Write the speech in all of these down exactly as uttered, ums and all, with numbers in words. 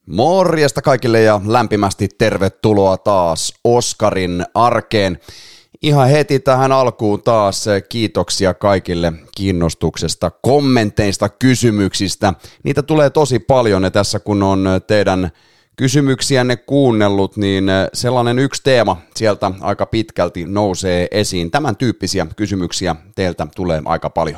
Morjesta kaikille ja lämpimästi tervetuloa taas Oskarin arkeen. Ihan heti tähän alkuun taas kiitoksia kaikille kiinnostuksesta, kommenteista, kysymyksistä. Niitä tulee tosi paljon ja tässä kun on teidän kysymyksiänne kuunnellut, niin sellainen yksi teema sieltä aika pitkälti nousee esiin. Tämän tyyppisiä kysymyksiä teiltä tulee aika paljon.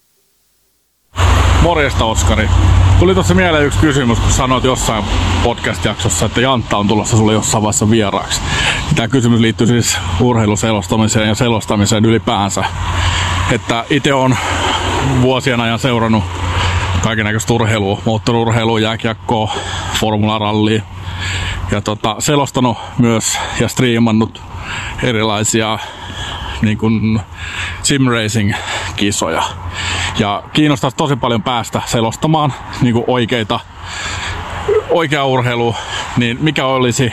Morjesta Oskari. Tuli tuossa mieleen yksi kysymys, kun sanoit jossain podcast-jaksossa, että Jantta on tulossa sulle jossain vaiheessa vieraaksi. Tämä kysymys liittyy siis urheiluselostamiseen ja selostamiseen ylipäänsä. Että itse on vuosien ajan seurannut kaikennäköistä urheilua, moottoriurheilua, jääkiekkoa, formularallia ja tota, selostanut myös ja striimannut erilaisia niin kuin sim racing-kisoja. Ja kiinnostaisi tosi paljon päästä selostamaan niin kuin oikeita, oikeaa urheilua, niin mikä olisi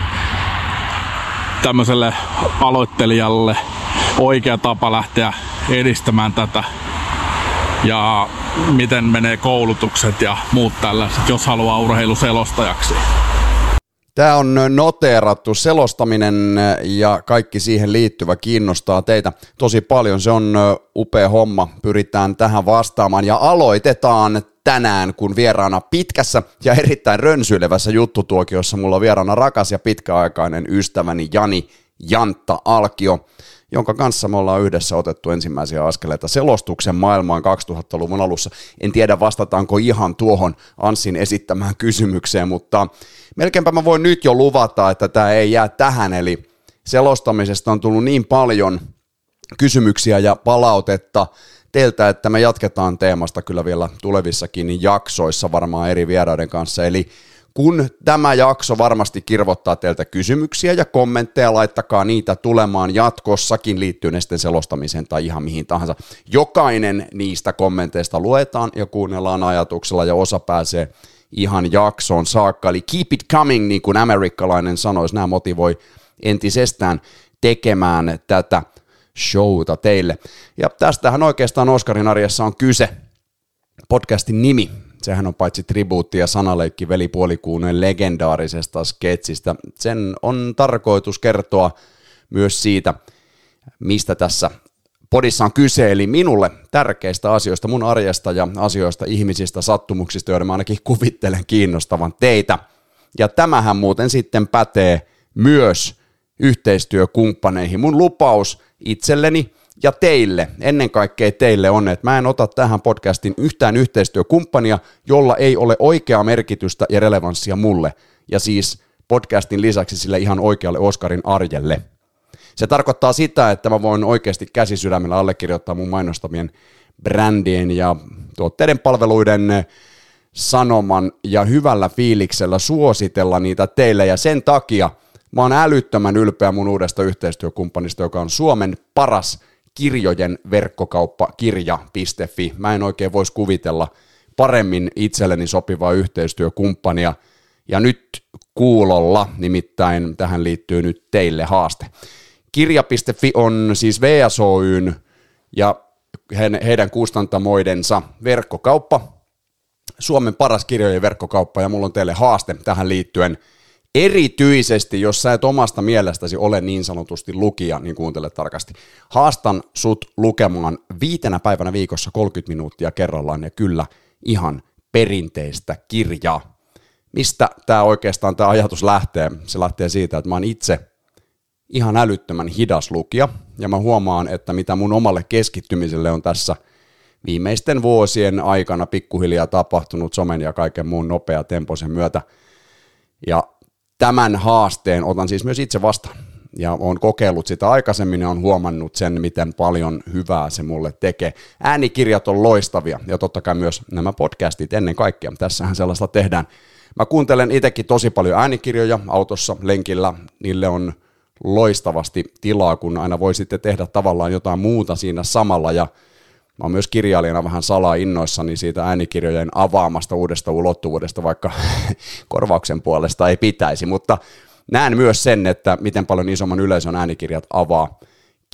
tämmöiselle aloittelijalle oikea tapa lähteä edistämään tätä ja miten menee koulutukset ja muut tällaiset, jos haluaa urheiluselostajaksi? Tämä on noteerattu, selostaminen ja kaikki siihen liittyvä kiinnostaa teitä tosi paljon, se on upea homma, pyritään tähän vastaamaan ja aloitetaan tänään, kun vieraana pitkässä ja erittäin rönsyilevässä juttutuokiossa mulla on vieraana rakas ja pitkäaikainen ystäväni Jani Jantta Alkio, jonka kanssa me ollaan yhdessä otettu ensimmäisiä askeleita selostuksen maailmaan kaksituhattaluvun alussa. En tiedä vastataanko ihan tuohon Anssin esittämään kysymykseen, mutta melkeinpä mä voin nyt jo luvata, että tämä ei jää tähän, eli selostamisesta on tullut niin paljon kysymyksiä ja palautetta teiltä, että me jatketaan teemasta kyllä vielä tulevissakin jaksoissa varmaan eri vieraiden kanssa, eli kun tämä jakso varmasti kirvottaa teiltä kysymyksiä ja kommentteja, laittakaa niitä tulemaan jatkossakin liittyen sitten selostamiseen tai ihan mihin tahansa. Jokainen niistä kommenteista luetaan ja kuunnellaan ajatuksella ja osa pääsee ihan jaksoon saakka. Eli keep it coming, niin kuin amerikkalainen sanoisi, nämä motivoi entisestään tekemään tätä showta teille. Ja tästähän oikeastaan Oskarin arjessa on kyse. Podcastin nimi. Sehän on paitsi tribuutti ja sanaleikki velipuolikuuneen legendaarisesta sketsistä. Sen on tarkoitus kertoa myös siitä, mistä tässä podissa on kyse, eli minulle tärkeistä asioista, mun arjesta ja asioista, ihmisistä, sattumuksista, joiden mä ainakin kuvittelen kiinnostavan teitä. Ja tämähän muuten sitten pätee myös yhteistyökumppaneihin. Mun lupaus itselleni ja teille, ennen kaikkea teille on, että mä en ota tähän podcastin yhtään yhteistyökumppania, jolla ei ole oikeaa merkitystä ja relevanssia mulle, ja siis podcastin lisäksi sille ihan oikealle Oskarin arjelle. Se tarkoittaa sitä, että mä voin oikeasti käsisydämellä allekirjoittaa mun mainostamien brändien ja tuotteiden palveluiden sanoman ja hyvällä fiiliksellä suositella niitä teille, ja sen takia mä oon älyttömän ylpeä mun uudesta yhteistyökumppanista, joka on Suomen paras kirjojen verkkokauppa kirja piste fi. Mä en oikein voisi kuvitella paremmin itselleni sopivaa yhteistyökumppania. Ja nyt kuulolla, nimittäin tähän liittyy nyt teille haaste. Kirja piste fi on siis V S Oy:n ja heidän kustantamoidensa verkkokauppa. Suomen paras kirjojen verkkokauppa ja mulla on teille haaste tähän liittyen. Erityisesti, jos sä et omasta mielestäsi ole niin sanotusti lukija, niin kuuntele tarkasti. Haastan sut lukemaan viitenä päivänä viikossa kolmekymmentä minuuttia kerrallaan ja kyllä ihan perinteistä kirjaa. Mistä tämä oikeastaan tämä ajatus lähtee? Se lähtee siitä, että mä oon itse ihan älyttömän hidas lukija ja mä huomaan, että mitä mun omalle keskittymiselle on tässä viimeisten vuosien aikana pikkuhiljaa tapahtunut somen ja kaiken muun nopea temposen myötä. Ja tämän haasteen otan siis myös itse vastaan ja olen kokeillut sitä aikaisemmin ja olen huomannut sen, miten paljon hyvää se mulle tekee. Äänikirjat on loistavia ja totta kai myös nämä podcastit ennen kaikkea. Tässähän sellaista tehdään. Mä kuuntelen itsekin tosi paljon äänikirjoja autossa, lenkillä. Niille on loistavasti tilaa, kun aina voi sitten tehdä tavallaan jotain muuta siinä samalla ja mä oon myös kirjailijana vähän salaa innoissani siitä äänikirjojen avaamasta uudesta ulottuvuudesta, vaikka korvauksen puolesta ei pitäisi, mutta näen myös sen, että miten paljon isomman yleisön äänikirjat avaa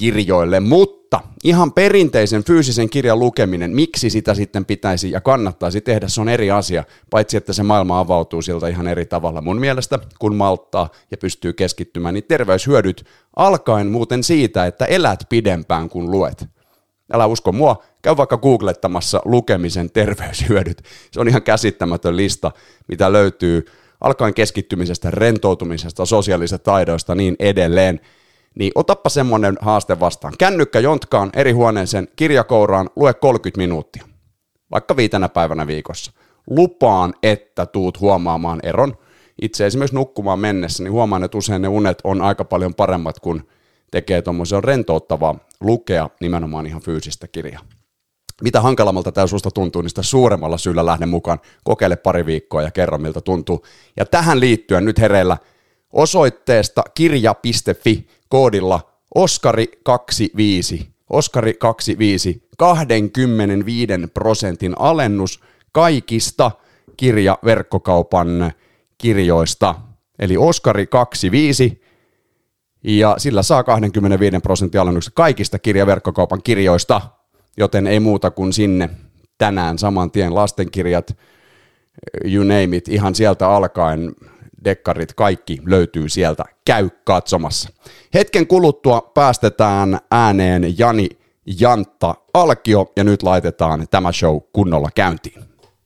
kirjoille, mutta ihan perinteisen fyysisen kirjan lukeminen, miksi sitä sitten pitäisi ja kannattaisi tehdä, se on eri asia, paitsi että se maailma avautuu siltä ihan eri tavalla mun mielestä, kun malttaa ja pystyy keskittymään, niin terveyshyödyt alkaen muuten siitä, että elät pidempään kuin luet. Älä usko mua, käy vaikka googlettamassa lukemisen terveyshyödyt. Se on ihan käsittämätön lista, mitä löytyy alkaen keskittymisestä, rentoutumisesta, sosiaalisista taidoista niin edelleen. Niin otappa semmoinen haaste vastaan. Kännykkä jontkaan eri huoneeseen, kirjakouraan, lue kolmekymmentä minuuttia. Vaikka viitenä päivänä viikossa. Lupaan, että tuut huomaamaan eron. Itse esimerkiksi nukkumaan mennessä, niin huomaan, että usein ne unet on aika paljon paremmat, kun tekee tuommoisen rentouttavaa lukea nimenomaan ihan fyysistä kirjaa. Mitä hankalammalta tämä susta tuntuu, niin sitä suuremmalla syyllä lähden mukaan. Kokeile pari viikkoa ja kerro, miltä tuntuu. Ja tähän liittyen nyt hereillä osoitteesta kirja piste fi koodilla Oskari kaksikymmentäviisi. Oskari kaksikymmentäviisi, kaksikymmentäviisi prosentin alennus kaikista kirjaverkkokaupan kirjoista. Eli Oskari kaksikymmentäviisi. Ja sillä saa kaksikymmentäviisi prosentin alennuksen kaikista kirjaverkkokaupan kirjoista, joten ei muuta kuin sinne tänään saman tien lastenkirjat, you name it, ihan sieltä alkaen, dekkarit, kaikki löytyy sieltä, käy katsomassa. Hetken kuluttua päästetään ääneen Jani Jantta Alkio ja nyt laitetaan tämä show kunnolla käyntiin.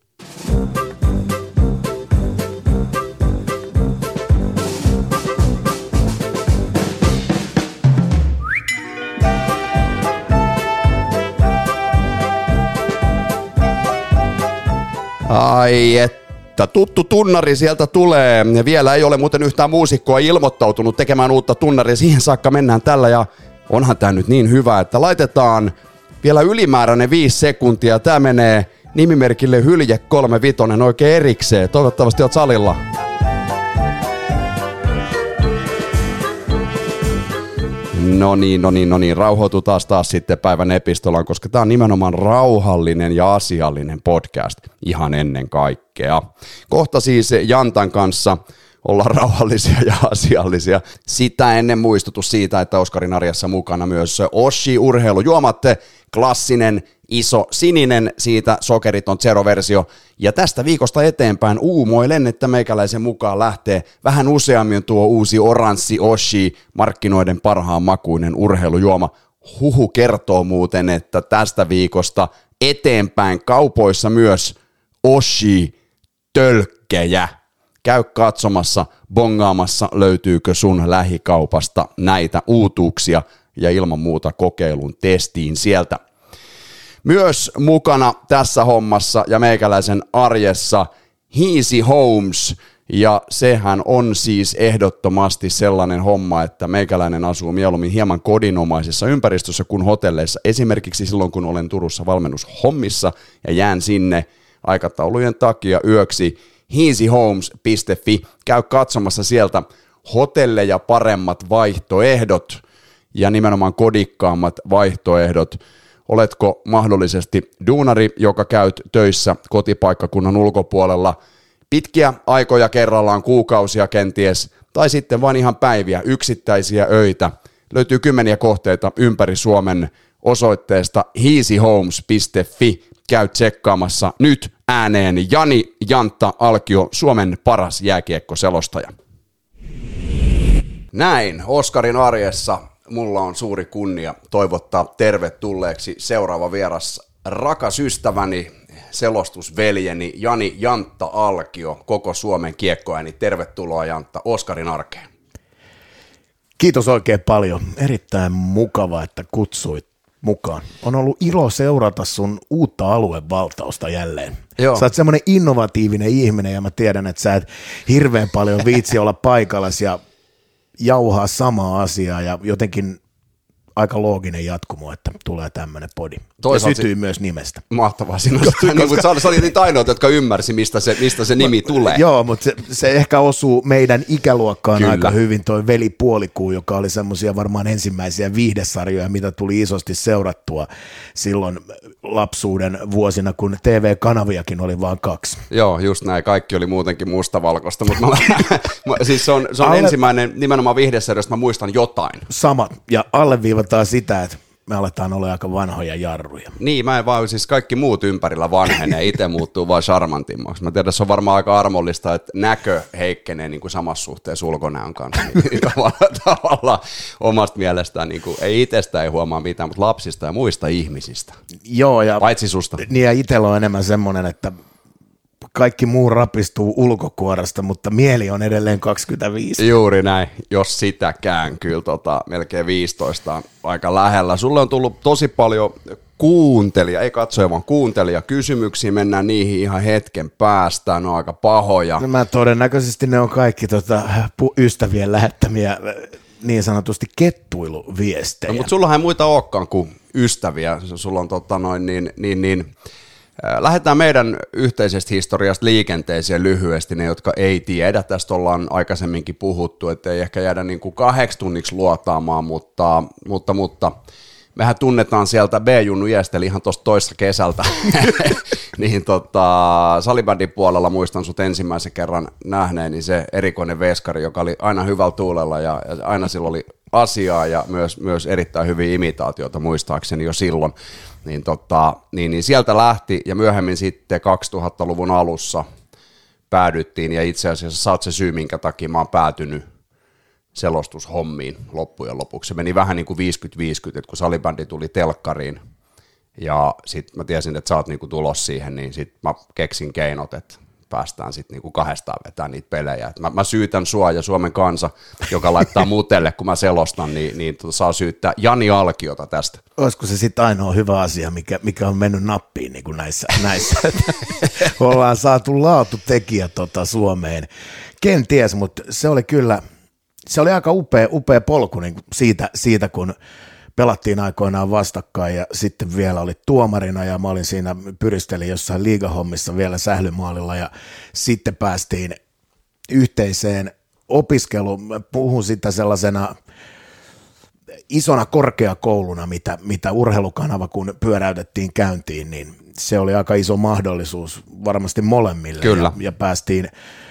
Ai että, tuttu tunnari sieltä tulee. Vielä ei ole muuten yhtään muusikkoa ilmoittautunut tekemään uutta tunnaria. Siihen saakka mennään tällä ja onhan tää nyt niin hyvä, että laitetaan vielä ylimääräinen viisi sekuntia. Tää menee nimimerkille Hylje kolmekymmentäviisi oikein erikseen. Toivottavasti oot salilla. No niin, no niin, no niin, rauhoitu taas taas sitten päivän epistolaan, koska tämä on nimenomaan rauhallinen ja asiallinen podcast ihan ennen kaikkea. Kohta siis Jantan kanssa ollaan rauhallisia ja asiallisia. Sitä ennen muistutus siitä, että Oskarin arjessa mukana myös Oshi urheilujuomat, klassinen, iso, sininen, siitä sokeriton zero-versio. Ja tästä viikosta eteenpäin uumoilen, että meikäläisen mukaan lähtee vähän useammin tuo uusi oranssi Oshi, markkinoiden parhaan makuinen urheilujuoma. Huhu kertoo muuten, että tästä viikosta eteenpäin kaupoissa myös Oshi-tölkkejä. Käy katsomassa, bongaamassa, löytyykö sun lähikaupasta näitä uutuuksia ja ilman muuta kokeilun testiin sieltä. Myös mukana tässä hommassa ja meikäläisen arjessa Easy Homes, ja sehän on siis ehdottomasti sellainen homma, että meikäläinen asuu mieluummin hieman kodinomaisessa ympäristössä kuin hotelleissa, esimerkiksi silloin kun olen Turussa valmennushommissa ja jään sinne aikataulujen takia yöksi. easy homes piste fi, käy katsomassa sieltä hotelleja paremmat vaihtoehdot ja nimenomaan kodikkaammat vaihtoehdot. Oletko mahdollisesti duunari, joka käyt töissä kotipaikkakunnan ulkopuolella pitkiä aikoja kerrallaan, kuukausia kenties, tai sitten vain ihan päiviä, yksittäisiä öitä. Löytyy kymmeniä kohteita ympäri Suomen osoitteesta easy homes piste fi. Käy tsekkaamassa nyt ääneen Jani Jantta Alkio, Suomen paras jääkiekkoselostaja. Näin, Oskarin arjessa mulla on suuri kunnia toivottaa tervetulleeksi seuraava vieras, rakas ystäväni, selostusveljeni Jani Jantta Alkio, koko Suomen kiekkoääni. Tervetuloa Jantta Oskarin arkeen. Kiitos oikein paljon. Erittäin mukava, että kutsuit mukaan. On ollut ilo seurata sun uutta aluevaltausta jälleen. Joo. Sä oot semmoinen innovatiivinen ihminen ja mä tiedän, että sä et hirveän paljon viitsi olla paikallas ja jauhaa samaa asiaa ja jotenkin aika looginen jatkumo, että tulee tämmöinen podi. Toisaalta ja sytyy si- myös nimestä. Mahtavaa. Siinä koska, niin, koska... Sä olit niitä ainoita, jotka ymmärsi, mistä se, mistä se nimi tulee. Joo, mutta se, se ehkä osuu meidän ikäluokkaan Kyllä. aika hyvin, toi Veli Puolikuu, joka oli semmoisia varmaan ensimmäisiä viihdesarjoja, mitä tuli isosti seurattua silloin lapsuuden vuosina, kun T V-kanaviakin oli vain kaksi. Joo, just näin. Kaikki oli muutenkin mustavalkoista, mutta mä, siis se on, se on Alle... ensimmäinen nimenomaan viihdesarja, josta mä muistan jotain. Sama, ja alleviivataan tarkoittaa sitä, että me aletaan olla aika vanhoja jarruja. Niin, mä en vaan, siis kaikki muut ympärillä vanhenee, itse muuttuu vaan charmantimmaksi. Mä tiedän, se on varmaan aika armollista, että näkö heikkenee niin kuin samassa suhteessa ulkonäön kanssa. Niin tavallaan, tavallaan omasta mielestään, niin kuin, ei itsestä ei huomaa mitään, mutta lapsista ja muista ihmisistä. Joo, ja paitsi susta. Niin ja itsellä on enemmän semmoinen, että kaikki muu rapistuu ulkokuoresta, mutta mieli on edelleen kaksikymmentäviisi. Juuri näin, jos sitäkään, kyllä tota, melkein viisitoista on aika lähellä. Sulle on tullut tosi paljon kuuntelija, ei katsoja vaan kuuntelija kysymyksiä, mennään niihin ihan hetken päästä, ne on aika pahoja. No mä todennäköisesti ne on kaikki tota, ystävien lähettämiä niin sanotusti kettuiluviestejä. No, mutta sullahan ei muita olekaan kuin ystäviä, sulla on tota noin niin, niin, niin lähdetään meidän yhteisestä historiasta liikenteeseen lyhyesti, ne jotka ei tiedä, tästä ollaan aikaisemminkin puhuttu, että ei ehkä jäädä niin kuin kahdeksi tunniksi luotaamaan, mutta, mutta, mutta mehän tunnetaan sieltä B-junnu iästä, eli ihan tuosta toista kesältä, niin tota, salibändin puolella muistan sut ensimmäisen kerran nähneen, niin se erikoinen veskari, joka oli aina hyvällä tuulella ja, ja aina sillä oli asiaa ja myös, myös erittäin hyviä imitaatioita muistaakseni jo silloin. Niin, tota, niin, niin sieltä lähti ja myöhemmin sitten kaksituhattaluvun alussa päädyttiin ja itse asiassa sä oot se syy, minkä takia mä oon päätynyt selostushommiin loppujen lopuksi. Se meni vähän niin kuin viisikymmentä viisikymmentä, että kun salibändi tuli telkkariin ja sitten mä tiesin, että sä oot niinku tulos siihen, niin sitten mä keksin keinot, että päästään sitten niinku kahdestaan vetämään niitä pelejä. Mä, mä syytän sua ja Suomen kansa, joka laittaa mutelle, kun mä selostan, niin, niin tota, saa syyttää Jani Alkiota tästä. Olisiko se sitten ainoa hyvä asia, mikä, mikä on mennyt nappiin niin kuin näissä, näissä. Ollaan saatu laatutekijä tota Suomeen. Kenties, mutta se oli kyllä, se oli aika upea, upea polku niin siitä, siitä, kun pelattiin aikoinaan vastakkain ja sitten vielä oli tuomarina ja mä olin siinä, pyristelin jossain liigahommissa vielä sählymaalilla ja sitten päästiin yhteiseen opiskeluun. Mä puhun sitä sellaisena isona korkeakouluna, mitä, mitä urheilukanava kun pyöräytettiin käyntiin, niin se oli aika iso mahdollisuus varmasti molemmille. Kyllä. Ja, ja päästiin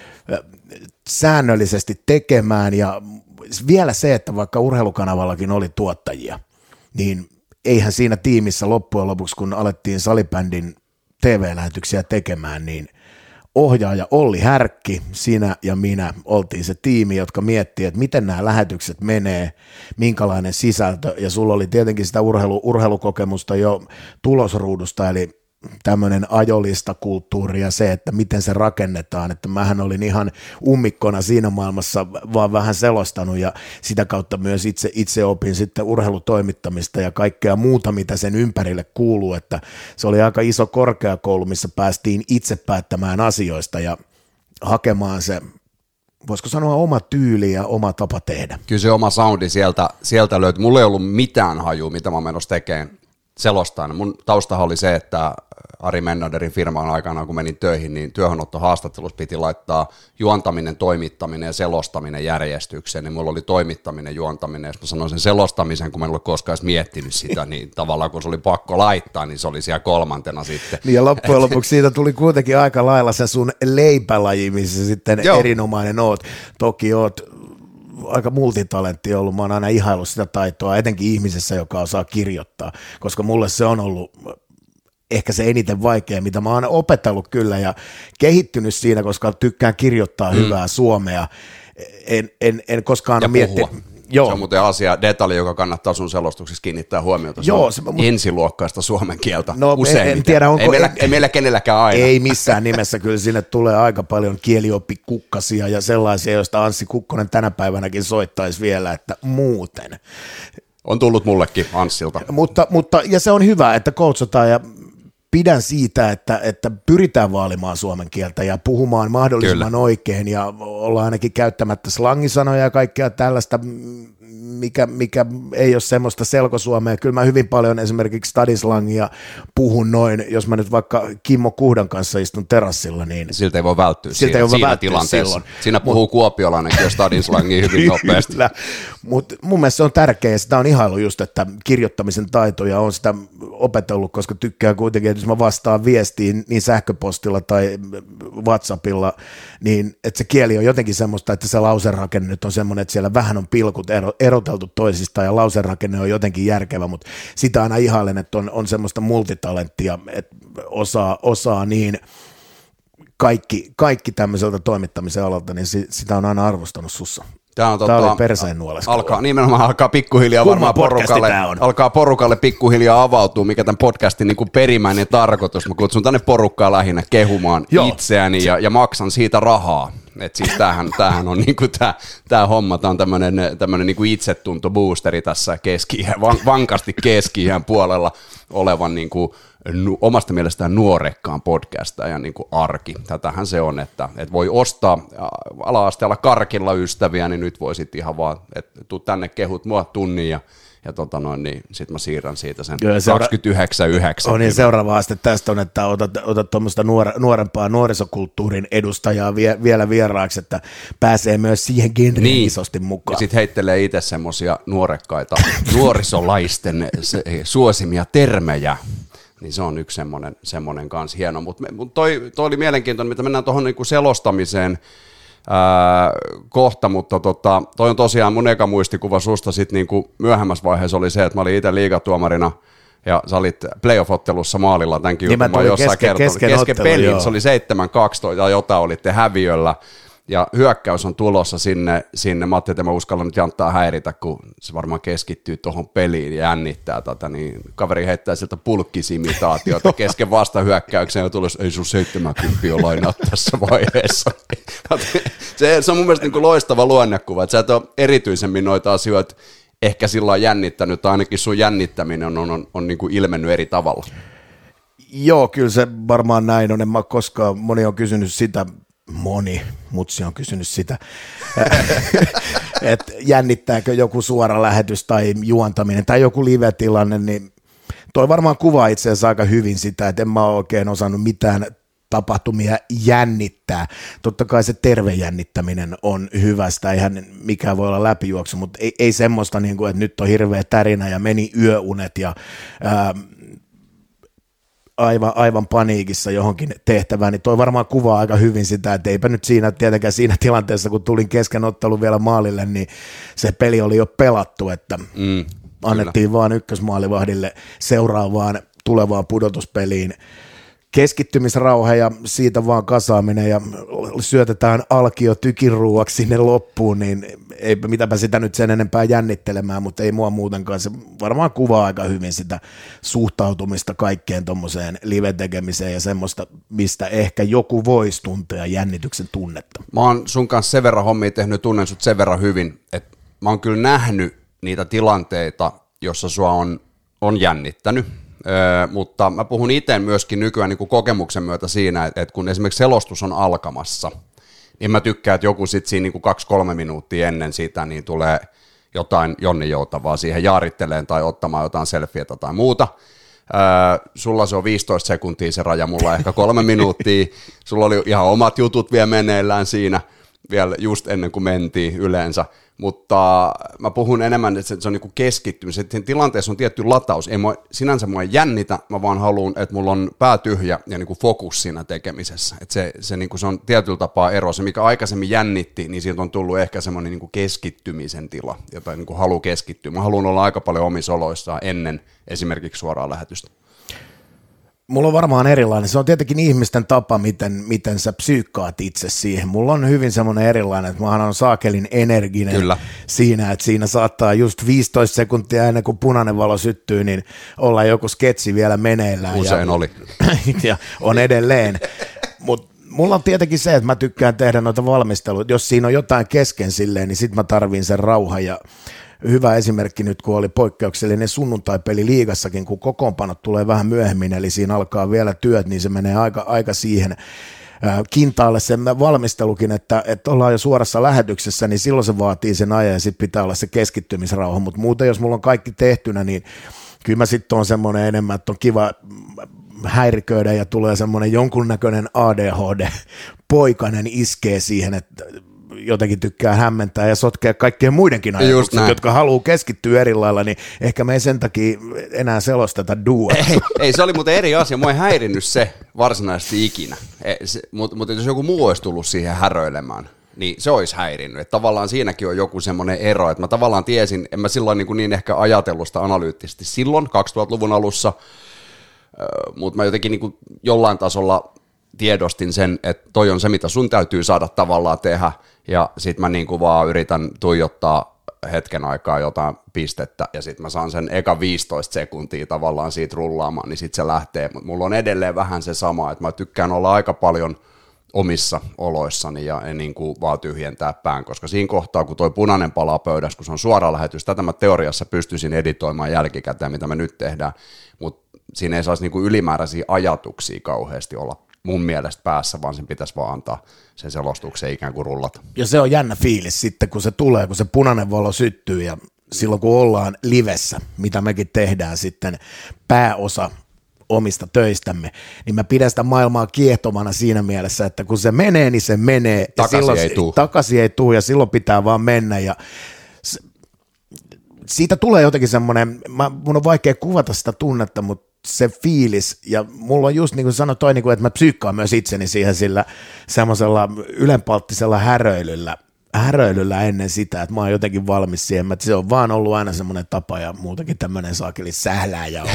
säännöllisesti tekemään ja vielä se, että vaikka urheilukanavallakin oli tuottajia, niin eihän siinä tiimissä loppujen lopuksi, kun alettiin salibändin T V-lähetyksiä tekemään, niin ohjaaja Olli Härkki, sinä ja minä oltiin se tiimi, jotka miettii, että miten nämä lähetykset menee, minkälainen sisältö, ja sulla oli tietenkin sitä urheilu, urheilukokemusta jo tulosruudusta, eli tämmöinen ajolistakulttuuri ja se, että miten se rakennetaan, että mähän olin ihan ummikkona siinä maailmassa vaan vähän selostanut ja sitä kautta myös itse, itse opin sitten urheilutoimittamista ja kaikkea muuta, mitä sen ympärille kuuluu, että se oli aika iso korkeakoulu, missä päästiin itse päättämään asioista ja hakemaan se, voisiko sanoa oma tyyli ja oma tapa tehdä. Kyllä se oma soundi sieltä, sieltä löytyi. Mulla ei ollut mitään hajua, mitä mä menossa tekemään selostaan. Mun taustahan oli se, että Ari Mennaderin firman aikana, kun menin töihin, niin työhönottohaastattelussa piti laittaa juontaminen, toimittaminen ja selostaminen järjestykseen, niin mulla oli toimittaminen, juontaminen, jos mä sanoin sen selostamisen, kun mä en ole koskaan edes miettinyt sitä, niin tavallaan kun se oli pakko laittaa, niin se oli siellä kolmantena sitten. Niin ja loppujen lopuksi siitä tuli kuitenkin aika lailla se sun leipälaji, missä sitten Joo. erinomainen oot. Toki oot aika multitalentti ollut, mä oon aina ihaillut sitä taitoa, etenkin ihmisessä, joka osaa kirjoittaa, koska mulle se on ollut ehkä se eniten vaikea, mitä mä oon opetellut kyllä ja kehittynyt siinä, koska tykkään kirjoittaa mm. hyvää suomea, en, en, en koskaan ja miettinyt. Joo. Se on muuten asia, detalji, joka kannattaa sun selostuksessa kiinnittää huomiota. Se Joo, on se, mut, ensiluokkaista suomen kieltä no, useimmiten. En tiedä, onko, ei, meillä, ei meillä kenelläkään aina. Ei missään nimessä, kyllä sinne tulee aika paljon kielioppikukkasia ja sellaisia, joista Anssi Kukkonen tänä päivänäkin soittaisi vielä, että muuten. On tullut mullekin Anssilta. Mutta, mutta, ja se on hyvä, että coachataan ja pidän siitä, että, että pyritään vaalimaan suomen kieltä ja puhumaan mahdollisimman Kyllä. oikein ja ollaan ainakin käyttämättä slangisanoja ja kaikkea tällaista, mikä, mikä ei ole semmoista selkosuomea. Kyllä mä hyvin paljon esimerkiksi stadislangia puhun noin, jos mä nyt vaikka Kimmo Kuhdan kanssa istun terassilla, niin siltä ei voi välttyä siltä siinä, ei voi siinä välttyä tilanteessa. Silloin. Siinä puhuu Mut, kuopiolainenkin jo stadislangia hyvin nopeasti. Kyllä, mutta mun mielestä se on tärkeää ja sitä on ihailu just, että kirjoittamisen taitoja on sitä opetellut, koska tykkään kuitenkin, että jos mä vastaan viestiin niin sähköpostilla tai WhatsAppilla, niin että se kieli on jotenkin semmoista, että se lauserakenne nyt on semmoinen, että siellä vähän on pilkut ero, ero, eroteltu toisistaan ja lauserakenne on jotenkin järkevä, mutta sitä aina ihailen, että on, on semmoista multitalenttia, että osaa, osaa niin kaikki, kaikki tämmöiseltä toimittamisen alalta, niin sitä on aina arvostanut sussa. Tämä, on, Tämä tota, oli perseen nuoleskelua. Alkaa, nimenomaan alkaa pikkuhiljaa Kumman varmaan porukalle, alkaa porukalle pikkuhiljaa avautua, mikä tämän podcastin niin kuin perimmäinen tarkoitus. Mä kutsun tänne porukkaa lähinnä kehumaan Joo. itseäni ja, ja maksan siitä rahaa. Et siis tämähän, tämähän on niinku tää, tää homma, tää on tämmönen, tämmönen niinku itsetuntoboosteri tässä keski, van, vankasti keski-iän puolella olevan niinku, nu, omasta mielestään nuorekkaan podcastajan niinku arki. Tätähän se on, että et voi ostaa ala-asteella karkilla ystäviä, niin nyt voisit ihan vaan, että tuu tänne kehut mua tunnin ja Ja tota noin, niin sit mä siirrän siitä sen Kyllä, seura- kaksikymmentäyhdeksän yhdeksän. On niin seuraava aste tästä on, että otat, otat tuommoista nuore, nuorempaa nuorisokulttuurin edustajaa vie, vielä vieraaksi, että pääsee myös siihen genreen niin. isosti mukaan. Ja sit heittelee itse semmosia nuorekkaita nuorisolaisten suosimia termejä. Niin se on yksi semmoinen, semmoinen kanssa hieno. Mutta mut toi, toi oli mielenkiintoinen, mitä mennään tuohon niinku selostamiseen. Ää, kohta, mutta tota, toi on tosiaan mun eka muistikuva susta sit niinku myöhemmässä vaiheessa oli se, että mä olin itse liigatuomarina ja sä olit playoff-ottelussa maalilla tämänkin niin jutun, mä jossain kesken, kertonut. Kesken, kesken pelin, se oli seitsemän kaksi ja jotain olitte häviöllä ja hyökkäys on tulossa sinne, sinne. Mä ajattelin, että mä uskallan nyt Janttaa häiritä, kun se varmaan keskittyy tuohon peliin ja jännittää tätä, niin kaveri heittää sieltä pulkkisimitaatiota kesken vastahyökkäyksen ja tulisi, ei sun seitsemänkymmentä ole lainaa tässä vaiheessa. se, se on mun mielestä niin kuin loistava luonnekuva, että sä et ole erityisemmin noita asioita ehkä silloin jännittänyt, tai ainakin sun jännittäminen on, on, on, on niin kuin ilmennyt eri tavalla. Joo, kyllä se varmaan näin on, en mä koskaan, moni on kysynyt sitä, Moni, mutsi on kysynyt sitä, että jännittääkö joku suora lähetys tai juontaminen tai joku live-tilanne, niin toi varmaan kuvaa itse asiassa aika hyvin sitä, että en mä ole oikein osannut mitään tapahtumia jännittää. Totta kai se terve jännittäminen on hyvästä, eihän mikään voi olla läpijuoksu, mutta ei, ei semmoista, niin kuin, että nyt on hirveä tärinä ja meni yöunet ja ää, Aivan, aivan paniikissa johonkin tehtävään, niin toi varmaan kuvaa aika hyvin sitä, että eipä nyt siinä tietenkään siinä tilanteessa, kun tulin kesken ottelun vielä maalille, niin se peli oli jo pelattu, että mm, annettiin kyllä. vaan ykkösmaalivahdille seuraavaan tulevaan pudotuspeliin keskittymisrauha ja siitä vaan kasaaminen ja syötetään alkio tykiruuaksi sinne loppuun, niin eipä mitäpä sitä nyt sen enempää jännittelemään, mutta ei mua muutenkaan. Se varmaan kuvaa aika hyvin sitä suhtautumista kaikkeen tommoseen live-tekemiseen ja semmoista, mistä ehkä joku voisi tuntea jännityksen tunnetta. Mä oon sun kanssa sen verran hommia tehnyt, tunnen sut sen verran hyvin, että mä oon kyllä nähnyt niitä tilanteita, jossa sua on, on jännittänyt. Öö, mutta mä puhun itse myöskin nykyään niin kuin kokemuksen myötä siinä, että, että kun esimerkiksi selostus on alkamassa, niin mä tykkään, että joku sitten siinä niin kuin kaksi-kolme minuuttia ennen sitä, niin tulee jotain jonninjoutavaa siihen jaaritteleen tai ottamaan jotain selfietä tai muuta. Öö, sulla se on viisitoista sekuntia se raja, mulla ehkä kolme minuuttia. Sulla oli ihan omat jutut vielä meneillään siinä, vielä just ennen kuin mentiin yleensä. Mutta mä puhun enemmän, että se on niinku keskittymys. Sen tilanteessa on tietty lataus. Ei mua, sinänsä mua ei jännitä, mä vaan haluan, että mulla on pää tyhjä ja niinku fokus siinä tekemisessä. Että se, se, niinku, se on tietyllä tapaa ero. Se, mikä aikaisemmin jännitti, niin siitä on tullut ehkä semmoinen niinku keskittymisen tila, jota niinku haluaa keskittyä. Mä haluan olla aika paljon omissa oloissaan ennen esimerkiksi suoraa lähetystä. Mulla on varmaan erilainen. Se on tietenkin ihmisten tapa, miten, miten sä psyykkaat itse siihen. Mulla on hyvin semmoinen erilainen, että mä on saakelin energinen Kyllä. siinä, että siinä saattaa just viisitoista sekuntia ennen kuin punainen valo syttyy, niin olla joku sketsi vielä meneillään. Usein ja, oli. ja on edelleen. Mutta mulla on tietenkin se, että mä tykkään tehdä noita valmisteluita. Jos siinä on jotain kesken silleen, niin sit mä tarviin sen rauhan ja hyvä esimerkki nyt, kun oli poikkeuksellinen sunnuntaipeli liigassakin, kun kokoonpanot tulee vähän myöhemmin, eli siinä alkaa vielä työt, niin se menee aika, aika siihen kintaalle se valmistelukin, että, että ollaan jo suorassa lähetyksessä, niin silloin se vaatii sen ajan ja sitten pitää olla se keskittymisrauha, mutta muuten jos mulla on kaikki tehtynä, niin kyllä mä sitten on semmoinen enemmän, että on kiva häiriköidä ja tulee semmoinen jonkunnäköinen A D H D-poikainen iskee siihen, että jotenkin tykkää hämmentää ja sotkea kaikkien muidenkin ajatukset, jotka haluaa keskittyä eri lailla, niin ehkä me ei sen takia enää selosteta duo. Ei, ei, se oli muuten eri asia. Mua ei häirinnyt se varsinaisesti ikinä, mutta mut jos joku muu olisi tullut siihen häröilemään, niin se olisi häirinnyt. Että tavallaan siinäkin on joku semmoinen ero, että mä tavallaan tiesin, en mä silloin niin, niin ehkä ajatellut sitä analyyttisesti silloin kaksituhattaluvun alussa, mutta mä jotenkin niin kuin jollain tasolla tiedostin sen, että toi on se, mitä sun täytyy saada tavallaan tehdä, ja sit mä niin kuin vaan yritän tuijottaa hetken aikaa jotain pistettä, ja sit mä saan sen eka viisitoista sekuntia tavallaan siitä rullaamaan, niin sit se lähtee, mutta mulla on edelleen vähän se sama, että mä tykkään olla aika paljon omissa oloissani ja en niin kuin vaan tyhjentää pään, koska siinä kohtaa, kun toi punainen palaa pöydässä, kun se on suora lähetys, tätä mä teoriassa pystyisin editoimaan jälkikäteen, mitä me nyt tehdään, mutta siinä ei saisi niin kuin ylimääräisiä ajatuksia kauheasti olla mun mielestä päässä, vaan sen pitäisi vaan antaa sen selostuksen ikään kuin rullata. Ja se on jännä fiilis sitten, kun se tulee, kun se punainen valo syttyy ja silloin kun ollaan livessä, mitä mekin tehdään sitten pääosa omista töistämme, niin mä pidän sitä maailmaa kiehtomana siinä mielessä, että kun se menee, niin se menee. Takaisin ja silloin, ei tuu. Takaisin ei tuu ja silloin pitää vaan mennä ja se, siitä tulee jotenkin semmoinen, mä, mun on vaikea kuvata sitä tunnetta, mutta se fiilis, ja mulla on just niin kuin sanoin toi, että mä psyykkaan myös itseni siihen sillä semmoisella ylenpalttisella häröilyllä, häröilyllä ennen sitä, että mä oon jotenkin valmis siihen, että se on vaan ollut aina semmoinen tapa ja muutenkin tämmöinen saakeli sählää ja on.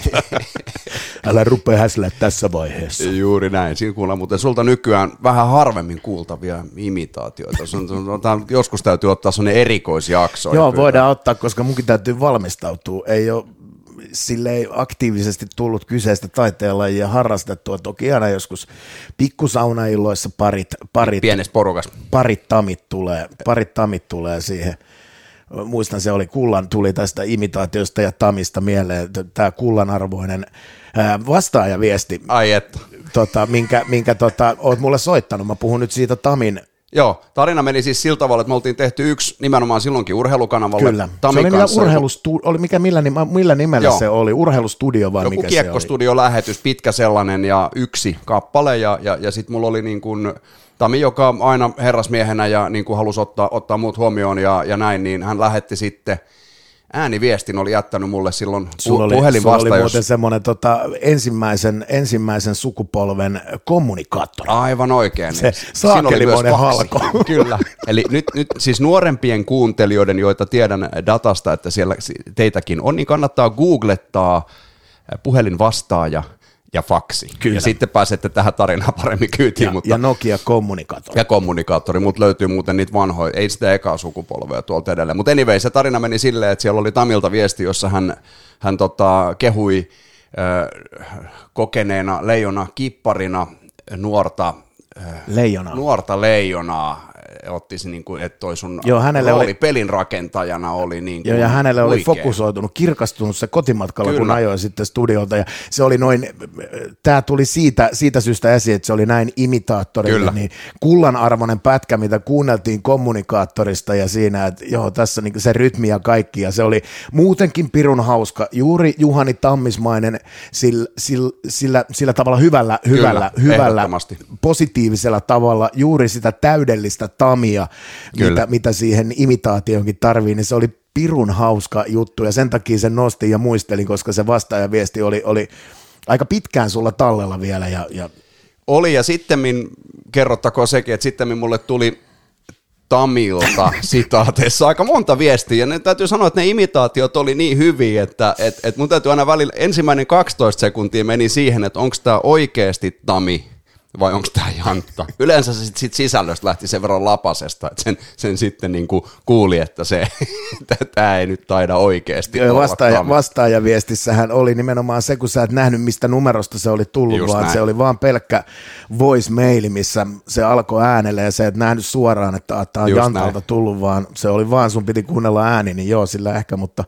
Älä rupea häslää tässä vaiheessa. Juuri näin, siinä kuullaan, mutta sulta nykyään vähän harvemmin kuultavia imitaatioita. Joskus täytyy ottaa semmoinen erikoisjakso. Joo, voidaan ottaa, koska munkin täytyy valmistautua. Ei ole sille ei aktiivisesti tullut kyseistä taiteenlajia harrastettua. Toki aina joskus pikkusaunailloissa parit, parit, pienessä porukassa. Parit tamit tulee, parit tamit tulee siihen. Muistan, se oli kullan, tuli tästä imitaatiosta ja tamista mieleen, tämä kullanarvoinen vastaajaviesti, Ai että. Tota, minkä, minkä tota, olet mulle soittanut. Mä puhun nyt siitä tamin. Joo, tarina meni siis sillä tavalla, että me oltiin tehty yksi nimenomaan silloinkin urheilukanavalle. Kyllä, se oli, urheilustu- oli mikä, millä, millä nimellä Joo. se oli, urheilustudio vai Joku mikä se oli? Joku kiekkostudio-lähetys, pitkä sellainen ja yksi kappale ja, ja, ja sitten mulla oli niin kuin Tami, joka aina herrasmiehenä ja niin kuin halusi ottaa, ottaa muut huomioon ja, ja näin, niin hän lähetti sitten ääniviestin, oli jättänyt mulle silloin pu- puhelin vasta. Sulla oli muuten semmoinen tota, ensimmäisen, ensimmäisen sukupolven kommunikaattori. Aivan oikein. Se saakelimoinen halko. Kyllä. Eli nyt, nyt siis nuorempien kuuntelijoiden, joita tiedän datasta, että siellä teitäkin on, niin kannattaa googlettaa puhelin vastaaja ja faksi. Kyllä. Ja sitten pääsette tähän tarinaan paremmin kyytiin. Ja, mutta, ja Nokia-kommunikaattori. Ja kommunikaattori, mutta löytyy muuten niitä vanhoja, ei sitä ekaa sukupolvea tuolta edelleen. Mutta anyway, se tarina meni silleen, että siellä oli Tamilta viesti, jossa hän, hän tota, kehui äh, kokeneena leijona kipparina nuorta, äh, leijonaa. nuorta leijonaa. Otti se, niin kuin, että toi sun Joo, hänelle rooli oli, pelin rakentajana oli niin kuin Joo, ja hänelle huikea. Oli fokusoitunut, kirkastunut se kotimatkalla, Kyllä. kun ajoin sitten studiolta, ja se oli noin, tämä tuli siitä, siitä syystä esiin, että se oli näin imitaattorille, niin kullanarvoinen pätkä, mitä kuunneltiin kommunikaattorista, ja siinä, että joo, tässä niin se rytmi ja kaikki, ja se oli muutenkin pirun hauska, juuri Juhani Tammismainen sillä, sillä, sillä, sillä tavalla hyvällä, hyvällä, Kyllä, hyvällä positiivisella tavalla, juuri sitä täydellistä tamia, mitä, mitä siihen imitaatioonkin tarvii, niin se oli pirun hauska juttu, ja sen takia sen nostin ja muistelin, koska se vastaajaviesti oli, oli aika pitkään sulla tallella vielä. Ja, ja... Oli, ja sittemmin, kerrottakoon sekin, että sittemmin mulle tuli Tamilta sitaateissa aika monta viestiä, ja ne täytyy sanoa, että ne imitaatiot oli niin hyviä, että et, et mun täytyy aina välillä, ensimmäinen kaksitoista sekuntia meni siihen, että onko tämä oikeasti Tami, vai onko tämä Jantta? Yleensä se sit, sit sisällöstä lähti sen verran lapasesta, että sen, sen sitten niinku kuuli, että se, tämä ei nyt taida oikeasti olla vastaaja, Tami. Vastaajaviestissähän oli nimenomaan se, kun sä et nähnyt, mistä numerosta se oli tullut, Just vaan näin. Se oli vaan pelkkä voicemaili, missä se alkoi äänelle, ja se et nähnyt suoraan, että tämä on Just Jantalta näin. Tullut, vaan se oli vaan, sun piti kuunnella ääni, niin joo, sillä ehkä, mutta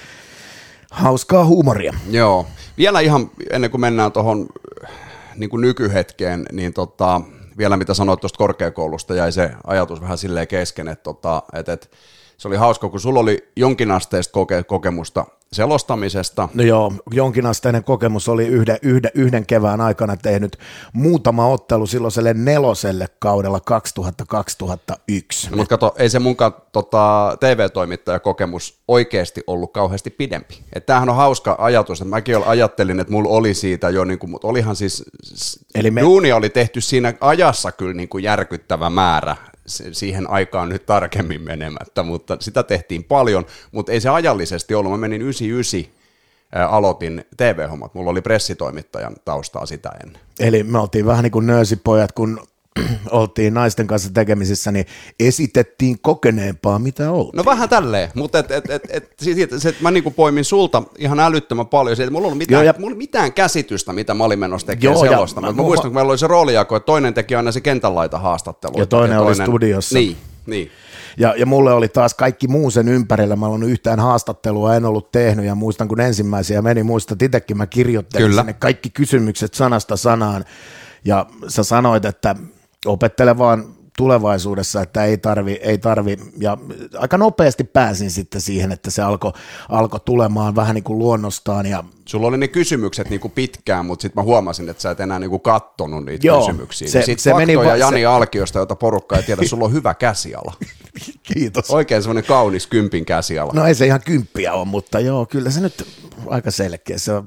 hauskaa huumoria. Joo, vielä ihan ennen kuin mennään tuohon niin kuin nykyhetkeen, niin tota, vielä mitä sanoit tuosta korkeakoulusta, jäi se ajatus vähän silleen kesken, että, tota, että, että se oli hauska, kun sulla oli jonkinasteista koke- kokemusta selostamisesta. No joo, jonkinasteinen kokemus oli yhden, yhden, yhden kevään aikana tehnyt muutama ottelu silloiselle neloselle kaudella kaksituhatta kaksituhattayksi. No, mutta kato, ei se munkaan tota, T V-toimittajakokemus oikeasti ollut kauheasti pidempi. Että tämähän on hauska ajatus, että mäkin ajattelin, että mulla oli siitä jo, niin kuin, mutta olihan siis, Eli me... duunia oli tehty siinä ajassa kyllä niin kuin järkyttävä määrä. siihen aikaan nyt tarkemmin menemättä, mutta sitä tehtiin paljon, mutta ei se ajallisesti ollut. Mä menin yhdeksänkymmentäyhdeksän, ää, aloitin T V-hommat, mulla oli pressitoimittajan taustaa sitä ennen. Eli me oltiin vähän niin kuin nöösipojat, kun oltiin naisten kanssa tekemisissä, niin esitettiin kokeneempaa, mitä oltiin. No vähän tälleen, mutta et, et, et, et, et, et, et mä niinku poimin sulta ihan älyttömän paljon siitä, että mulla ei ollut mitään, Joo, ja... mulla ei mitään käsitystä, mitä mä olin menossa tekemään Joo, selosta. Mä, mä muistan, kun meillä oli se roolijako, että toinen teki aina se kentänlaita haastattelu. Ja toinen, ja toinen oli studiossa. Niin, niin. Ja, ja mulle oli taas kaikki muu sen ympärillä, mä olen yhtään haastattelua en ollut tehnyt, ja muistan kun ensimmäisiä meni, muistat itsekin, mä kirjoittelin Kyllä. sinne kaikki kysymykset sanasta sanaan, ja sä sanoit, että opettele vaan tulevaisuudessa, että ei tarvi, ei tarvi, ja aika nopeasti pääsin sitten siihen, että se alkoi alko tulemaan vähän niin kuin luonnostaan. Ja sulla oli ne kysymykset niin kuin pitkään, mutta sitten mä huomasin, että sä et enää niin kuin kattonut niitä Joo, kysymyksiä. Se, sitten se Fakto meni ja va- Jani se... Alkiosta, jota porukka ei tiedä, sulla on hyvä käsiala. Kiitos. Oikein semmoinen kaunis kympin käsiala. No ei se ihan kymppiä ole, mutta joo, kyllä se nyt aika selkeä. Se on...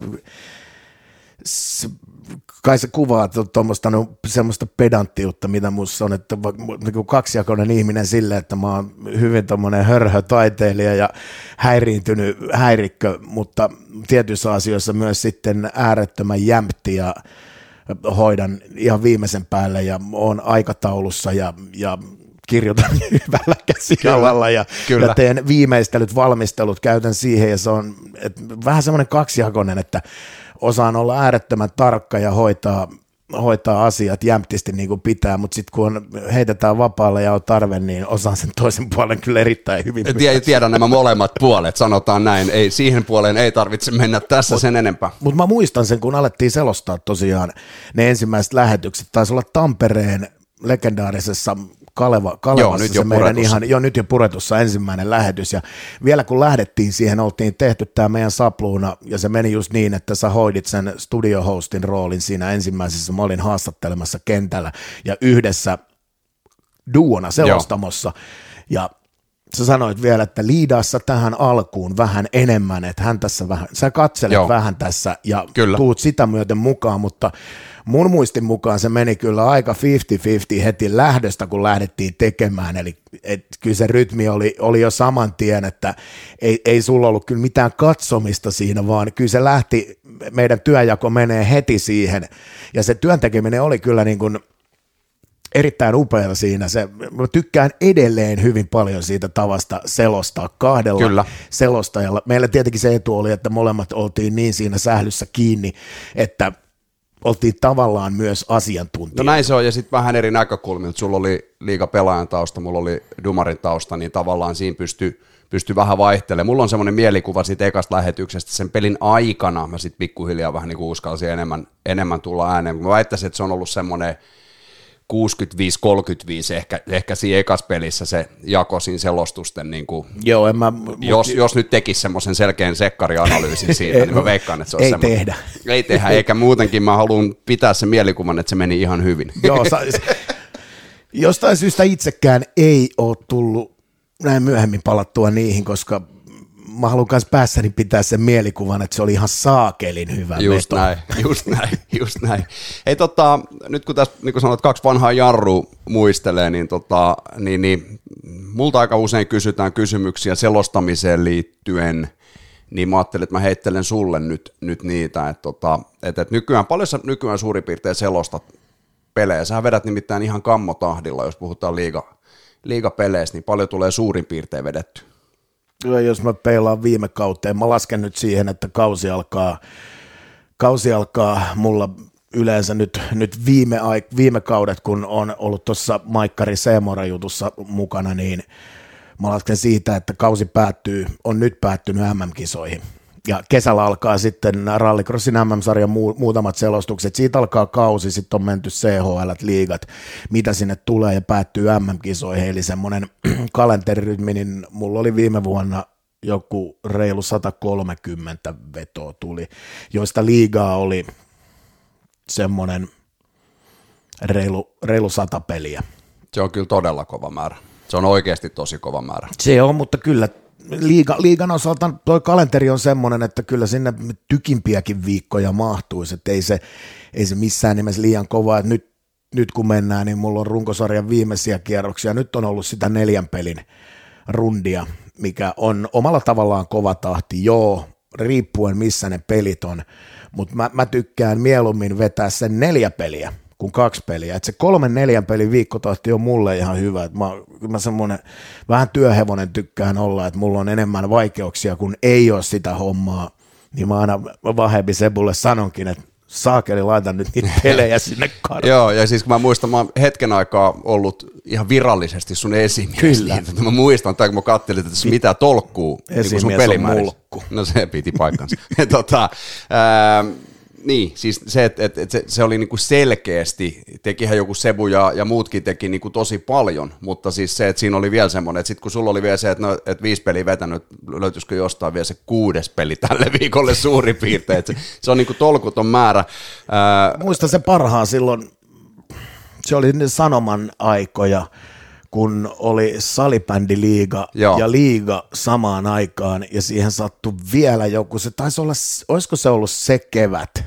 Se... Kai se kuvaa tuommoista no, semmoista pedanttiutta, mitä musta on, että niin kaksijakoinen ihminen sille, että mä oon hyvin tommoinen hörhötaiteilija ja häiriintynyt häirikkö, mutta tietyissä asioissa myös sitten äärettömän jämpti ja hoidan ihan viimeisen päälle ja oon aikataulussa ja, ja kirjoitan hyvällä käsialalla ja, ja teen viimeistelyt, valmistelut, käytän siihen ja se on vähän semmoinen kaksijakoinen, että osaan olla äärettömän tarkka ja hoitaa, hoitaa asiat jämptisti niin kuin pitää, mutta sitten kun on, heitetään vapaalle ja on tarve, niin osaan sen toisen puolen kyllä erittäin hyvin. Tiedän, tiedän nämä molemmat puolet, sanotaan näin. Ei, siihen puoleen ei tarvitse mennä tässä mut, sen enempää. Mutta mä muistan sen, kun alettiin selostaa tosiaan ne ensimmäiset lähetykset. Taisi olla Tampereen legendaarisessa Kaleva, Kalevassa joo, nyt se meidän ihan, jo nyt jo puretussa ensimmäinen lähetys, ja vielä kun lähdettiin siihen, oltiin tehty tämä meidän sapluuna, ja se meni just niin, että sä hoidit sen studiohostin roolin siinä ensimmäisessä, mä olin haastattelemassa kentällä, ja yhdessä duona selostamossa, ja sä sanoit vielä, että liidaassa tähän alkuun vähän enemmän, että hän tässä vähän, sä katselet Joo. vähän tässä, ja kyllä. tuut sitä myöten mukaan, mutta mun muistin mukaan se meni kyllä aika viisikymmentä viisikymmentä heti lähdöstä, kun lähdettiin tekemään, eli et, kyllä se rytmi oli, oli jo saman tien, että ei, ei sulla ollut kyllä mitään katsomista siinä, vaan kyllä se lähti, meidän työjako menee heti siihen, ja se työntekeminen oli kyllä niin kuin erittäin upeata siinä. Se, mä tykkään edelleen hyvin paljon siitä tavasta selostaa kahdella Kyllä. selostajalla. Meillä tietenkin se etu oli, että molemmat oltiin niin siinä sählyssä kiinni, että oltiin tavallaan myös asiantuntijoita. No näin se on, ja sitten vähän eri näkökulmilta. Sulla oli liigapelaajan tausta, mulla oli dumarin tausta, niin tavallaan siinä pystyi pysty vähän vaihtelemaan. Mulla on semmoinen mielikuva siitä ekasta lähetyksestä, sen pelin aikana mä sitten pikkuhiljaa vähän niin kuin uskalsin enemmän, enemmän tulla ääneen. Mä väittäisin, että se on ollut semmoinen kuusikymmentäviisi kolmekymmentäviisi ehkä, ehkä siinä ekassa pelissä se jako siinä selostusten, niin kuin, Joo, en mä, jos, mut... jos nyt tekisi semmoisen selkeän sekkarianalyysin siitä, niin mä veikkaan, että se on ei semmoinen. Tehdä. Ei tehdä, eikä muutenkin mä haluan pitää sen mielikuvan, että se meni ihan hyvin. Joo, sa- jostain syystä itsekään ei ole tullut näin myöhemmin palattua niihin, koska mä haluan myös päässäni pitää sen mielikuvan, että se oli ihan saakelin hyvä just veto. Näin, just näin, just näin. Hei tota, nyt kun tässä, niin kuin sanoit, kaksi vanhaa jarrua muistelee, niin, tota, niin, niin multa aika usein kysytään kysymyksiä selostamiseen liittyen, niin mä ajattelin, että mä heittelen sulle nyt, nyt niitä, että, tota, että, että nykyään, paljon sä nykyään suurin piirtein selostat pelejä, sä vedät nimittäin ihan kammotahdilla, jos puhutaan liiga, liigapeleistä, niin paljon tulee suurin piirtein vedetty. Jos mä peilaan viime kauteen, mä lasken nyt siihen, että kausi alkaa, kausi alkaa mulla yleensä nyt, nyt viime, aik- viime kaudet, kun on ollut tuossa Maikkari Seemora jutussa mukana, niin mä lasken siitä, että kausi päättyy, on nyt päättynyt M M-kisoihin. Ja kesällä alkaa sitten Rallycrossin M M-sarjan muu, muutamat selostukset, siitä alkaa kausi, sitten on menty C H L-liigat, mitä sinne tulee ja päättyy M M-kisoihin, eli semmoinen kalenterirytmi, niin mulla oli viime vuonna joku reilu sata kolmekymmentä vetoa tuli, joista liigaa oli semmoinen reilu, reilu sata peliä. Se on kyllä todella kova määrä, se on oikeasti tosi kova määrä. Se on, mutta kyllä Liiga, liigan osalta tuo kalenteri on semmoinen, että kyllä sinne tykimpiäkin viikkoja mahtuisi, että ei se, ei se missään nimessä liian kova, että nyt nyt kun mennään, niin mulla on runkosarjan viimeisiä kierroksia. Nyt on ollut sitä neljän pelin rundia, mikä on omalla tavallaan kova tahti. Joo, riippuen missä ne pelit on, mutta mä, mä tykkään mieluummin vetää sen neljä peliä kuin kaksi peliä. Et se kolmen neljän pelin viikkotahti on mulle ihan hyvä. Et mä, mä semmoinen vähän työhevonen tykkään olla, että mulla on enemmän vaikeuksia, kun ei ole sitä hommaa. Niin mä aina Vahebi Sebulle sanonkin, että saakeli, laita nyt niitä pelejä sinne kartaan. Joo, ja siis kun mä muistan, mä oon hetken aikaa ollut ihan virallisesti sun esimies. Kyllä. Niin, mä muistan, tai kun mä katselin, että tässä mitä tolkkuu niin sun pelimäärissä. No se piti paikkansa. tota, ää, niin, siis se, että et, et se, se oli niinku selkeästi, tekihän joku Sebu ja, ja muutkin teki niinku tosi paljon, mutta siis se, että siinä oli vielä semmoinen, että sitten kun sulla oli vielä se, että no, et viisi peliä vetänyt, löytyisikö jostain vielä se kuudes peli tälle viikolle suurin piirtein, että se, se on niinku tolkuton määrä. Ää, Muistan se parhaan silloin, se oli Sanoman aikoja, kun oli salibändiliiga Joo. ja liiga samaan aikaan, ja siihen sattui vielä joku, se taisi olla, olisiko se ollut se kevät,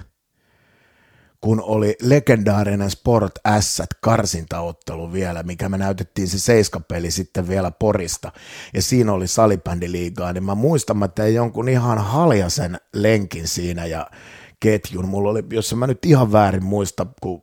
kun oli legendaarinen Sport Ässät karsintaottelu vielä, mikä me näytettiin se seiskapeli sitten vielä Porista, ja siinä oli salibändiliigaa, niin mä muistan, mä tein jonkun ihan haljasen lenkin siinä ja ketjun, mulla oli, jos mä nyt ihan väärin muista, kun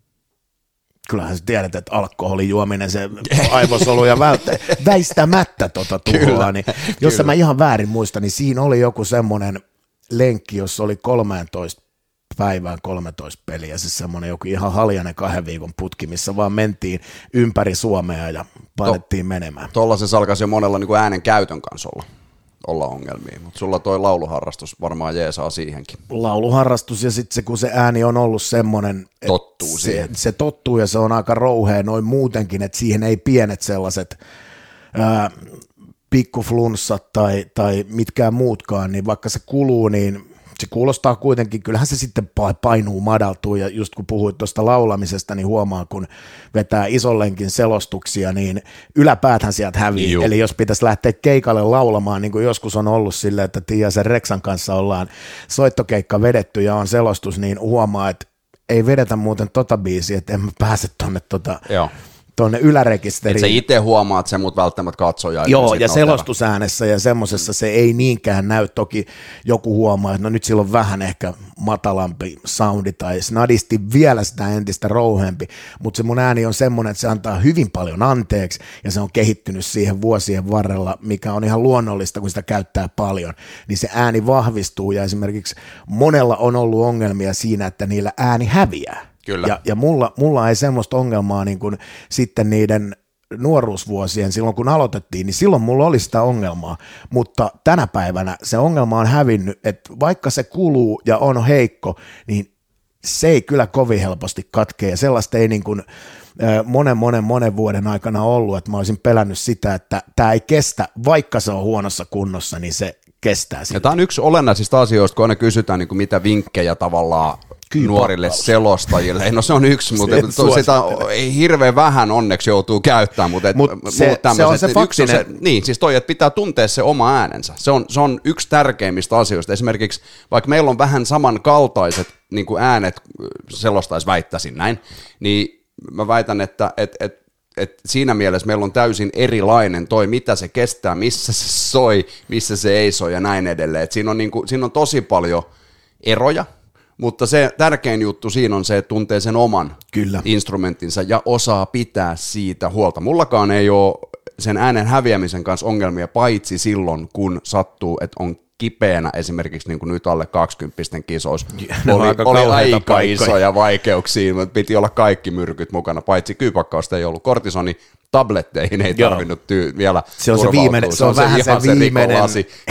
kyllähän sä tiedät, että alkoholijuominen, se aivosoluja välttä, väistämättä tota tuhoaa, niin jos kyllä. Mä ihan väärin muistan, niin siinä oli joku semmoinen lenkki, jossa oli kolmetoista päivään kolmetoista peliä, siis semmoinen joku ihan haljainen kahden viikon putki, missä vaan mentiin ympäri Suomea ja painettiin to, menemään. Tuollaisessa alkaisi jo monella niin kuin äänen käytön kanssa olla. olla ongelmia, mutta sulla toi lauluharrastus varmaan jeesaa siihenkin. Lauluharrastus ja sitten se, kun se ääni on ollut semmoinen, tottuu se, se tottuu ja se on aika rouhea noin muutenkin, että siihen ei pienet sellaiset ää, pikkuflunssat tai, tai mitkään muutkaan, niin vaikka se kuluu, niin se kuulostaa kuitenkin, kyllähän se sitten painuu, madaltuu, ja just kun puhuit tuosta laulamisesta, niin huomaa, kun vetää isollenkin selostuksia, niin yläpääthän sieltä hävii. Juh. Eli jos pitäisi lähteä keikalle laulamaan, niin kuin joskus on ollut silleen, että Tiiasen Reksan kanssa ollaan soittokeikka vedetty ja on selostus, niin huomaa, että ei vedetä muuten tota biisiä, että en mä pääse tuonne tota... Joo. tuonne ylärekisteriin. Et sä itse huomaat sen, mutta välttämättä katsoja. Joo, ja selostusäänessä ja semmoisessa se ei niinkään näy. Toki joku huomaa, että no nyt sillä on vähän ehkä matalampi soundi tai snadisti vielä sitä entistä rouhempi, mutta se mun ääni on semmoinen, että se antaa hyvin paljon anteeksi ja se on kehittynyt siihen vuosien varrella, mikä on ihan luonnollista, kun sitä käyttää paljon, niin se ääni vahvistuu ja esimerkiksi monella on ollut ongelmia siinä, että niillä ääni häviää. Kyllä. Ja, ja mulla, mulla ei semmoista ongelmaa niin kuin sitten niiden nuoruusvuosien, silloin kun aloitettiin, niin silloin mulla oli sitä ongelmaa, mutta tänä päivänä se ongelma on hävinnyt, että vaikka se kuluu ja on heikko, niin se ei kyllä kovin helposti katkea, ja sellaista ei niin kuin monen, monen, monen vuoden aikana ollut, että mä olisin pelännyt sitä, että tämä ei kestä, vaikka se on huonossa kunnossa, niin se kestää sitä. Ja tämä on yksi olennaisista asioista, kun aina kysytään, niin kuin mitä vinkkejä tavallaan nuorille selostajille. No se on yksi, mutta sitä ei hirveän vähän onneksi joutuu käyttämään, mutta Mut se, se on se faktinen. Se, niin, siis toi, että pitää tuntea se oma äänensä. Se on, se on yksi tärkeimmistä asioista. Esimerkiksi vaikka meillä on vähän samankaltaiset niin kuin äänet, selostais väittäisin näin, niin mä väitän, että et, et, et siinä mielessä meillä on täysin erilainen toi, mitä se kestää, missä se soi, missä se ei soi ja näin edelleen. Et siinä, on niin kuin, siinä on tosi paljon eroja. Mutta se tärkein juttu siinä on se, että tuntee sen oman Kyllä. instrumenttinsa ja osaa pitää siitä huolta. Mullakaan ei ole sen äänen häviämisen kanssa ongelmia, paitsi silloin, kun sattuu, että on kipeänä esimerkiksi niin kuin nyt alle kaksikymppisten kisoissa. Oli, aika, oli aika paikkoja. Isoja vaikeuksia, mutta piti olla kaikki myrkyt mukana, paitsi kyypakkausta ei ollut. Kortisoni tabletteihin ei tarvinnut tyy- vielä se on se viimeinen, se, se on, se vähän se, se viimeinen.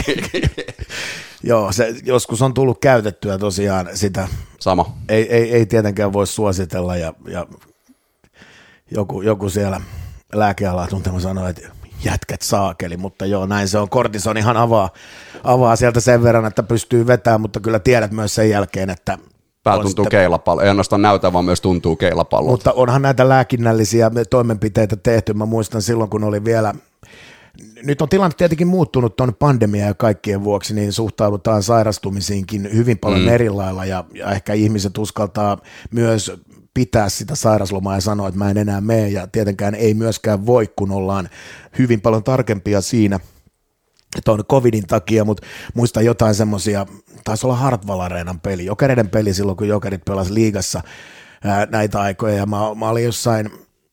Joo, se joskus on tullut käytettyä tosiaan sitä. Sama. Ei, ei, ei tietenkään voi suositella ja, ja joku, joku siellä lääkealaa tuntema sanoi, että jätkät saakeli, mutta joo, näin se on. Kortisonihan avaa, avaa sieltä sen verran, että pystyy vetämään, mutta kyllä tiedät myös sen jälkeen, että pää tuntuu sitten keilapallo, ei ainoastaan näytä, vaan myös tuntuu keilapallo. Mutta onhan näitä lääkinnällisiä toimenpiteitä tehty. Mä muistan silloin, kun oli vielä, nyt on tilanne tietenkin muuttunut tuon pandemian ja kaikkien vuoksi, niin suhtaudutaan sairastumisiinkin hyvin paljon mm. eri lailla, ja, ja ehkä ihmiset uskaltaa myös pitää sitä sairaslomaa ja sanoa, että mä en enää mene, ja tietenkään ei myöskään voi, kun ollaan hyvin paljon tarkempia siinä, että on covidin takia, mutta muista jotain semmoisia, taisi olla Hartwall Areenan peli, Jokereiden peli silloin, kun Jokerit pelasi liigassa ää, näitä aikoja, ja mä, mä olin jossain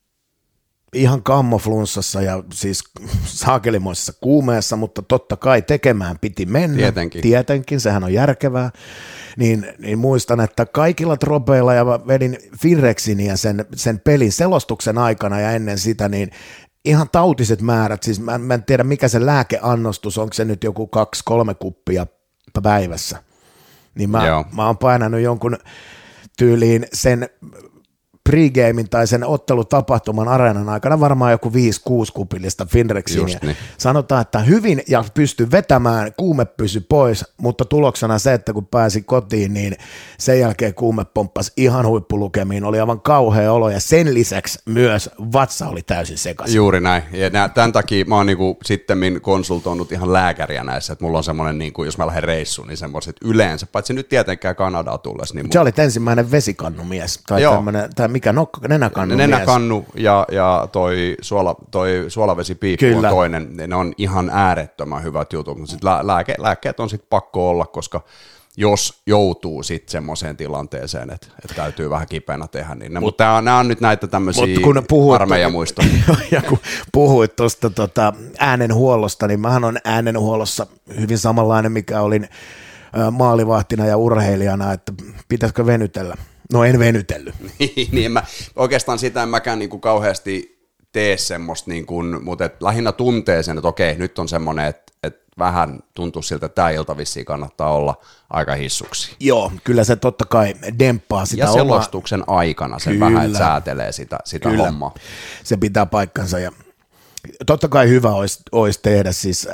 ihan kammoflunssassa ja siis saakelimoisessa kuumeessa, mutta totta kai tekemään piti mennä. Tietenkin. Tietenkin, sehän on järkevää. Niin, niin muistan, että kaikilla tropeilla, ja mä vedin Finrexinia sen, sen pelin selostuksen aikana ja ennen sitä, niin ihan tautiset määrät, siis mä, mä en tiedä mikä se lääkeannostus, onko se nyt joku kaksi, kolme kuppia päivässä. Niin mä, mä oon painanut jonkun tyyliin sen pregamein tai sen ottelutapahtuman areenan aikana varmaan joku viisi kuusi kupillista Finrexinia. Niin. Sanotaan, että hyvin ja pystyi vetämään, kuume pysyi pois, mutta tuloksena se, että kun pääsi kotiin, niin sen jälkeen kuume pomppasi ihan huippulukemiin, oli aivan kauhea olo ja sen lisäksi myös vatsa oli täysin sekaisin. Juuri näin, ja tämän takia mä oon niinku sittemmin konsultoinut ihan lääkäriä näissä, että mulla on semmoinen, niinku, jos mä lähden reissuun, niin semmoiset yleensä, paitsi nyt tietenkään Kanadaan tullessa. Niin se olit ensimmäinen vesikannumies, tai tämmöinen, tai mikä nokka, nenäkannu Nenäkannu ja, ja toi, suola, toi suolavesipiippu Kyllä. on toinen, ne on ihan äärettömän hyvät jutut, mutta sit lää, lääke, lääkkeet on sitten pakko olla, koska jos joutuu sitten semmoiseen tilanteeseen, että, että täytyy vähän kipeänä tehdä, niin ne, mutta nämä on, nämä on nyt näitä tämmöisiä armeijamuistoja. Ja kun puhuit tuosta tota, äänenhuollosta, niin mähän on äänenhuollossa hyvin samanlainen, mikä olin maalivahtina ja urheilijana, että pitäisikö venytellä. No en venytellyt. niin, mä, oikeastaan sitä en mäkään niin kuin kauheasti tee semmoista, niin kuin, mutta et lähinnä tuntee sen, että okei, nyt on semmoinen, että, että vähän tuntuu siltä, että tämä ilta vissiin kannattaa olla aika hissuksi. Joo, kyllä se totta kai demppaa sitä ja selostuksen omaa... aikana sen kyllä. vähän, että säätelee sitä, sitä hommaa. Se pitää paikkansa ja totta kai hyvä olisi, olisi tehdä siis...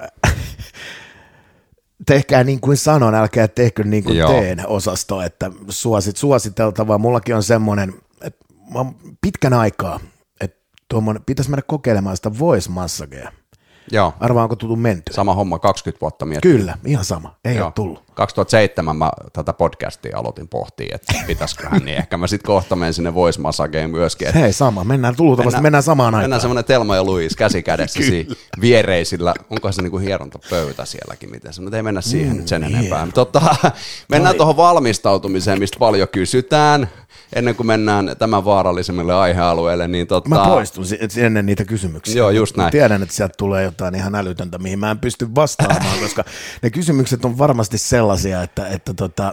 Tehkää niin kuin sanon, älkää tehkö niin kuin Joo. teen osasto, että suosit, suositeltavaa. Mullakin on semmoinen, että mä oon pitkän aikaa, että tuommoinen, pitäisi mennä kokeilemaan sitä voice massagea. Joo. Arvaa, onko tullut menty? Sama homma, kaksikymmentä vuotta miettiä. Kyllä, ihan sama, ei Joo. ole tullut. kaksituhattaseitsemän mä tätä podcastia aloitin pohtia, että pitäisiköhän, niin ehkä mä sitten kohta menen sinne voice massageen myöskin. Hei sama, mennään tulutavasti, mennään, mennään samaan aikaan. Mennään semmoinen Telma ja Louise käsi kädessä viereisillä, onko se niinku hierontapöytä sielläkin, miten se, mutta ei mennä siihen mm, nyt sen yeah. enempää. Tota, mennään tuohon valmistautumiseen, mistä paljon kysytään. Ennen kuin mennään tämän vaarallisemmille aihealueelle, niin tota... Mä poistun ennen niitä kysymyksiä. Joo, just näin. Mä tiedän, että sieltä tulee jotain ihan älytöntä, mihin mä en pysty vastaamaan, koska ne kysymykset on varmasti sellaisia, että, että tota,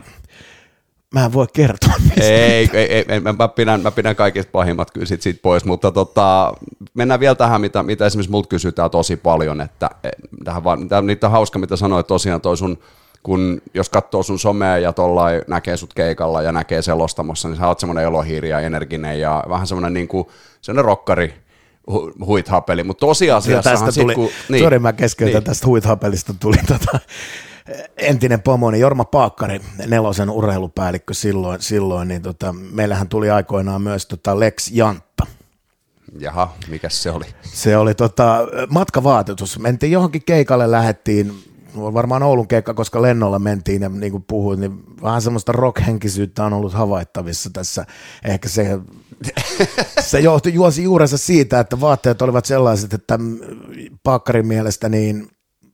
mä en voi kertoa niistä. Ei, ei, ei mä, pidän, mä pidän kaikista pahimmat kyllä sit, sit pois, mutta tota, mennään vielä tähän, mitä, mitä esimerkiksi multa kysytään tosi paljon, että tähän vaan, niitä on hauska, mitä sanoit tosiaan toi sun... kun jos katsoo sun somea ja tollain näkee sut keikalla ja näkee selostamossa, niin sä oot semmoinen elohiiri ja energinen ja vähän semmoinen niinku, semmoinen rokkari hu- huithapeli, mutta tosiasiassahan sit kun... Niin, Sori, mä keskeytän niin. Tästä huithapelista tuli tota, entinen pomoni Jorma Paakkari, Nelosen urheilupäällikkö silloin, silloin niin tota, meillähän tuli aikoinaan myös tota Lex Jantta. Jaha, mikäs se oli? Se oli tota, matkavaatetus, mentiin johonkin keikalle, lähettiin, varmaan Oulun keikka, koska lennolla mentiin ja niin kuin puhuin, niin vähän semmoista rock-henkisyyttä on ollut havaittavissa tässä. Ehkä se, se johtui juosi juurensa siitä, että vaatteet olivat sellaiset, että Paakkarin mielestä niin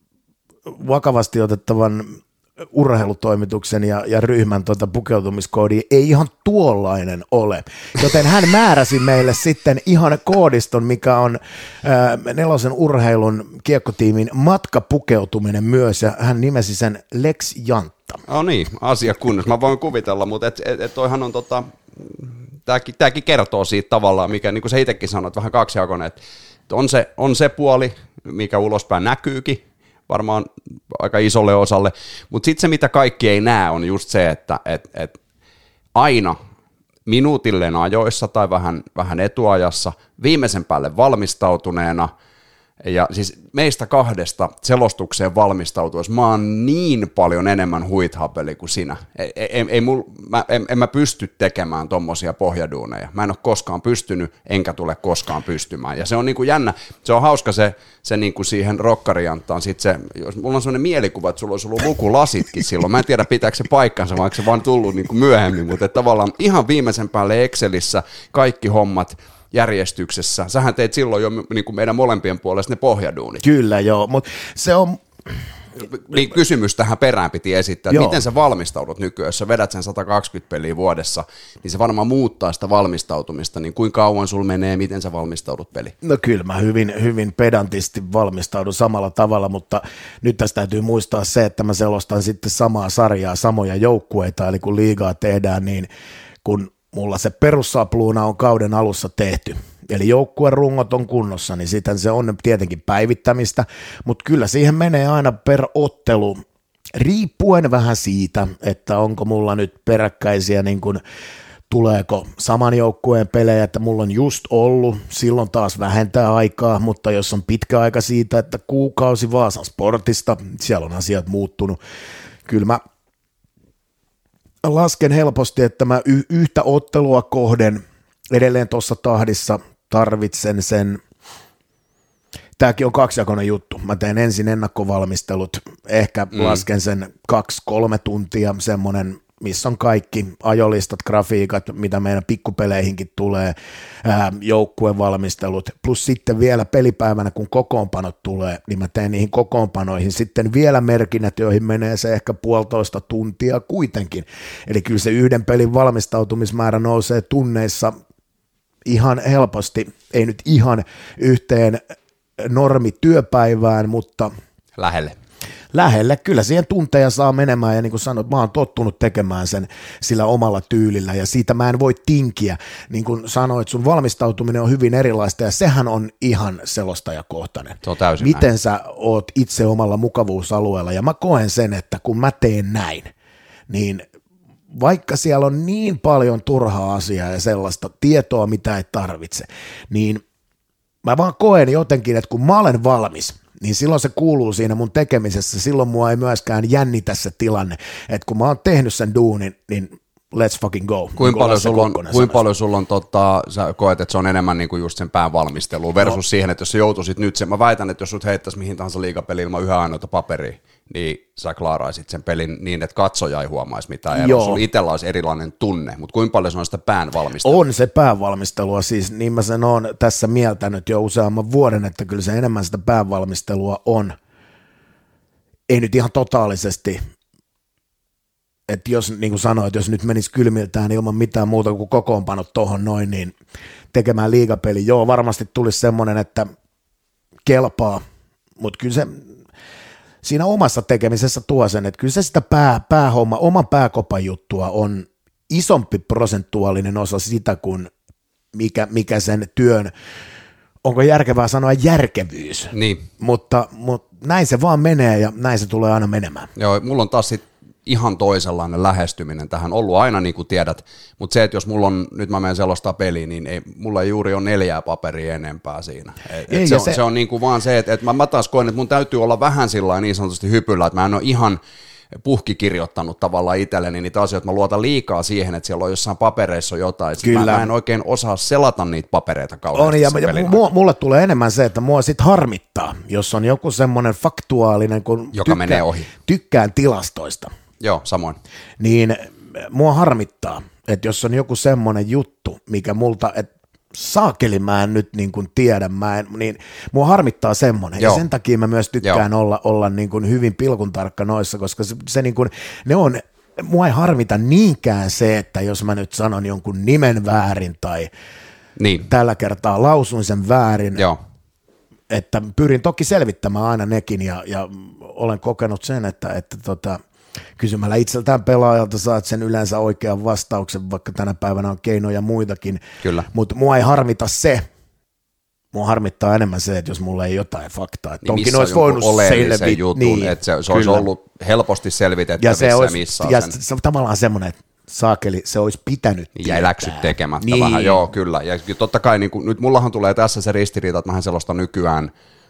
vakavasti otettavan urheilutoimituksen ja, ja ryhmän tuota pukeutumiskoodi ei ihan tuollainen ole. Joten hän määräsi meille sitten ihan koodiston, mikä on ää, Nelosen urheilun kiekkotiimin matkapukeutuminen myös, ja hän nimesi sen Lex Jantta. No niin, asia kunnossa. Mä voin kuvitella, mutta et, et, et toihan on tota, tääkin, tääkin kertoo siitä tavallaan, mikä niin kuin sä itsekin sanoit, vähän kaksijakoinen, että on se, on se puoli, mikä ulospäin näkyykin, varmaan aika isolle osalle, mutta sitten se, mitä kaikki ei näe, on just se, että et, et aina minuutilleen ajoissa tai vähän, vähän etuajassa, viimeisen päälle valmistautuneena, Ja siis meistä kahdesta selostukseen valmistautuessa mä oon niin paljon enemmän huithapeli kuin sinä. Ei, ei, ei mul, mä, en, en mä pysty tekemään tommosia pohjaduuneja. Mä en ole koskaan pystynyt, enkä tule koskaan pystymään. Ja se on niinku jännä, se on hauska se, se niinku siihen rokkarijantaan. Sit se, jos, mulla on sellainen mielikuva, että sulla olisi ollut lukulasitkin silloin. Mä en tiedä pitääkö se paikkansa, vaikka se vaan tullut niinku myöhemmin, mutta tavallaan ihan viimeisen päälle Excelissä kaikki hommat järjestyksessä. Sähän teit silloin jo niin kuin meidän molempien puolesta ne pohjaduunit. Kyllä joo, mutta se on... Niin kysymys tähän perään piti esittää, että miten sä valmistaudut nykyään, jos sä vedät sen sata kaksikymmentä peliä vuodessa, niin se varmaan muuttaa sitä valmistautumista, niin kuinka kauan sulla menee, miten sä valmistaudut peliin? No kyllä mä hyvin, hyvin pedantisti valmistaudun samalla tavalla, mutta nyt tästä täytyy muistaa se, että mä selostan sitten samaa sarjaa, samoja joukkueita, eli kun liigaa tehdään, niin kun mulla se perussapluuna on kauden alussa tehty, eli joukkueen rungot on kunnossa, niin sitten se on tietenkin päivittämistä, mutta kyllä siihen menee aina per ottelu, riippuen vähän siitä, että onko mulla nyt peräkkäisiä, niin kuin tuleeko saman joukkueen pelejä, että mulla on just ollut, silloin taas vähentää aikaa, mutta jos on pitkä aika siitä, että kuukausi Vaasan Sportista, siellä on asiat muuttunut, kyllä mä lasken helposti, että mä y- yhtä ottelua kohden edelleen tuossa tahdissa tarvitsen sen, tämäkin on kaksijakoinen juttu, mä teen ensin ennakkovalmistelut, ehkä mm. lasken sen kaksi, kolme tuntia, semmoinen, missä on kaikki ajolistat, grafiikat, mitä meidän pikkupeleihinkin tulee, ää, joukkuevalmistelut, plus sitten vielä pelipäivänä, kun kokoonpanot tulee, niin mä teen niihin kokoonpanoihin sitten vielä merkinnät, joihin menee se ehkä puolitoista tuntia kuitenkin, eli kyllä se yhden pelin valmistautumismäärä nousee tunneissa ihan helposti, ei nyt ihan yhteen normityöpäivään, mutta lähelle. Lähelle, kyllä siihen tunteja saa menemään ja niin kuin sanoit, mä oon tottunut tekemään sen sillä omalla tyylillä ja siitä mä en voi tinkiä. Niin kuin sanoit, sun valmistautuminen on hyvin erilaista ja sehän on ihan selostajakohtainen. Se on täysin Miten näin. Sä oot itse omalla mukavuusalueella ja mä koen sen, että kun mä teen näin, niin vaikka siellä on niin paljon turhaa asiaa ja sellaista tietoa, mitä ei tarvitse, niin mä vaan koen jotenkin, että kun mä olen valmis, niin silloin se kuuluu siinä mun tekemisessä, silloin mua ei myöskään jännitä se tilanne, että kun mä oon tehnyt sen duunin, niin let's fucking go. Kuinka niin paljon sulla on, kuin paljon sulla on tota, sä koet, että se on enemmän niinku just sen pään valmistelua versus no. siihen, että jos sä joutuisit nyt sen, mä väitän, että jos sut heittäisi mihin tahansa liigapeliin ilman yhä ainoita paperia, niin sä klaaraisit sen pelin niin, että katsoja ei huomaisi mitään eroa. Sulla itsellä olisi erilainen tunne, mutta kuinka paljon se on sitä pään valmistelua? On se päänvalmistelua, siis niin mä sen oon tässä mieltänyt jo useamman vuoden, että kyllä se enemmän sitä päänvalmistelua on. Ei nyt ihan totaalisesti, että jos niin kuin sanoit, jos nyt menisi kylmiltään ilman mitään muuta kuin kokoonpanot tuohon noin, niin tekemään liigapeli, joo varmasti tulisi semmoinen, että kelpaa, mutta kyllä se siinä omassa tekemisessä tuo sen, että kyllä se sitä pää, päähomma, oman pääkopan juttua on isompi prosentuaalinen osa sitä kuin mikä, mikä sen työn, onko järkevää sanoa järkevyys, niin. mutta, mutta näin se vaan menee ja näin se tulee aina menemään. Joo, mulla on taas sit ihan toisenlainen lähestyminen tähän ollut aina, niin kuin tiedät, mutta se, että jos mulla on, nyt mä menen selostaa peliin, niin ei, mulla ei juuri ole neljää paperia enempää siinä. Et, ei, et se, on, se... se on niin kuin vaan se, että, että mä, mä taas koen, että mun täytyy olla vähän sillä niin sanotusti hypyllä, että mä en ole ihan puhkikirjoittanut tavallaan itselleni niitä asioita, mä luotan liikaa siihen, että siellä on jossain papereissa jotain, mä, mä en oikein osaa selata niitä papereita kauheasti. On, ja, ja mulle tulee enemmän se, että mua sit harmittaa, jos on joku semmoinen faktuaalinen, kun joka tykkään, menee ohi. Tykkään tilastoista. Joo, samoin. Niin mua harmittaa, että jos on joku semmoinen juttu, mikä multa, että saakeli mä en nyt niin kuin tiedä, mä en, niin mua harmittaa semmoinen. Joo. Ja sen takia mä myös tykkään Joo. olla, olla niin kuin hyvin pilkuntarkka noissa, koska se, se niin kuin, ne on, mua ei harmita niinkään se, että jos mä nyt sanon jonkun nimen väärin tai niin. tällä kertaa lausun sen väärin, Joo. että pyrin toki selvittämään aina nekin ja, ja olen kokenut sen, että, että tota, kysymällä itseltään pelaajalta saat sen yleensä oikean vastauksen, vaikka tänä päivänä on keinoja muitakin, mutta mua ei harmita se, mua harmittaa enemmän se, että jos mulla ei jotain faktaa, että niin missä olisi voinut oleellisen jutun, niin, että se, se olisi ollut helposti selvitettävissä ja, se olisi, missä ja sen. Se on tavallaan semmoinen, että saakeli, se olisi pitänyt tietää. Ja läksyt tekemättä niin. vähän, joo kyllä, ja totta kai niin kuin, nyt mullahan tulee tässä se ristiriita, että mähän sellaista nykyään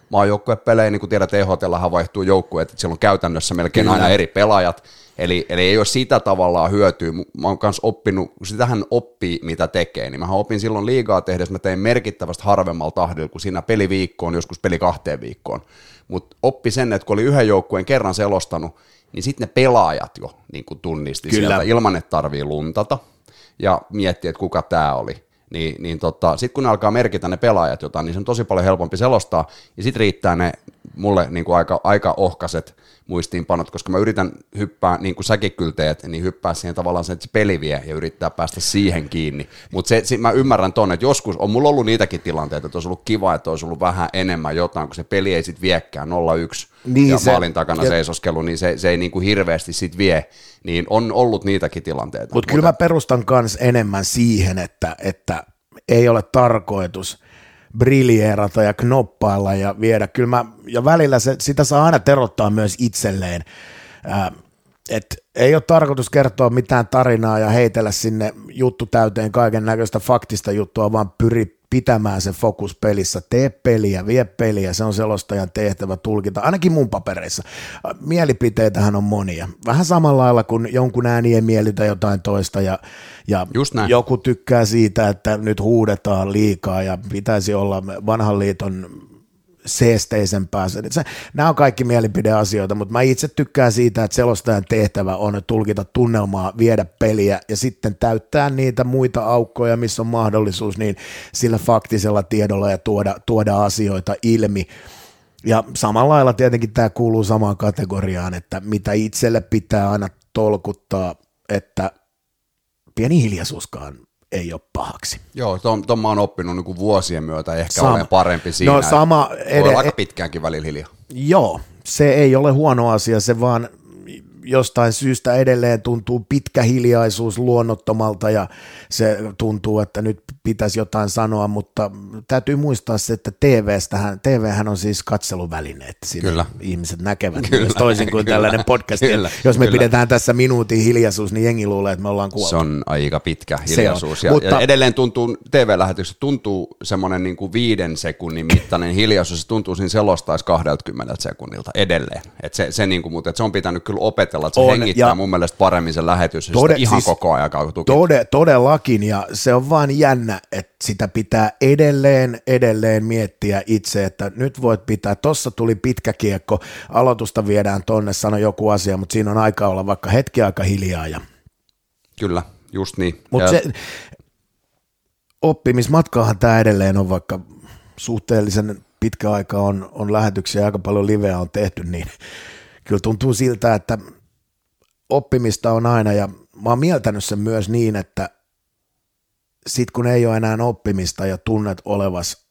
maajoukkuepelejä, niin kuin tiedät, E H T:llähän vaihtuu joukkueet, että siellä on käytännössä melkein Kyllä. aina eri pelaajat, eli, eli ei ole sitä tavallaan hyötyä. Mä oon myös oppinut, sitähän oppii, mitä tekee, niin mä opin silloin liigaa tehdessä, mä tein merkittävästi harvemmalla tahdilla, kuin siinä peliviikkoon, joskus peli kahteen viikkoon, mutta oppi sen, että kun oli yhden joukkueen kerran selostanut, niin sitten ne pelaajat jo niin kuin tunnisti Kyllä. sieltä ilman, että tarvii luntata ja miettiä, että kuka tämä oli. Niin, niin tota, sitten kun ne alkaa merkitä ne pelaajat jotain, niin se on tosi paljon helpompi selostaa, ja sitten riittää ne mulle niin kuin aika, aika ohkaiset muistiinpanot, koska mä yritän hyppää, niin kuin säkin kyllä teet, niin hyppää siihen tavallaan se, että se peli vie, ja yrittää päästä siihen kiinni. Mutta mä ymmärrän ton, että joskus on mulla ollut niitäkin tilanteita, että olisi ollut kiva, että olisi ollut vähän enemmän jotain, kun se peli ei sitten viekään nolla yksi, niin ja se, maalin takana ja seisoskelu, niin se, se ei niin kuin hirveästi sit vie, niin on ollut niitäkin tilanteita. Mut kyllä mä perustan kans enemmän siihen, että, että ei ole tarkoitus briljeerata ja knoppailla ja viedä. Kyllä mä, ja välillä se, sitä saa aina terottaa myös itselleen. Ää, et ei ole tarkoitus kertoa mitään tarinaa ja heitellä sinne juttu täyteen kaiken näköistä faktista juttua, vaan pyri pitämään se fokus pelissä. Tee peliä, vie peliä, se on selostajan tehtävä tulkita, ainakin mun papereissa. Mielipiteitähän on monia. Vähän samalla lailla, kun jonkun ääni ei miellytä jotain toista ja, ja joku tykkää siitä, että nyt huudetaan liikaa ja pitäisi olla vanhan liiton seesteisempää. Nämä on kaikki mielipideasioita, mutta mä itse tykkään siitä, että selostajan tehtävä on tulkita tunnelmaa, viedä peliä ja sitten täyttää niitä muita aukkoja, missä on mahdollisuus, niin sillä faktisella tiedolla ja tuoda, tuoda asioita ilmi. Ja samalla lailla tietenkin tämä kuuluu samaan kategoriaan, että mitä itselle pitää aina tolkuttaa, että pieni hiljaisuuskaan ei ole pahaksi. Joo, ton, ton mä oon oppinut niin kuin vuosien myötä, ehkä sama. Olen parempi siinä, no, sama voi olla aika pitkäänkin välillä hiljaa. Joo, se ei ole huono asia, se vaan jostain syystä edelleen tuntuu pitkä hiljaisuus luonnottomalta ja se tuntuu, että nyt pitäisi jotain sanoa, mutta täytyy muistaa se, että T V:stähän, T V:hän on siis katseluväline, että siinä kyllä. ihmiset näkevät kyllä. myös toisin kuin kyllä. tällainen podcast. Kyllä. Jos me kyllä. pidetään tässä minuutin hiljaisuus, niin jengi luulee, että me ollaan kuoltu. Se on aika pitkä hiljaisuus ja, mutta, ja edelleen tuntuu, T V-lähetyksessä tuntuu semmoinen niin kuin viiden sekunnin mittainen hiljaisuus, se tuntuu siinä selostaisi kaksikymmentä sekunnilta edelleen. Et se, se, niin kuin, mutta et se on pitänyt kyllä opetella, että se on, hengittää mun mielestä paremmin sen lähetys, ja tode, ihan siis koko ajan tode, todellakin, ja se on vaan jännä, että sitä pitää edelleen, edelleen miettiä itse, että nyt voit pitää, tossa tuli pitkä kiekko, aloitusta viedään tonne, sano joku asia, mutta siinä on aika olla vaikka hetki aika hiljaa. Ja... Kyllä, just niin. Mutta se oppimismatkaahan tämä edelleen on, vaikka suhteellisen pitkä aika on, on lähetyksiä, aika paljon liveä on tehty, niin kyllä tuntuu siltä, että oppimista on aina, ja mä oon mieltänyt sen myös niin, että sit kun ei ole enää oppimista ja tunnet olevas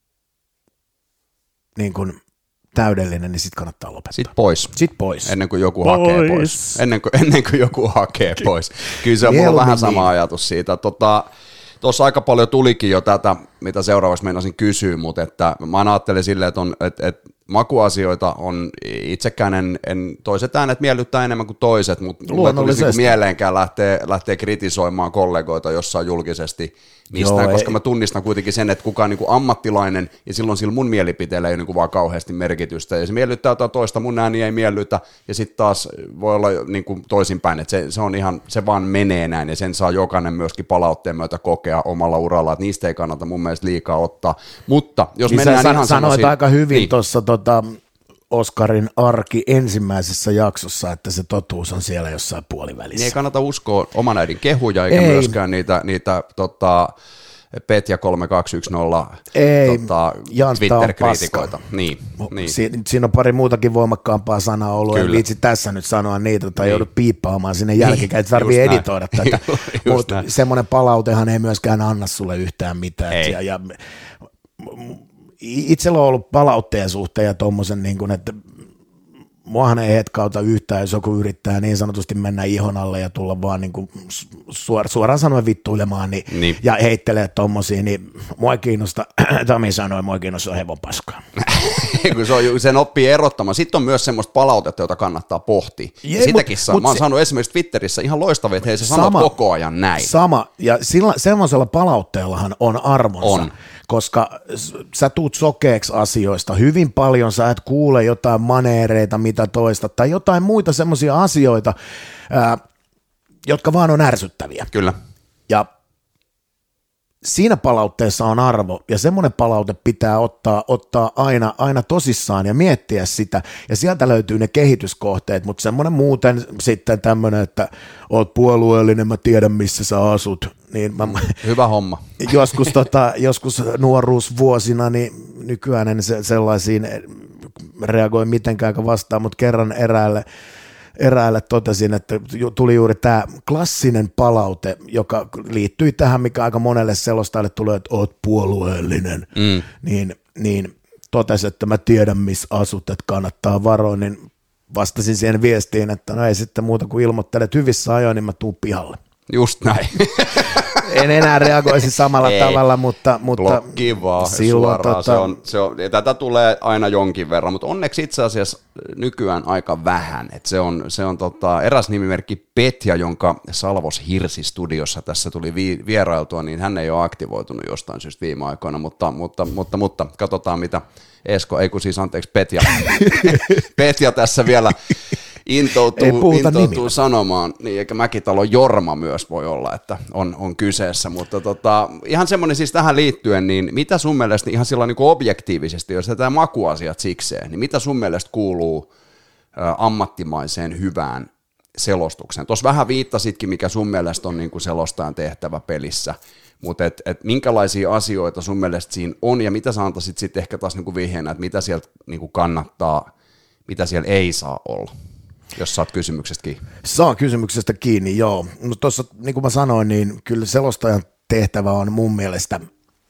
niin kuin täydellinen, niin sit kannattaa lopettaa. Sit pois. Sit pois. Ennen kuin joku pois. hakee pois. Ennen kuin, ennen kuin joku hakee pois. Kyllä se on mulla vähän sama niin. ajatus siitä. Tota, Tuossa aika paljon tulikin jo tätä, mitä seuraavaksi meinasin kysyä, mutta että mä ajattelin silleen, että, on, että, että makuasioita on itsekään, en, en toiset äänet miellyttää enemmän kuin toiset, mutta mulle tulisi niin mieleenkään lähteä, lähteä kritisoimaan kollegoita jossain julkisesti mistään, Joo, koska ei. Mä tunnistan kuitenkin sen, että kukaan niin kuin ammattilainen, ja silloin sillä mun mielipiteellä ei ole niin kuin vaan kauheasti merkitystä, ja se miellyttää jotain toista, mun ääni ei miellytä, ja sitten taas voi olla niin kuin toisinpäin, että se, se on ihan, se vaan menee näin, ja sen saa jokainen myöskin palautteen myötä kokea omalla uralla, että niistä ei kannata mun mielestä liikaa ottaa, mutta jos niin mennään san, ihan sanoit semmoisiin, aika hyvin niin. tuossa tota, Oskarin arki ensimmäisessä jaksossa, että se totuus on siellä jossain puolivälissä. Niin ei kannata uskoa oman äidin kehuja, eikä ei. myöskään niitä, niitä tota, Petja kolme kaksi yksi nolla tota, Twitter-kriitikoita. Niin, niin. Si- siinä on pari muutakin voimakkaampaa sanaa ollut, Kyllä. en viitsi tässä nyt sanoa niitä, tai niin. joudut piippaamaan sinne jälkikäteen, että tarvii editoida tätä, mutta semmoinen palautehan ei myöskään anna sulle yhtään mitään. Ei. Ja, ja, itsellä on ollut palautteen suhteen ja tommosen, niin kuin, että muahan ei hetkauta yhtään, jos joku yrittää niin sanotusti mennä ihon alle ja tulla vaan niin kuin suor, suoraan sanoen vittuilemaan niin, niin. ja heittelee tommosia, niin mua ei kiinnosta, Tami sanoi, mua ei kiinnosta hevon paskaa. kun se on, sen oppii erottamaan. Sitten on myös semmoista palautetta, jota kannattaa pohtia. Je, sitäkin mut, saa. Mut mä oon se, saanut esimerkiksi Twitterissä ihan loistavia, että hei, se sanoo koko ajan näin. Sama, ja sillä, semmoisella palautteellahan on arvonsa. On. Koska sä tuut sokeeksi asioista, hyvin paljon sä et kuule jotain maneereita, mitä toista, tai jotain muita semmoisia asioita, ää, jotka vaan on ärsyttäviä. Kyllä. Ja siinä palautteessa on arvo, ja semmoinen palaute pitää ottaa, ottaa aina, aina tosissaan ja miettiä sitä, ja sieltä löytyy ne kehityskohteet, mutta semmoinen muuten sitten tämmöinen, että oot puolueellinen, mä tiedän missä sä asut. Niin mä, hyvä homma. Joskus, tota, joskus nuoruusvuosina, niin nykyään en se, sellaisiin reagoi mitenkään vastaan, mutta kerran eräälle eräälle totesin, että tuli juuri tämä klassinen palaute, joka liittyi tähän, mikä aika monelle selostajalle tulee, että oot puolueellinen, mm. niin, niin totesi, että mä tiedän, missä asut, että kannattaa varoa, niin vastasin siihen viestiin, että no ei sitten muuta kuin ilmoittelet hyvissä ajoin, niin mä tuun pihalle. Just näin. En enää reagoisi samalla ei, tavalla, mutta, mutta blokki vaan silloin suoraan. Tota... Se on, se on, tätä tulee aina jonkin verran, mutta onneksi itse asiassa nykyään aika vähän. Et se on, se on tota, eräs nimimerkki Petja, jonka Salvos Hirsi-studiossa tässä tuli vi- vierailtua, niin hän ei ole aktivoitunut jostain syystä viime aikoina, mutta, mutta, mutta, mutta katsotaan mitä Esko, ei kun siis anteeksi Petja, Petja tässä vielä intoutuu, intoutuu sanomaan, niin eikä Mäkitalon Jorma myös voi olla, että on, on kyseessä, mutta tota, ihan semmoinen siis tähän liittyen, niin mitä sun mielestä ihan sillä niin kuin objektiivisesti, jos jätetään makuasiat sikseen, niin mitä sun mielestä kuuluu ä, ammattimaiseen hyvään selostukseen? Tuossa vähän viittasitkin, mikä sun mielestä on niin kuin selostajan tehtävä pelissä, mutta et, et minkälaisia asioita sun mielestä siinä on, ja mitä sä antaisit sitten ehkä taas niin kuin vihjeenä, että mitä sieltä niin kuin kannattaa, mitä siellä ei saa olla? Jos saat kysymyksestä kiinni. Saan kysymyksestä kiinni, joo. No tuossa, niin kuin mä sanoin, niin kyllä selostajan tehtävä on mun mielestä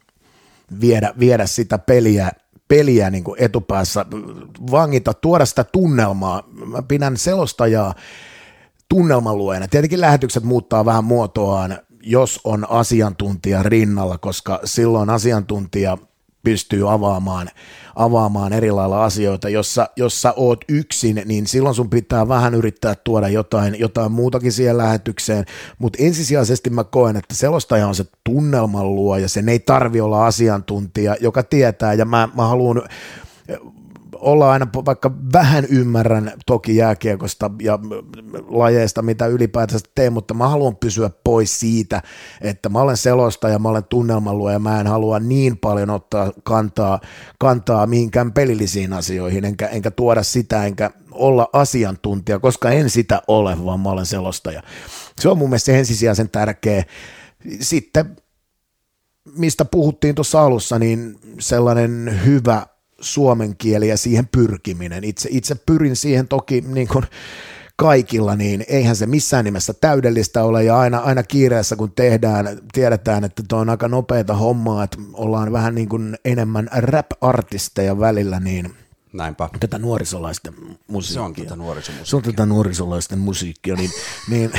viedä, viedä sitä peliä, peliä niin kuin etupäässä, vangita, tuoda sitä tunnelmaa. Mä pidän selostajaa tunnelmalueena. Tietenkin lähetykset muuttaa vähän muotoaan, jos on asiantuntija rinnalla, koska silloin asiantuntija pystyy avaamaan, avaamaan eri lailla asioita. Jos sä, jos sä oot yksin, niin silloin sun pitää vähän yrittää tuoda jotain, jotain muutakin siihen lähetykseen, mutta ensisijaisesti mä koen, että selostaja on se tunnelman luoja, sen ei tarvi olla asiantuntija, joka tietää, ja mä, mä haluan olla aina, vaikka vähän ymmärrän toki jääkiekosta ja lajeista, mitä ylipäätänsä teen, mutta mä haluan pysyä pois siitä, että mä olen selostaja, mä olen tunnelmanluoja ja mä en halua niin paljon ottaa kantaa, kantaa mihinkään pelillisiin asioihin, enkä, enkä tuoda sitä, enkä olla asiantuntija, koska en sitä ole, vaan mä olen selostaja. Se on mun mielestä ensisijaisen tärkeä. Sitten, mistä puhuttiin tuossa alussa, niin sellainen hyvä suomen kieli ja siihen pyrkiminen. Itse, itse pyrin siihen toki niin kuin kaikilla, niin eihän se missään nimessä täydellistä ole, ja aina, aina kiireessä kun tehdään, tiedetään, että tuo on aika nopeata hommaa, että ollaan vähän niin kuin enemmän rap-artisteja välillä, niin näinpä. Tätä nuorisolaisten musiikkia. Se on tätä nuorisomusiikkia. Se on tätä nuorisolaisten musiikkia, niin, niin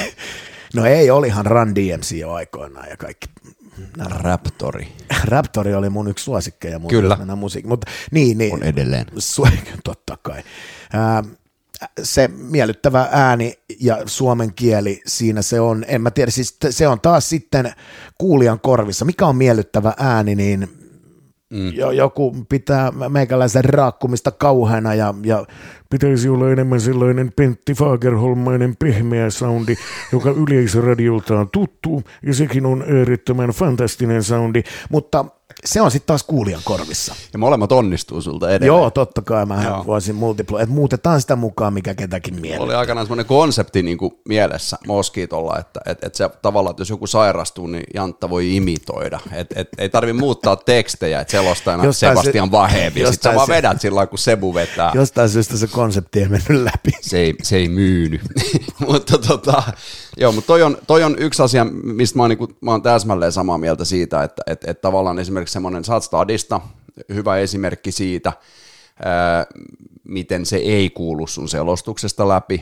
no ei, olihan Run D M C jo aikoinaan ja kaikki. Raptori. Raptori oli mun yksi suosikkeja. Kyllä. Musiikki. Mutta, niin, niin, on edelleen. Su- totta kai. Ää, se miellyttävä ääni ja suomen kieli siinä se on, en mä tiedä, siis se on taas sitten kuulijan korvissa. Mikä on miellyttävä ääni, niin mm. joku pitää meikäläisen raakkumista kauheana ja, ja pitäisi olla enemmän sellainen Pentti Fagerholmainen pehmeä soundi, joka yleisradiolta on tuttu, ja sekin on äärettömän fantastinen soundi, mutta se on sitten taas kuulijan korvissa. Ja molemmat onnistuu sulta edelleen. Joo, totta kai mä Joo. voisin multiploida, että muutetaan sitä mukaan, mikä ketäkin mieleen. Oli aikanaan semmoinen konsepti niin kuin mielessä Moskiitolla, että et, et se tavallaan, että jos joku sairastuu, niin Jantta voi imitoida. Et, et, ei tarvitse muuttaa tekstejä, että selostajana jostain Sebastian Vahevi, ja sitten sä vaan vedät sillä lailla, kun Sebu vetää. Jostain syystä se konsepti ei mennyt läpi. Se ei, se ei myynyt. mutta tota, joo, mutta toi on, toi on yksi asia, mistä mä oon, niin kuin, mä oon täsmälleen samaa mieltä siitä, että et, et tavallaan esimerkiksi semmoinen, sä oot stadista, hyvä esimerkki siitä, ää, miten se ei kuulu sun selostuksesta läpi.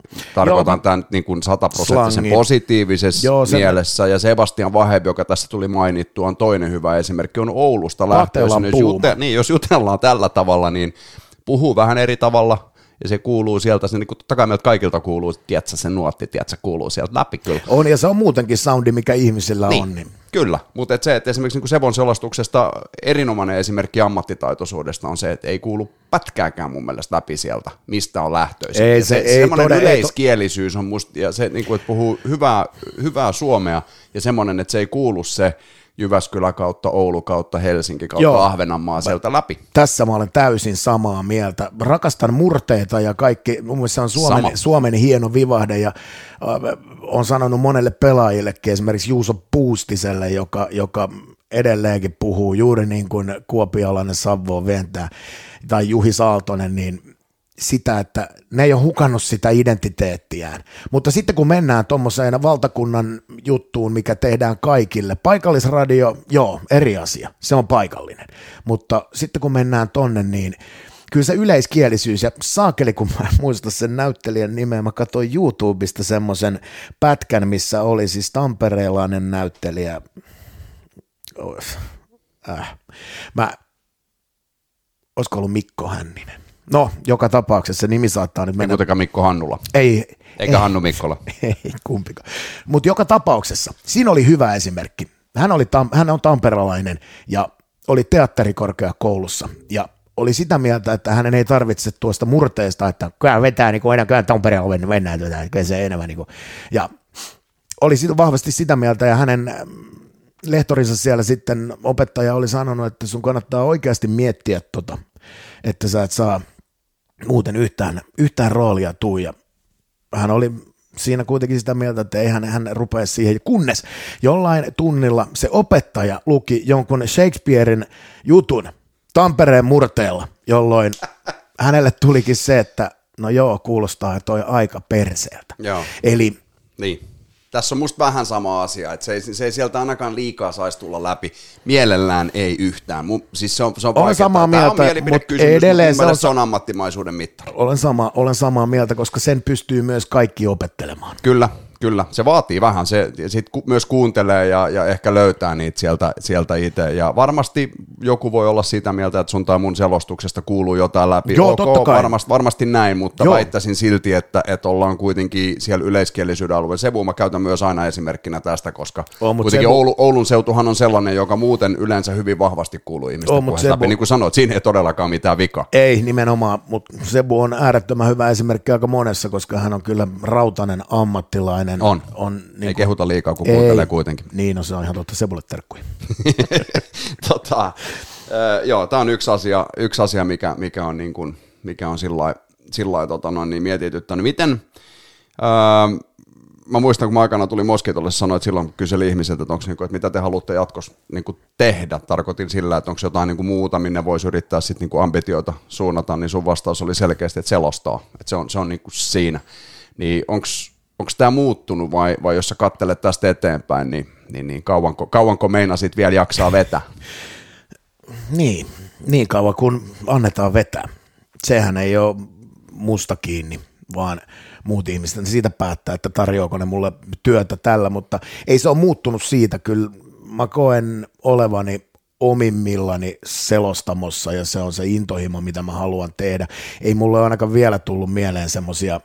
Tarkoitan tämän niin kuin sataprosenttisen positiivisessa Joo, se mielessä, ja Sebastian Vaheb, joka tässä tuli mainittua, on toinen hyvä esimerkki, on Oulusta lähtöisin. Jos, jute, niin, jos jutellaan tällä tavalla, niin puhuu vähän eri tavalla, ja se kuuluu sieltä, se, niin kuin, totta kai meiltä kaikilta kuuluu, tiedätkö, se nuotti, tiedätkö, kuuluu sieltä läpi kyllä. On, ja se on muutenkin soundi, mikä ihmisillä niin, on. Niin. Kyllä, mutta et se, että esimerkiksi niin Sebon selostuksesta erinomainen esimerkki ammattitaitoisuudesta on se, että ei kuulu pätkääkään mun mielestä läpi sieltä, mistä on lähtöisin. Ei, se, se, ei semmoinen tode, yleiskielisyys on musta, ja se, niin kuin, että puhuu hyvää, hyvää suomea, ja semmoinen, että se ei kuulu se Jyväskylä kautta Oulu kautta Helsinki kautta Joo. Ahvenanmaa sieltä läpi. Tässä mä olen täysin samaa mieltä. Rakastan murteita ja kaikki, mun mielestä se on Suomen, Suomen hieno vivahde, ja äh, on sanonut monelle pelaajillekin, esimerkiksi Juuso Puustiselle, joka, joka edelleenkin puhuu juuri niin kuin kuopialainen Savo Ventää, tai Juhi Saaltonen, niin sitä, että ne ei ole hukannut sitä identiteettiään. Mutta sitten kun mennään tuommoiseen valtakunnan juttuun, mikä tehdään kaikille, paikallisradio, joo, eri asia, se on paikallinen. Mutta sitten kun mennään tonne, niin kyllä se yleiskielisyys, ja saakeli, kun mä en muista sen näyttelijän nimeä, mä katsoin YouTubesta semmoisen pätkän, missä oli siis tampereelainen näyttelijä. Äh. Mä, olisiko ollut Mikko Hänninen? No, joka tapauksessa se nimi saattaa nyt mennä. Ei kuitenkaan Mikko Hannula. Ei. Eikä ei, Hannu Mikkola. Ei, kumpikaan. Mutta joka tapauksessa, siinä oli hyvä esimerkki. Hän, oli, hän on tamperelainen ja oli teatterikorkeakoulussa ja oli sitä mieltä, että hänen ei tarvitse tuosta murteesta, että kyllä vetää niin kuin enää, kyllä Tampereella mennään, kyllä se enemmän. Niin kuin. Ja oli vahvasti sitä mieltä, ja hänen lehtorinsa siellä sitten opettaja oli sanonut, että sun kannattaa oikeasti miettiä tota, että sä et saa muuten yhtään, yhtään roolia tuu, ja hän oli siinä kuitenkin sitä mieltä, että ei hän, hän rupea siihen, kunnes jollain tunnilla se opettaja luki jonkun Shakespearein jutun Tampereen murteella, jolloin hänelle tulikin se, että no joo, kuulostaa toi aika perseeltä. Joo. Eli niin. Tässä on musta vähän sama asia, että se ei, se ei sieltä ainakaan liikaa saisi tulla läpi. Mielellään ei yhtään. Mun, siis se on, se on olen samaa mieltä, on mielipidekysymys, edelleen se on, se on ammattimaisuuden mittari. Olen, sama, olen samaa mieltä, koska sen pystyy myös kaikki opettelemaan. Kyllä, kyllä. Se vaatii vähän. Se sit ku, myös kuuntelee ja, ja ehkä löytää niitä sieltä, sieltä itse. Ja varmasti joku voi olla sitä mieltä, että sun tai mun selostuksesta kuuluu jotain läpi. Joo, totta kai. Varmasti, varmasti näin, mutta Joo. väittäisin silti, että, että ollaan kuitenkin siellä yleiskielisyyden alueella. Sebu mä käytän myös aina esimerkkinä tästä, koska oh, kuitenkin Sebu... Oulu, Oulun seutuhan on sellainen, joka muuten yleensä hyvin vahvasti kuuluu ihmisten oh, puheesta läpi. Niin kuin sanoit, siinä ei todellakaan mitään vikaa. Ei nimenomaan, mutta Sebu on äärettömän hyvä esimerkki aika monessa, koska hän on kyllä rautainen ammattilainen. On. on niin ei kuin... kehuta liikaa, kun ei. Kuuntelee kuitenkin. Niin, no se on ihan totta. Sebulle terkkuja. tota, äh, joo, tämä on yksi asia, yksi asia mikä, mikä on, niin kuin, mikä on sillä lailla tota, no, niin mietityttänyt. Miten... Äh, Mä muistan, kun mä aikana tuli Moskitolle, sanoin, että silloin kyseli ihmisiltä, että, onko, niin kuin, että mitä te haluatte jatkossa niin kuin tehdä. Tarkoitin sillä, että onko jotain niin kuin muuta, minne voisi yrittää sit, niin kuin ambitioita suunnata, niin sun vastaus oli selkeästi, että selostaa. Että se on, se on niin kuin siinä. Niin onko tämä muuttunut vai, vai jos sä katselet tästä eteenpäin, niin, niin, niin kauanko, kauanko meinasit vielä jaksaa vetää? Niin, niin kauan kun annetaan vetää. Sehän ei ole musta kiinni, vaan muut ihmiset siitä päättää, että tarjoako ne mulle työtä tällä, mutta ei se ole muuttunut siitä. Kyllä mä koen olevani omimmillani selostamossa, ja se on se intohimo, mitä mä haluan tehdä. Ei mulle ole ainakaan vielä tullut mieleen semmoisia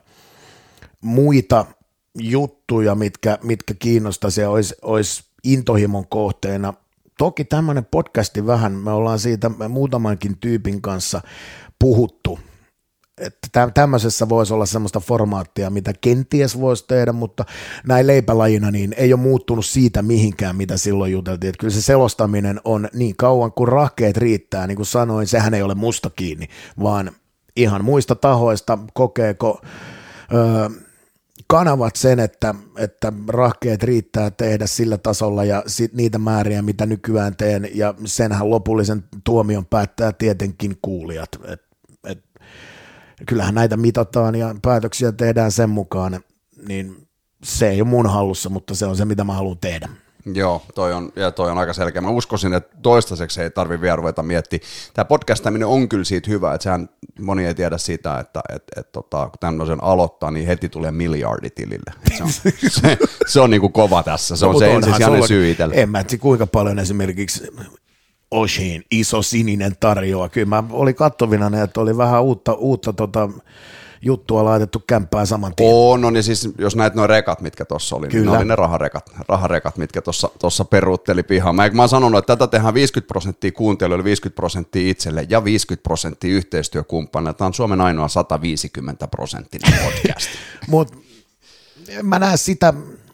muita juttuja, mitkä, mitkä kiinnostaisi ja olisi, olisi intohimon kohteena. Toki tämmöinen podcasti vähän, me ollaan siitä muutamankin tyypin kanssa puhuttu, että tämmöisessä voisi olla semmoista formaattia, mitä kenties voisi tehdä, mutta näin leipälajina niin ei ole muuttunut siitä mihinkään, mitä silloin juteltiin. Että kyllä se selostaminen on niin kauan kuin rahkeet riittää, niin kuin sanoin, sehän ei ole musta kiinni, vaan ihan muista tahoista kokeeko öö, kanavat sen, että, että rahkeet riittää tehdä sillä tasolla ja sit niitä määriä, mitä nykyään teen, ja senhän lopullisen tuomion päättää tietenkin kuulijat. Et, et, kyllähän näitä mitataan ja päätöksiä tehdään sen mukaan, niin se ei ole mun hallussa, mutta se on se, mitä mä haluan tehdä. Joo, toi on, ja toi on aika selkeä. Mä uskoisin, että toistaiseksi ei tarvitse vielä ruveta miettiä. Tämä podcastaminen on kyllä siitä hyvä, että sehän moni ei tiedä sitä, että et, et, tota, kun tämmöisen aloittaa, niin heti tulee miljardi tilille. Se on, se, se on niin kuin kova tässä, se on no, se ensisijainen syy itselle. En mä tiedä, kuinka paljon esimerkiksi Oshin iso sininen tarjoaa. Kyllä mä olin kattovina, että oli vähän uutta, uutta tota, juttua laitettu kämppään saman tien. On, on, ja siis jos näet nuo rekat, mitkä tuossa oli, Kyllä. niin ne oli ne raharekat, raharekat mitkä tuossa peruutteli pihaan. Mä, mä oon sanonut, että tätä tehdään viisikymmentä prosenttia kuuntelijoille, viisikymmentä prosenttia itselle ja viisikymmentä prosenttia yhteistyökumppanille. Tämä on Suomen ainoa sata viisikymmentä prosenttinen podcast. Mutta mä näen sitä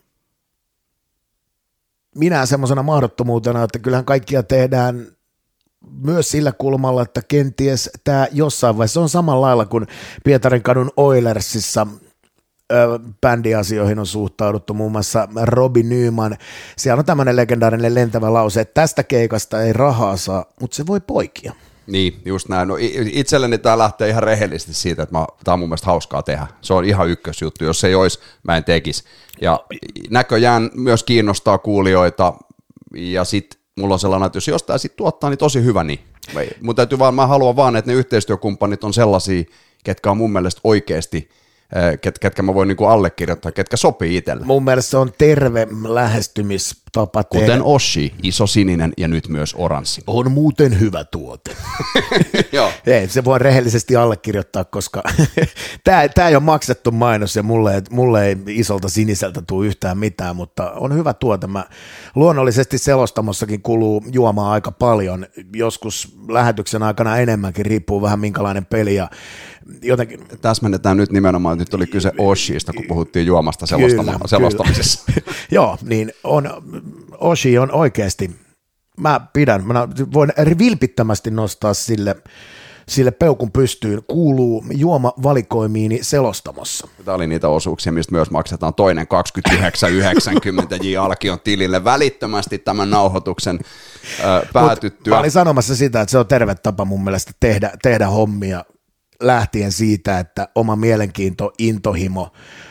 minä semmoisena mahdottomuutena, että kyllähän kaikkia tehdään myös sillä kulmalla, että kenties tämä jossain vaiheessa on samalla lailla kuin Pietarin kadun Oilersissa ö, bändiasioihin on suhtauduttu, muun muassa Robin Nyman. Siellä on tämmöinen legendaarinen lentävä lause, että tästä keikasta ei rahaa saa, mutta se voi poikia. Niin, just näin. No, itselleni tämä lähtee ihan rehellisesti siitä, että tämä on mun mielestä hauskaa tehdä. Se on ihan ykkösjuttu. Jos ei olisi, mä en tekisi. Ja näköjään myös kiinnostaa kuulijoita ja sitten mulla on sellainen, että jos jostain sitten tuottaa, niin tosi hyvä niin. Mutta täytyy vaan, mä haluan vaan, että ne yhteistyökumppanit on sellaisia, ketkä on mun mielestä oikeasti, ket, ketkä mä voin niinku allekirjoittaa, ketkä sopii itselle. Mun mielestä se on terve lähestymistapa. Kuten tehdä. Oshi, iso sininen ja nyt myös oranssi. On muuten hyvä tuote. Joo. Ei, se voi rehellisesti allekirjoittaa, koska tämä, tämä ei ole maksettu mainos ja mulle, mulle ei isolta siniseltä tule yhtään mitään, mutta on hyvä tuote. Mä luonnollisesti selostamossakin kuluu juomaa aika paljon, joskus lähetyksen aikana enemmänkin, riippuu vähän minkälainen peli ja jotenkin. Täsmennetään nyt nimenomaan, nyt oli kyse Oshista, kun puhuttiin juomasta selostama- selostamisessa. Joo, niin on, Oshi on oikeasti, mä pidän, mä voin vilpittömästi nostaa sille, sille peukun pystyyn, kuuluu juomavalikoimiini selostamossa. Tämä oli niitä osuuksia, mistä myös maksetaan toinen kaksikymmentäyhdeksän yhdeksänkymmentä J Alkion tilille välittömästi tämän nauhoituksen ö, päätyttyä. Mut mä olin sanomassa sitä, että se on terve tapa mun mielestä tehdä, tehdä hommia lähtien siitä, että oma mielenkiinto, intohimo,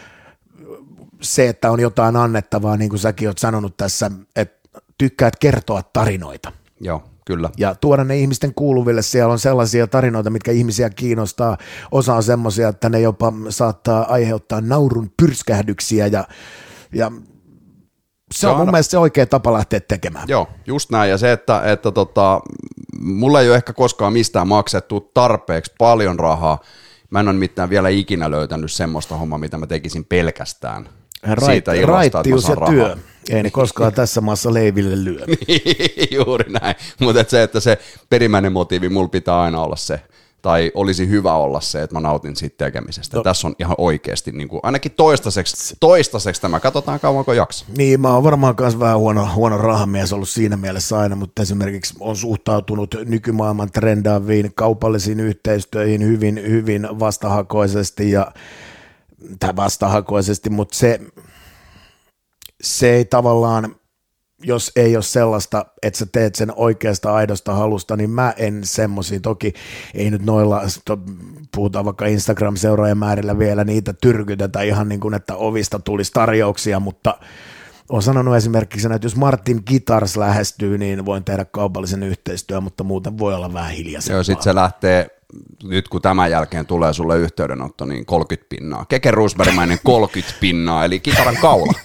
se, että on jotain annettavaa, niin kuin säkin oot sanonut tässä, että tykkäät kertoa tarinoita. Joo, kyllä. Ja tuoda ne ihmisten kuuluville, siellä on sellaisia tarinoita, mitkä ihmisiä kiinnostaa, osa on semmoisia, että ne jopa saattaa aiheuttaa naurun pyrskähdyksiä ja, ja se on mun mielestä se oikea tapa lähteä tekemään. Joo, just näin. Ja se, että, että tota, mulla ei ole ehkä koskaan mistään maksettu tarpeeksi paljon rahaa. Mä en ole mitään vielä ikinä löytänyt semmoista hommaa, mitä mä tekisin pelkästään Rait, siitä ilosta, raittius ja työ. Rahaa. Ei ne koskaan tässä maassa leiville lyö. Juuri näin. Mutta se, että se perimmäinen motiivi mulla pitää aina olla se, tai olisi hyvä olla se, että mä nautin siitä tekemisestä. No. Tässä on ihan oikeasti, niin kuin, ainakin toistaiseksi, toistaiseksi tämä, katsotaan kauanko jaksaa. Niin, mä oon varmaan myös vähän huono, huono rahamies ollut siinä mielessä aina, mutta esimerkiksi on suhtautunut nykymaailman trendaaviin kaupallisiin yhteistyöihin hyvin, hyvin vastahakoisesti, ja, tai vastahakoisesti, mutta se, se ei tavallaan, jos ei ole sellaista, että sä teet sen oikeasta aidosta halusta, niin mä en semmosia, toki ei nyt noilla, puhutaan vaikka Instagram-seuraajamäärillä vielä, niitä tyrkytetä ihan niin kuin, että ovista tulisi tarjouksia, mutta olen sanonut esimerkiksi, että jos Martin Guitars lähestyy, niin voin tehdä kaupallisen yhteistyön, mutta muuten voi olla vähän hiljaisempaa. Joo, sitten se lähtee, nyt kun tämän jälkeen tulee sulle yhteydenotto, niin kolmekymmentä pinnaa. Keke Roosbergmäinen kolmekymmentä pinnaa, eli kitaran kaula.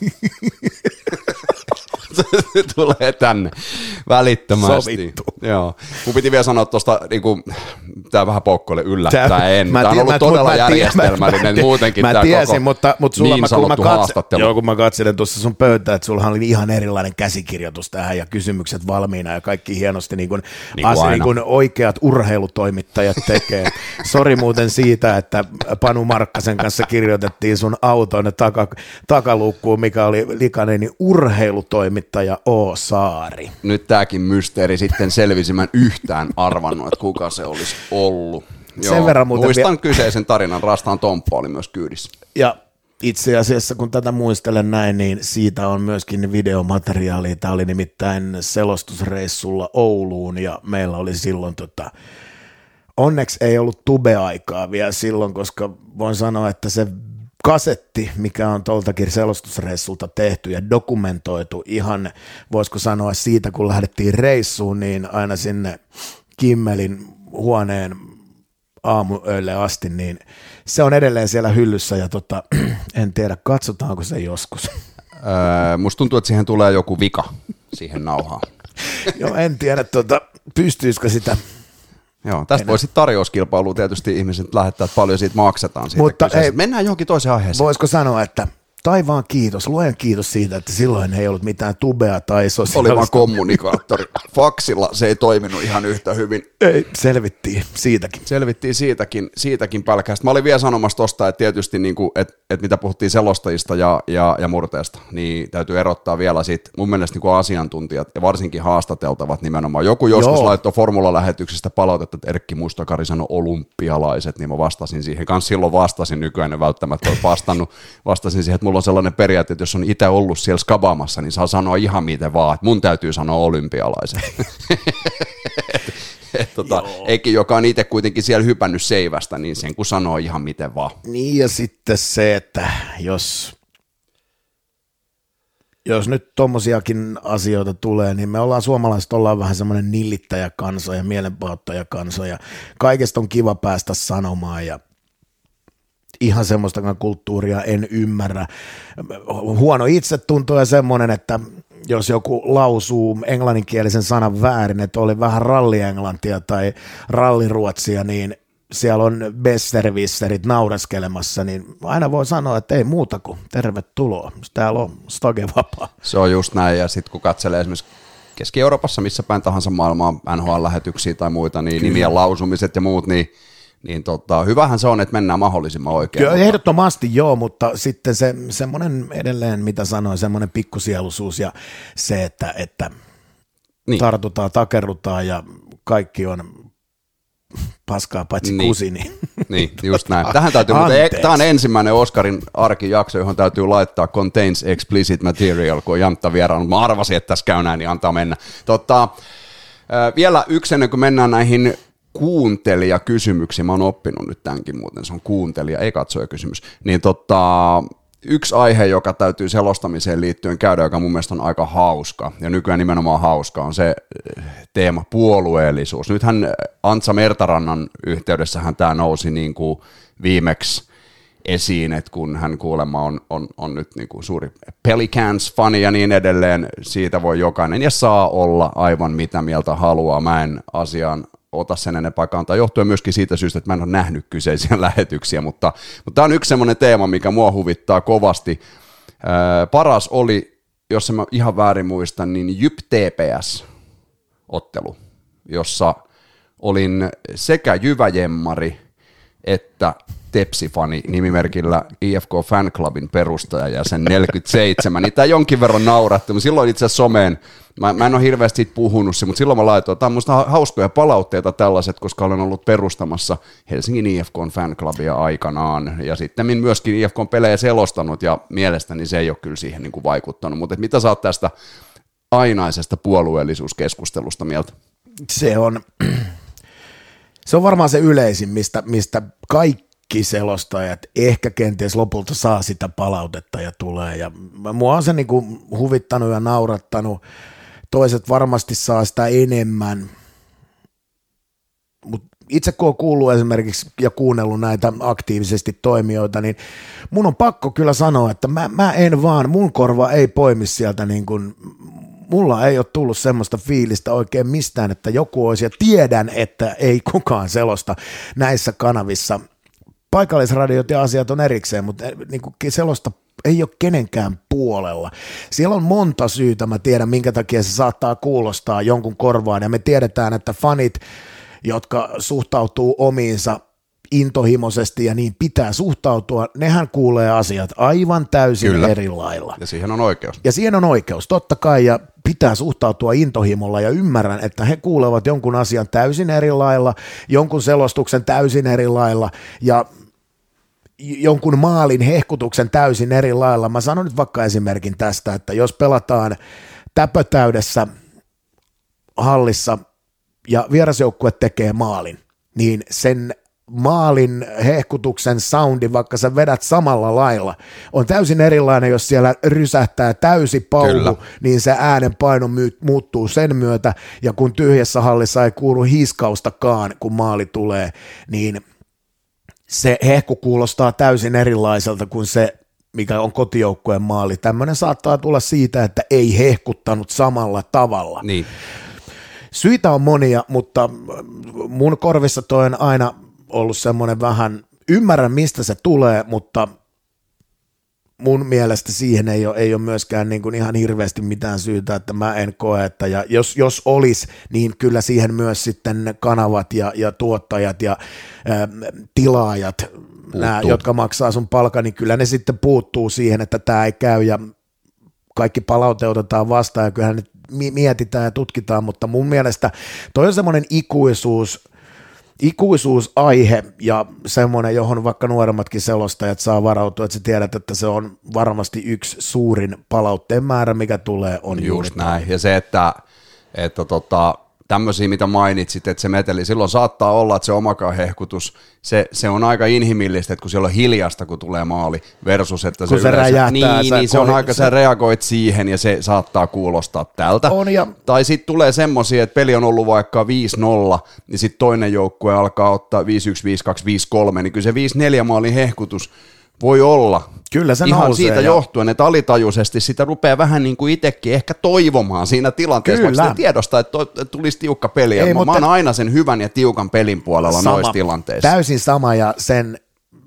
Tulee tänne välittömästi. Sovittu. Joo. Mun piti vielä sanoa tuosta, niinku, tämä vähän poukkoille yllättää Tää, en. Tämä on ollut mä, todella mä, järjestelmällinen mä, muutenkin mä tämä tiesin, koko mutta, mutta sulla niin mä, sanottu mä haastattelu. Joo, kun mä katselin tuossa sun pöytää, että sullahan oli ihan erilainen käsikirjoitus tähän ja kysymykset valmiina ja kaikki hienosti niin kuin, niin kuin, asia, niin kuin oikeat urheilutoimittajat tekee. Sori muuten siitä, että Panu Markkasen kanssa kirjoitettiin sun auton taka, takaluukkuun, mikä oli likainen, niin urheilutoimittaja O. Saari. Nyt tämäkin mysteeri sitten selvisi, mä en yhtään arvannut, että kuka se olisi ollut. Joo, sen verran muuten muistan vie- kyseisen tarinan, Rastaan Tomppa oli myös kyydissä. Ja itse asiassa, kun tätä muistelen näin, niin siitä on myöskin videomateriaalia. Tämä oli nimittäin selostusreissulla Ouluun, ja meillä oli silloin, tota, onneksi ei ollut tube-aikaa vielä silloin, koska voin sanoa, että se kasetti, mikä on tuoltakin selostusreissulta tehty ja dokumentoitu ihan, voisiko sanoa siitä, kun lähdettiin reissuun, niin aina sinne Kimmelin huoneen aamuöille asti, niin se on edelleen siellä hyllyssä ja tota, en tiedä, katsotaanko se joskus. Öö, musta tuntuu, että siihen tulee joku vika siihen nauhaan. Joo, en tiedä, tota, pystyisikö sitä. Joo, tästä voi sitten tarjouskilpailuun tietysti ihmiset lähettää, että paljon siitä maksetaan. Siitä Mutta ei, mennään johonkin toiseen aiheeseen. Voisiko sanoa, että taivaan kiitos, luojan kiitos siitä, että silloin ei ollut mitään tubea tai sosiaalista. Oli vaan kommunikaattori. Faksilla se ei toiminut ihan yhtä hyvin. Ei, selvittiin siitäkin. Selvittiin siitäkin, siitäkin pälkästä. Mä olin vielä sanomassa tosta, että tietysti niin kuin, että, että mitä puhuttiin selostajista ja, ja, ja murteesta, niin täytyy erottaa vielä siitä mun mielestä niin kuin asiantuntijat ja varsinkin haastateltavat nimenomaan. Joku joskus Joo. laittoi formula-lähetyksestä palautetta, että Erkki Mustakari sanoi olympialaiset, niin mä vastasin siihen. Kans silloin vastasin, nykyään en välttämättä ole vastannut. Vastasin siihen, että mulla on sellainen periaate, että jos on itse ollut siellä skabaamassa, niin saa sanoa ihan miten vaan, että mun täytyy sanoa olympialaiset. et, et, tota, eikin, joka on itse kuitenkin siellä hypännyt seivästä, niin sen kun sanoo ihan miten vaan. Niin ja sitten se, että jos, jos nyt tommosiakin asioita tulee, niin me ollaan suomalaiset, ollaan vähän semmoinen nillittäjäkansa ja mielenpahoittajakansa ja kaikesta on kiva päästä sanomaan ja ihan semmoistakaan kulttuuria en ymmärrä. Huono itsetunto ja semmoinen, että jos joku lausuu englanninkielisen sanan väärin, että oli vähän rallienglantia tai ralliruotsia, niin siellä on besservisserit naureskelemassa, niin aina voi sanoa, että ei muuta kuin tervetuloa. Täällä on stage vapaa. Se on just näin, ja sitten kun katselee esimerkiksi Keski-Euroopassa, missä päin tahansa maailmaa, N H L-lähetyksiä tai muita, niin Kyllä. nimien lausumiset ja muut, niin Niin tota, hyvähän se on, että mennään mahdollisimman oikein. Joo, ehdottomasti joo, mutta sitten se semmoinen edelleen, mitä sanoin, semmoinen pikkusieluisuus ja se, että, että niin. tartutaan, takerrutaan ja kaikki on paskaa paitsi niin. kusi. Niin. niin, just näin. Tähän täytyy, mutta tämä on ensimmäinen Oskarin arkijakso, johon täytyy laittaa contains explicit material, kun on Jantta vieraan. Mä arvasin, että tässä käy näin, niin antaa mennä. Tota, vielä yksi ennen kuin mennään näihin kuuntelijakysymyksiä, mä oon oppinut nyt tämänkin muuten, se on kuuntelija, ei katsojakysymys, niin tota, yksi aihe, joka täytyy selostamiseen liittyen käydä, joka mun mielestä on aika hauska, ja nykyään nimenomaan hauska, on se teema puolueellisuus. Nythän Antsa Mertarannan yhteydessähän tämä nousi niin kuin viimeksi esiin, että kun hän kuulemma on, on, on nyt niin kuin suuri Pelicans-fani ja niin edelleen, siitä voi jokainen ja saa olla aivan mitä mieltä haluaa. Mä en asiaan ota sen enempää kantaa, johtuen myöskin siitä syystä, että mä en ole nähnyt kyseisiä lähetyksiä, mutta, mutta tämä on yksi semmoinen teema, mikä mua huvittaa kovasti. Ää, paras oli, jos en mä ihan väärin muista, niin J Y P T P S-ottelu, jossa olin sekä jyväjemmari että Tepsi-fani nimimerkillä I F K Fan Clubin perustaja ja sen neljäkymmentäseitsemän, niin tämä jonkin verran nauratti, mutta silloin itse asiassa someen, mä, mä en ole hirveästi siitä puhunut, mutta silloin mä laitoin, tämä on musta hauskoja palautteita tällaiset, koska olen ollut perustamassa Helsingin I F K:n Fan Clubia aikanaan, ja sitten myöskin I F K:n pelejä selostanut, ja mielestäni se ei ole kyllä siihen niin kuin vaikuttanut, mutta mitä sä oot tästä ainaisesta puolueellisuuskeskustelusta mieltä? Se on, se on varmaan se yleisin, mistä, mistä kaikki selostajat ehkä kenties lopulta saa sitä palautetta ja tulee. Ja mua on se niin kuin huvittanut ja naurattanut. Toiset varmasti saa sitä enemmän. Mut itse kun on kuullut esimerkiksi ja kuunnellut näitä aktiivisesti toimijoita, niin mun on pakko kyllä sanoa, että mä, mä en vaan, mun korva ei poimi sieltä niin kuin, mulla ei ole tullut semmoista fiilistä oikein mistään, että joku olisi, ja tiedän, että ei kukaan selosta näissä kanavissa. Paikallisradiot ja asiat on erikseen, mutta niin kuin selosta ei ole kenenkään puolella. Siellä on monta syytä, mä tiedän minkä takia se saattaa kuulostaa jonkun korvaan, ja me tiedetään, että fanit, jotka suhtautuu omiinsa intohimoisesti ja niin pitää suhtautua, nehän kuulee asiat aivan täysin Kyllä. eri lailla. Ja siihen on oikeus. Ja siihen on oikeus, totta kai, ja pitää suhtautua intohimolla, ja ymmärrän, että he kuulevat jonkun asian täysin eri lailla, jonkun selostuksen täysin eri lailla, ja jonkun maalin hehkutuksen täysin eri lailla. Mä sanon nyt vaikka esimerkin tästä, että jos pelataan täpötäydessä hallissa ja vierasjoukkue tekee maalin, niin sen maalin hehkutuksen soundi, vaikka sä vedät samalla lailla, on täysin erilainen, jos siellä rysähtää täysi pauhu, Kyllä. niin se äänen paino muuttuu sen myötä, ja kun tyhjässä hallissa ei kuulu hiiskaustakaan, kun maali tulee, niin se hehku kuulostaa täysin erilaiselta kuin se, mikä on kotijoukkueen maali. Tämmöinen saattaa tulla siitä, että ei hehkuttanut samalla tavalla. Niin. Syitä on monia, mutta mun korvissa toi on aina ollut semmoinen vähän, ymmärrän mistä se tulee, mutta mun mielestä siihen ei ole, ei ole myöskään niin kuin ihan hirveästi mitään syytä, että mä en koe, että ja jos, jos olisi, niin kyllä siihen myös sitten kanavat ja, ja tuottajat ja ä, tilaajat, nämä, jotka maksaa sun palkan, niin kyllä ne sitten puuttuu siihen, että tämä ei käy ja kaikki palaute otetaan vastaan ja kyllähän ne mietitään ja tutkitaan, mutta mun mielestä toi on semmoinen ikuisuus, ikuisuusaihe ja semmoinen, johon vaikka nuoremmatkin selostajat saa varautua, että sä tiedät, että se on varmasti yksi suurin palautteen määrä, mikä tulee, on just juuri näin. Ja se, että, että tota, tämmöisiä, mitä mainitsit, että se meteli, silloin saattaa olla, että se omakaan hehkutus, se, se on aika inhimillistä, että kun siellä on hiljasta, kun tulee maali, versus, että se, kun se yleensä, räjähtää. Niin, niin se on kohi, aika, se... sä reagoit siihen ja se saattaa kuulostaa tältä. On ja... Tai sitten tulee semmoisia, että peli on ollut vaikka viisi nolla, niin sitten toinen joukkue alkaa ottaa viisi yksi, viisi kaksi, viisi kolme, niin kyllä se viisi neljä maalin hehkutus voi olla. Kyllä se ihan nousee, siitä ja... johtuen, että alitajuisesti sitä rupeaa vähän niin kuin itsekin ehkä toivomaan siinä tilanteessa, Kyllä. vaikka tiedostaa, että tulisi tiukka peli. Ei, mä, mutta... mä oon aina sen hyvän ja tiukan pelin puolella sama, noissa tilanteissa. Täysin sama ja sen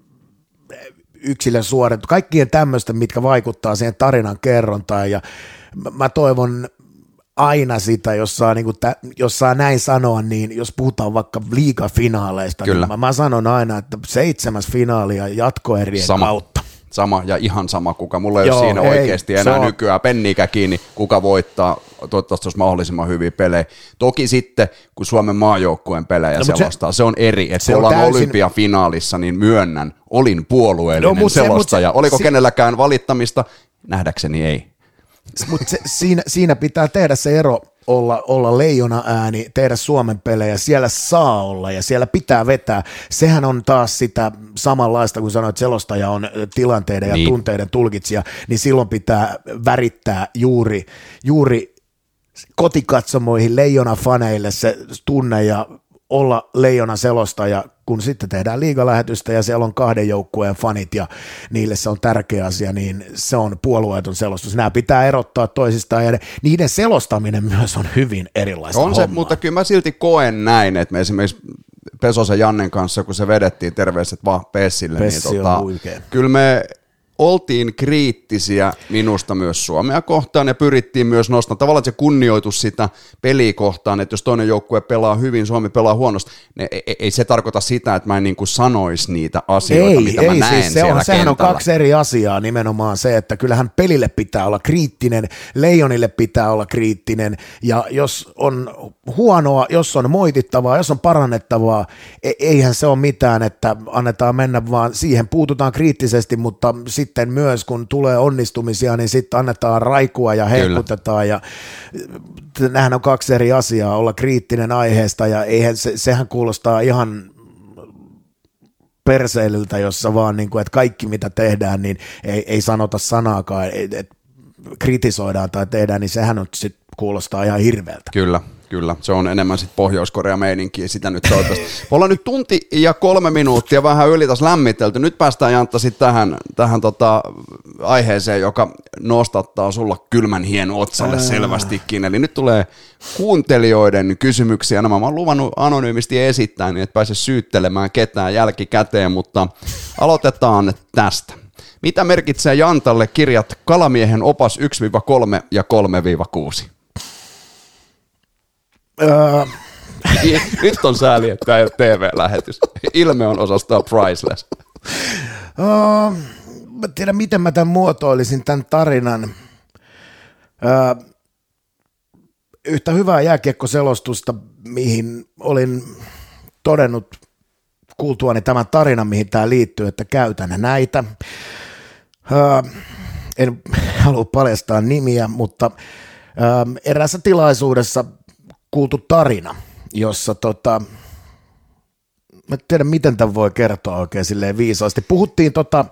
yksilön suoritus, kaikkien tämmöistä, mitkä vaikuttaa siihen tarinan kerrontaan ja mä toivon aina sitä, jos saa, niin kuin tä, jos saa näin sanoa, niin jos puhutaan vaikka liigafinaaleista, Kyllä. niin mä, mä sanon aina, että seitsemäs finaalia jatkoerien sama. kautta. Sama ja ihan sama, kuka. Mulla ei Joo, ole siinä ei, oikeasti enää on... nykyään penniikä kiinni, kuka voittaa. Toivottavasti olisi mahdollisimman hyviä pelejä. Toki sitten, kun Suomen maajoukkueen pelejä no, selostaa, se, se on eri. Että kun ollaan täysin... olympiafinaalissa, niin myönnän, olin puolueellinen no, selostaja. Se, Oliko se... kenelläkään valittamista? Nähdäkseni ei. Mutta siinä, siinä pitää tehdä se ero, olla, olla leijona ääni, tehdä Suomen pelejä, siellä saa olla ja siellä pitää vetää. Sehän on taas sitä samanlaista, kun sanoit, että selostaja on tilanteiden ja niin. tunteiden tulkitsija, niin silloin pitää värittää juuri, juuri kotikatsomoihin leijona-faneille se tunne ja olla leijona selostaja, kun sitten tehdään liigalähetystä ja siellä on kahden joukkueen fanit ja niille se on tärkeä asia, niin se on puolueeton selostus. Nämä pitää erottaa toisistaan ja niiden selostaminen myös on hyvin erilaista On se, hommaa. mutta kyllä mä silti koen näin, että me esimerkiksi Pesosen Jannen kanssa, kun se vedettiin, terveiset vaan Pessille, Pessi niin tota, kyllä me oltiin kriittisiä minusta myös Suomea kohtaan ja pyrittiin myös nostamaan tavallaan se kunnioitus sitä peliä kohtaan, että jos toinen joukkue pelaa hyvin, Suomi pelaa huonosti, niin ei, ei se tarkoita sitä, että mä en niin kuin sanoisi niitä asioita, ei, mitä ei, mä näen siis siellä se on, sehän kentällä. on kaksi eri asiaa, nimenomaan se, että kyllähän pelille pitää olla kriittinen, leijonille pitää olla kriittinen ja jos on huonoa, jos on moitittavaa, jos on parannettavaa, eihän se ole mitään, että annetaan mennä vaan siihen, puututaan kriittisesti, mutta sitten sitten myös, kun tulee onnistumisia, niin sitten annetaan raikua ja hehkutetaan ja nämähän on kaksi eri asiaa, olla kriittinen aiheesta ja eihän se, sehän kuulostaa ihan perseilyltä, jossa vaan niin kuin, että kaikki mitä tehdään, niin ei, ei sanota sanaakaan, että kritisoidaan tai tehdään, niin sehän on sit kuulostaa ihan hirveältä. Kyllä. Kyllä, se on enemmän sitten Pohjois-Korea meininkiä, sitä nyt toivottavasti. Me ollaan nyt tunti ja kolme minuuttia vähän yli taas lämmitelty. Nyt päästään Jantta sitten tähän, tähän tota aiheeseen, joka nostattaa sulla kylmän hien otsalle Ää. selvästikin. Eli nyt tulee kuuntelijoiden kysymyksiä. Nämä mä oon luvannut anonyymisti esittää, niin et pääse syyttelemään ketään jälkikäteen, mutta aloitetaan tästä. Mitä merkitsee Jantalle kirjat Kalamiehen opas yksi kolme ja kolme kuusi? Öö. Nyt on sääli, että tämä ei ole T V-lähetys. Ilme on osastaan priceless. Öö, mä tiedän, miten mä tämän muotoilisin, tämän tarinan. Öö, yhtä hyvää jääkiekkoselostusta, mihin olin todennut kuultuani tämän tarinan, mihin tämä liittyy, että käytän näitä. Öö, en halua paljastaa nimiä, mutta öö, eräässä tilaisuudessa kuultu tarina, jossa tota, mä en tiedä, miten tämän voi kertoa oikein silleen viisaasti. Puhuttiin tota,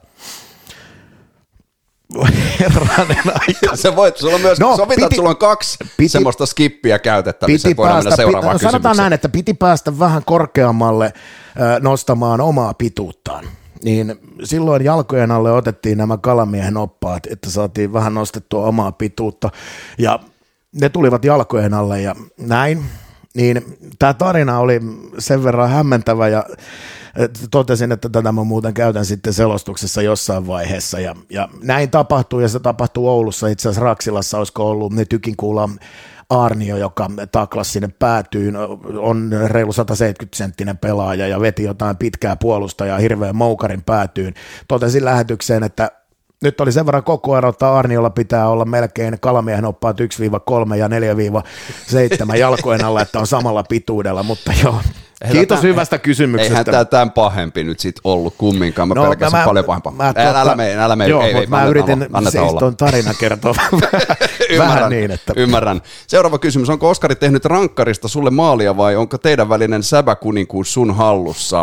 herranen aika. Se voit, sulla on myös, no, sovitaan, että sulla on kaksi piti, semmoista skippiä käytettävissä, voidaan päästä, mennä seuraavaan piti, kysymykseen. Sanotaan näin, että piti päästä vähän korkeammalle äh, nostamaan omaa pituuttaan. Niin silloin jalkojen alle otettiin nämä kalamiehen oppaat, että saatiin vähän nostettua omaa pituutta, ja ne tulivat jalkojen alle ja näin. Niin tämä tarina oli sen verran hämmentävä ja totesin, että tätä mä muuten käytän sitten selostuksessa jossain vaiheessa ja, ja näin tapahtuu ja se tapahtuu Oulussa, itse asiassa Raksilassa olisiko ollut ne Tykinkuula Arnio, joka taklasi sinne päätyyn, on reilu sata seitsemänkymmentä senttinen pelaaja ja veti jotain pitkää puolustajaa hirveän moukarin päätyyn. Totesin lähetykseen, että nyt oli sen verran koko ero, että Arniolla pitää olla melkein kalamiehen oppaat yksi kolme ja neljä seitsemän jalkojen alla, että on samalla pituudella, mutta joo. Kiitos tämän, hyvästä kysymyksestä. Eihän tämä tämän pahempi nyt sit ollut kumminkaan, mä no, pelkäsin paljon pahempaa. Mä, älä, älä mene, älä mene. Joo, ei, ei, mä yritin siis tuon tarina kertoa vähän niin, että. Ymmärrän. Seuraava kysymys, onko Oskari tehnyt rankkarista sulle maalia vai onko teidän välinen säbäkuninkuus sun hallussa?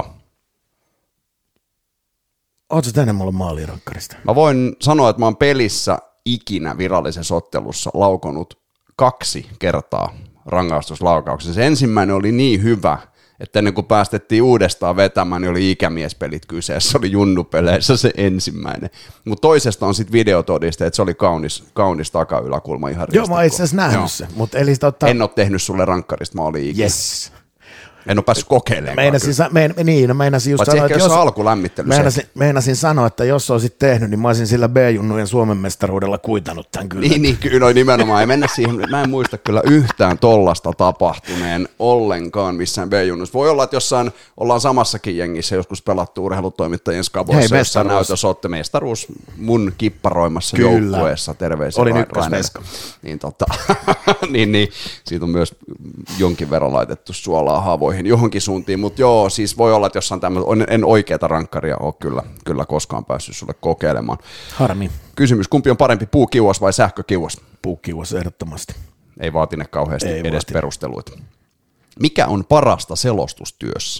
Ootko tehnyt mulle maalia rankkarista? Mä voin sanoa, että mä oon pelissä ikinä virallisessa ottelussa laukonut kaksi kertaa rangaistuslaukauksen. Se ensimmäinen oli niin hyvä, että ennen kuin päästettiin uudestaan vetämään, niin oli ikämiespelit kyseessä, se oli junnupeleissä se ensimmäinen. Mutta toisesta on sitten videotodiste, että se oli kaunis, kaunis takayläkulma ihan Joo, mä oon itse asiassa nähnyt se. Mut eli tota... En ole tehnyt sulle rankkarista, mä olin ikinä. Yes. En ole päässyt kokeilemaan. Meinasin, sa- mein, niin, no meinasin just sanoa, että jos... alkulämmittely meinasin, meinasin sanoa, että jos olisit tehnyt, niin mä olisin sillä B-junnujen Suomen mestaruudella kuitannut tämän kyllä. Niin, niin kyllä nimenomaan. Ei mennä siihen. Mä en muista kyllä yhtään tollasta tapahtuneen ollenkaan missään B-junnuissa. Voi olla, että jossain ollaan samassakin jengissä joskus pelattu urheilutoimittajien skaboissa, jossa näytös otte mestaruus mun kipparoimassa kyllä. Joukkueessa. Terveisiä. Olin ykkösveska. Niin, tota, niin, niin, siitä on myös jonkin verran laitettu suolaa haavoihin johonkin suuntiin, mutta joo, siis voi olla, että jossain tämmöinen, en oikeata rankkaria ole kyllä, kyllä koskaan päässyt sulle kokeilemaan. Harmi. Kysymys, kumpi on parempi, puukiuas vai sähkökiuas? Puukiuas ehdottomasti. Ei vaatine kauheasti Ei edes vaatine. perusteluita. Mikä on parasta selostustyössä?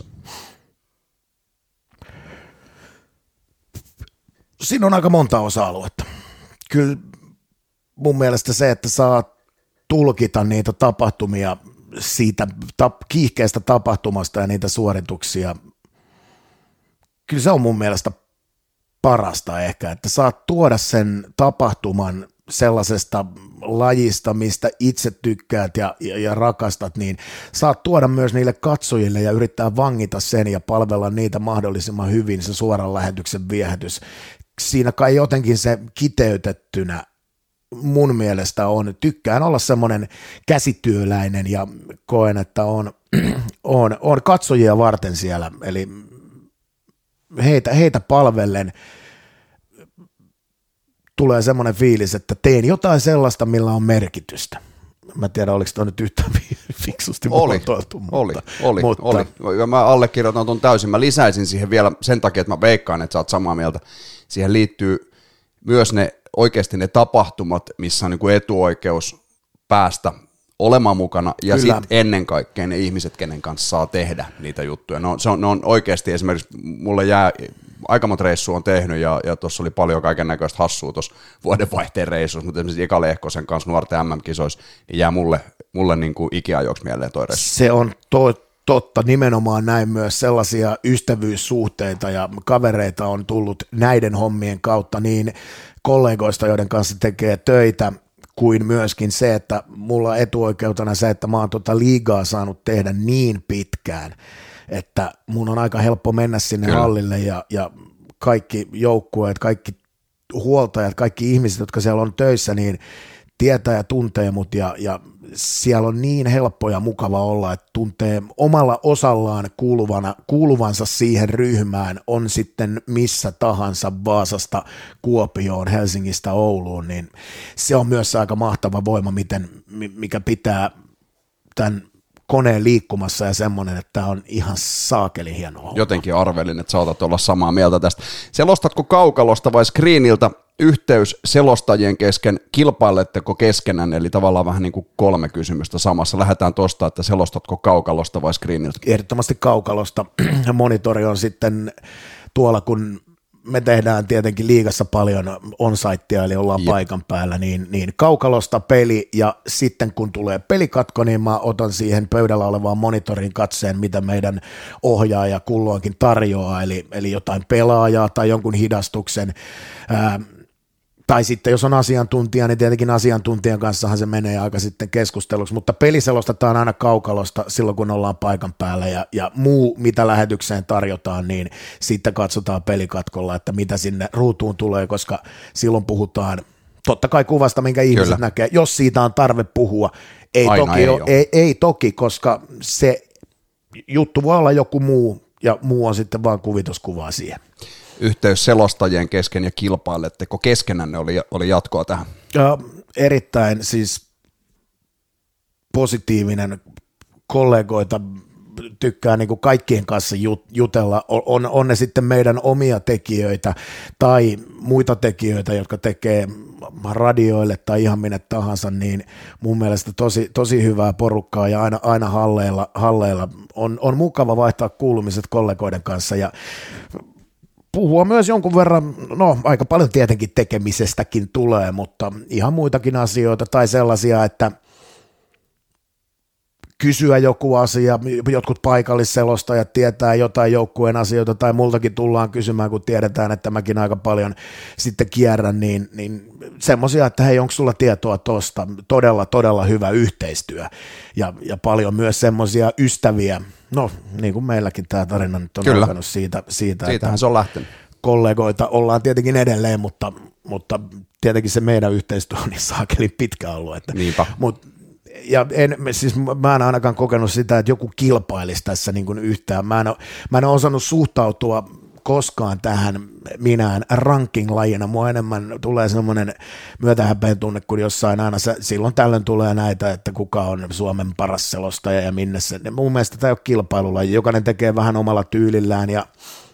Siinä on aika monta osa-aluetta. Kyllä mun mielestä se, että saa tulkita niitä tapahtumia siitä tap, kiihkeästä tapahtumasta ja niitä suorituksia, kyllä se on mun mielestä parasta ehkä, että saat tuoda sen tapahtuman sellaisesta lajista, mistä itse tykkäät ja, ja, ja rakastat, niin saat tuoda myös niille katsojille ja yrittää vangita sen ja palvella niitä mahdollisimman hyvin, se suoran lähetyksen viehätys. Siinä kai jotenkin se kiteytettynä mun mielestä on, tykkään olla semmoinen käsityöläinen ja koen, että on, on, on katsojia varten siellä, eli heitä, heitä palvellen tulee semmoinen fiilis, että teen jotain sellaista, millä on merkitystä. Mä en tiedä, oliko toi nyt yhtään fiksusti oli, muotoiltu. Oli, mutta, oli, mutta, oli. Ja mä allekirjoitan ton täysin. Mä lisäisin siihen vielä sen takia, että mä veikkaan, että sä oot samaa mieltä. Siihen liittyy myös ne oikeasti ne tapahtumat, missä on niin kuin etuoikeus päästä olemaan mukana, ja sitten ennen kaikkea ne ihmiset, kenen kanssa saa tehdä niitä juttuja. Ne on, se on, ne on oikeasti esimerkiksi, mulle jää, aika monta reissua on tehnyt, ja, ja tuossa oli paljon kaiken näköistä hassua tuossa vuodenvaihteen reissussa, mutta esimerkiksi Eka Lehkosen kanssa nuorten M M-kisoissa, niin jää mulle, mulle niin kuin ikiajoiksi mieleen toi reissu. Se on to, totta, nimenomaan näin myös sellaisia ystävyyssuhteita ja kavereita on tullut näiden hommien kautta niin kollegoista, joiden kanssa tekee töitä, kuin myöskin se, että mulla on etuoikeutena se, että mä oon tuota liigaa saanut tehdä niin pitkään, että mun on aika helppo mennä sinne Kyllä. hallille ja, ja kaikki joukkueet, kaikki huoltajat, kaikki ihmiset, jotka siellä on töissä, niin tietää ja tuntee mut ja, ja siellä on niin helppo ja mukava olla, että tuntee omalla osallaan kuuluvana, kuuluvansa siihen ryhmään, on sitten missä tahansa Vaasasta Kuopioon, Helsingistä Ouluun, niin se on myös aika mahtava voima, miten, mikä pitää tämän koneen liikkumassa ja semmoinen, että tämä on ihan saakeli hieno homma. Jotenkin arvelin, että saatat olla samaa mieltä tästä. Selostatko kaukalosta vai screeniltä? yhteys selostajien kesken, kilpailetteko keskenään, eli tavallaan vähän niin kuin kolme kysymystä samassa. Lähdetään tuosta, että selostatko kaukalosta vai screeniltä? Ehdottomasti kaukalosta. Monitori on sitten tuolla, kun me tehdään tietenkin liigassa paljon on-sitea, eli ollaan Jep. paikan päällä, niin, niin kaukalosta peli, ja sitten kun tulee pelikatko, niin mä otan siihen pöydällä olevaan monitorin katseen, mitä meidän ohjaaja kulloinkin tarjoaa, eli, eli jotain pelaajaa tai jonkun hidastuksen, ää, tai sitten jos on asiantuntija, niin tietenkin asiantuntijan kanssahan se menee aika sitten keskusteluksi, mutta peliselostetaan aina kaukalosta silloin, kun ollaan paikan päällä, ja, ja muu, mitä lähetykseen tarjotaan, niin sitten katsotaan pelikatkolla, että mitä sinne ruutuun tulee, koska silloin puhutaan totta kai kuvasta, minkä ihmiset Kyllä. näkee, jos siitä on tarve puhua. Ei toki, ei, ole, ei, ei toki, koska se juttu voi olla joku muu, ja muu on sitten vaan kuvituskuvaa siihen. Yhteys selostajien kesken ja kilpailetteko keskenänne oli, oli jatkoa tähän? Ja, erittäin siis positiivinen, kollegoita tykkää niin kuin kaikkien kanssa jutella, on, on ne sitten meidän omia tekijöitä tai muita tekijöitä, jotka tekee radioille tai ihan minne tahansa, niin mun mielestä tosi, tosi hyvää porukkaa ja aina, aina halleilla, halleilla. On, on mukava vaihtaa kuulumiset kollegoiden kanssa ja puhua myös jonkun verran, no aika paljon tietenkin tekemisestäkin tulee, mutta ihan muitakin asioita tai sellaisia, että kysyä joku asia, jotkut paikallisselostajat tietää jotain joukkueen asioita tai multakin tullaan kysymään, kun tiedetään, että mäkin aika paljon sitten kierrän, niin, niin semmoisia, että hei, onko sulla tietoa tuosta, todella, todella hyvä yhteistyö ja, ja paljon myös semmoisia ystäviä, no niin kuin meilläkin tämä tarina nyt on Kyllä. alkanut siitä, siitä Siitähän se on lähtenyt. Kollegoita ollaan tietenkin edelleen, mutta, mutta tietenkin se meidän yhteistyö on niin saakeli pitkä ollut, että, Niinpä. mutta ja en, siis mä en ainakaan kokenut sitä, että joku kilpailisi tässä niin kuin yhtään. Mä en, ole, mä en ole osannut suhtautua koskaan tähän minään ranking-lajina. Mua enemmän tulee semmoinen myötähäpeän tunne, kun jossain aina se, silloin tällöin tulee näitä, että kuka on Suomen paras selostaja ja minne se. Mun mielestä tämä ei ole kilpailulaji. Jokainen tekee vähän omalla tyylillään ja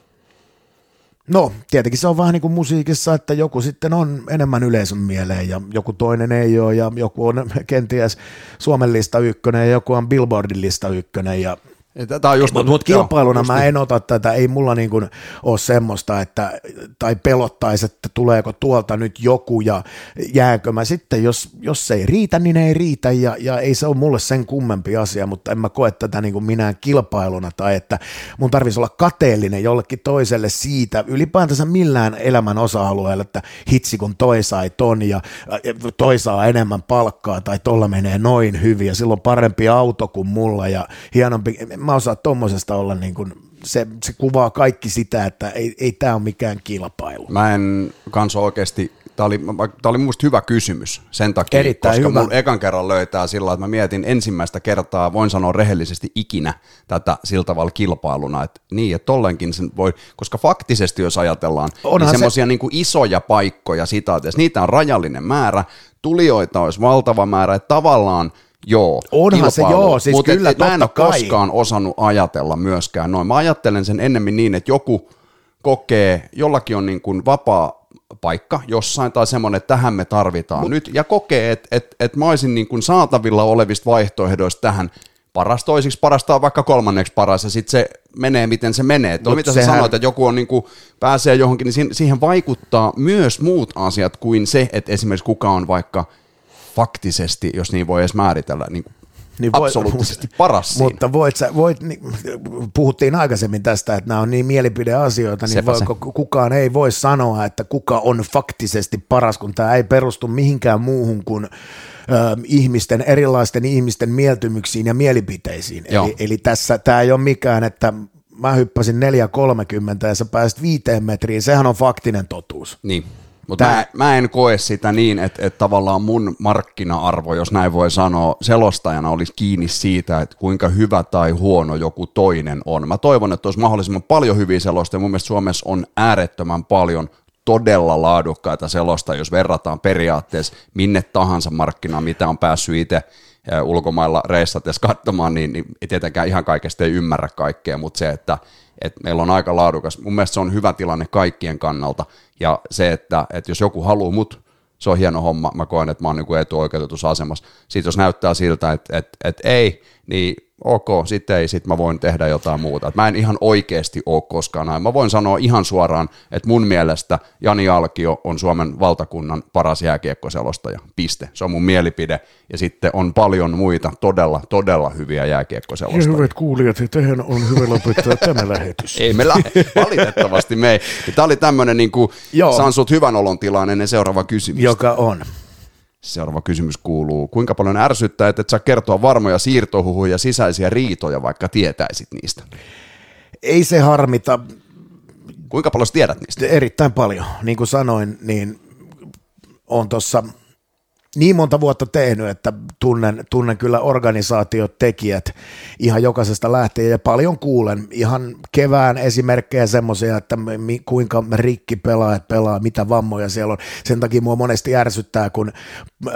no, tietenkin se on vähän niin kuin musiikissa, että joku sitten on enemmän yleisön mieleen ja joku toinen ei ole ja joku on kenties Suomen lista ykkönen ja joku on Billboardin lista ykkönen ja Mutta mut kilpailuna joo, mä en ota tätä, ei mulla niin kuin ole semmoista, että, tai pelottaisi, että tuleeko tuolta nyt joku ja jäänkö mä sitten, jos, jos se ei riitä, niin ei riitä ja, ja ei se ole mulle sen kummempi asia, mutta en mä koe tätä niin kuin minään kilpailuna tai että mun tarvitsisi olla kateellinen jollekin toiselle siitä, ylipäätänsä millään elämän osa-alueella, että hitsi kun toi sai ton ja toi saa enemmän palkkaa tai tolla menee noin hyvin ja silloin parempi auto kuin mulla ja hienompi. Mä osaan tommosesta olla niin kuin, se, se kuvaa kaikki sitä, että ei, ei tää ole mikään kilpailu. Mä en kanssa oikeasti, tää oli, tää oli musta hyvä kysymys sen takia, Erittäin koska hyvä. mun ekan kerran löytää sillä, että mä mietin ensimmäistä kertaa, voin sanoa rehellisesti ikinä tätä sillä tavalla kilpailuna, että niin, että tollenkin sen voi, koska faktisesti jos ajatellaan, Onhan niin semmoisia se niin kuin isoja paikkoja sitaateessa, niitä on rajallinen määrä, tulijoita olisi valtava määrä, että tavallaan joo, onhan se joo, siis mutta kyllä et, et mä en ole kai. koskaan osannut ajatella myöskään noin. Mä ajattelen sen ennemmin niin, että joku kokee, jollakin on niin kuin vapaa paikka jossain tai semmoinen, että tähän me tarvitaan Mut. nyt, ja kokee, että et, et mä olisin niin kuin saatavilla olevista vaihtoehdoista tähän paras toisiksi, parasta on vaikka kolmanneksi paras, ja sitten se menee, miten se menee. Tuo, mitä sehän sä sanoit, että joku on niin kuin, pääsee johonkin, niin siihen vaikuttaa myös muut asiat kuin se, että esimerkiksi kuka on vaikka faktisesti, jos niin voi edes määritellä, niin niin voi, absoluuttisesti paras siinä. Mutta voit sä, voit, niin, puhuttiin aikaisemmin tästä, että nämä on niin mielipideasioita, niin voi, kukaan ei voi sanoa, että kuka on faktisesti paras, kun tämä ei perustu mihinkään muuhun kuin ö, ihmisten, erilaisten ihmisten mieltymyksiin ja mielipiteisiin. Eli, eli tässä tämä ei ole mikään, että mä hyppäsin neljä kolmekymmentä ja sä pääsit viiteen metriin, sehän on faktinen totuus. Niin. Mutta mä, mä en koe sitä niin, että, että tavallaan mun markkina-arvo, jos näin voi sanoa, selostajana olisi kiinni siitä, että kuinka hyvä tai huono joku toinen on. Mä toivon, että olisi mahdollisimman paljon hyviä selostajia. Mun mielestä Suomessa on äärettömän paljon todella laadukkaita selostajia, jos verrataan periaatteessa minne tahansa markkinaan, mitä on päässyt itse ulkomailla reissatessa katsomaan, niin, niin tietenkään ihan kaikesta ei ymmärrä kaikkea, mutta se, että että meillä on aika laadukas. Mun mielestä se on hyvä tilanne kaikkien kannalta, ja se, että, että jos joku haluaa mut, se on hieno homma, mä koen, että mä oon niinku etuoikeutetussa asemassa. Sitten jos näyttää siltä, että, että, että ei, niin ok, sitten ei, sitten mä voin tehdä jotain muuta. Et mä en ihan oikeasti ole koskaan näin. Mä voin sanoa ihan suoraan, että mun mielestä Jani Alkio on Suomen valtakunnan paras jääkiekkoselostaja. Piste. Se on mun mielipide. Ja sitten on paljon muita todella, todella hyviä jääkiekkoselostajia. Ja hyvät kuulijat, tehän on hyvä lopettaa tämä lähetys. Ei me lähde, valitettavasti me ei. Tämä oli tämmöinen, niin kuin, saan sut hyvän olon tilaan ennen seuraava kysymys. Joka on. Seuraava kysymys kuuluu, kuinka paljon ärsyttää, että et saa kertoa varmoja siirtohuhuja ja sisäisiä riitoja, vaikka tietäisit niistä? Ei se harmita. Kuinka paljon tiedät niistä? Erittäin paljon. Niin kuin sanoin, niin on tuossa niin monta vuotta tehnyt, että tunnen, tunnen kyllä organisaatiot, tekijät ihan jokaisesta lähtien ja paljon kuulen. Ihan kevään esimerkkejä semmoisia, että mi, kuinka rikki pelaajat pelaa, mitä vammoja siellä on. Sen takia mua monesti ärsyttää, kun äh,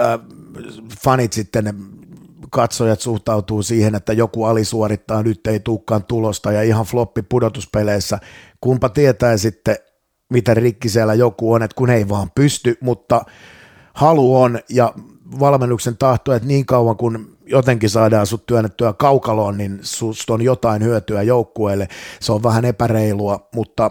fanit sitten, katsojat suhtautuu siihen, että joku alisuorittaa, nyt ei tulekaan tulosta ja ihan floppi pudotuspeleissä. Kumpa tietää sitten, miten rikki siellä joku on, että kun ei vaan pysty, mutta halu on ja valmennuksen tahto, että niin kauan kun jotenkin saadaan sut työnnettyä kaukaloon, niin susta on jotain hyötyä joukkueelle. Se on vähän epäreilua, mutta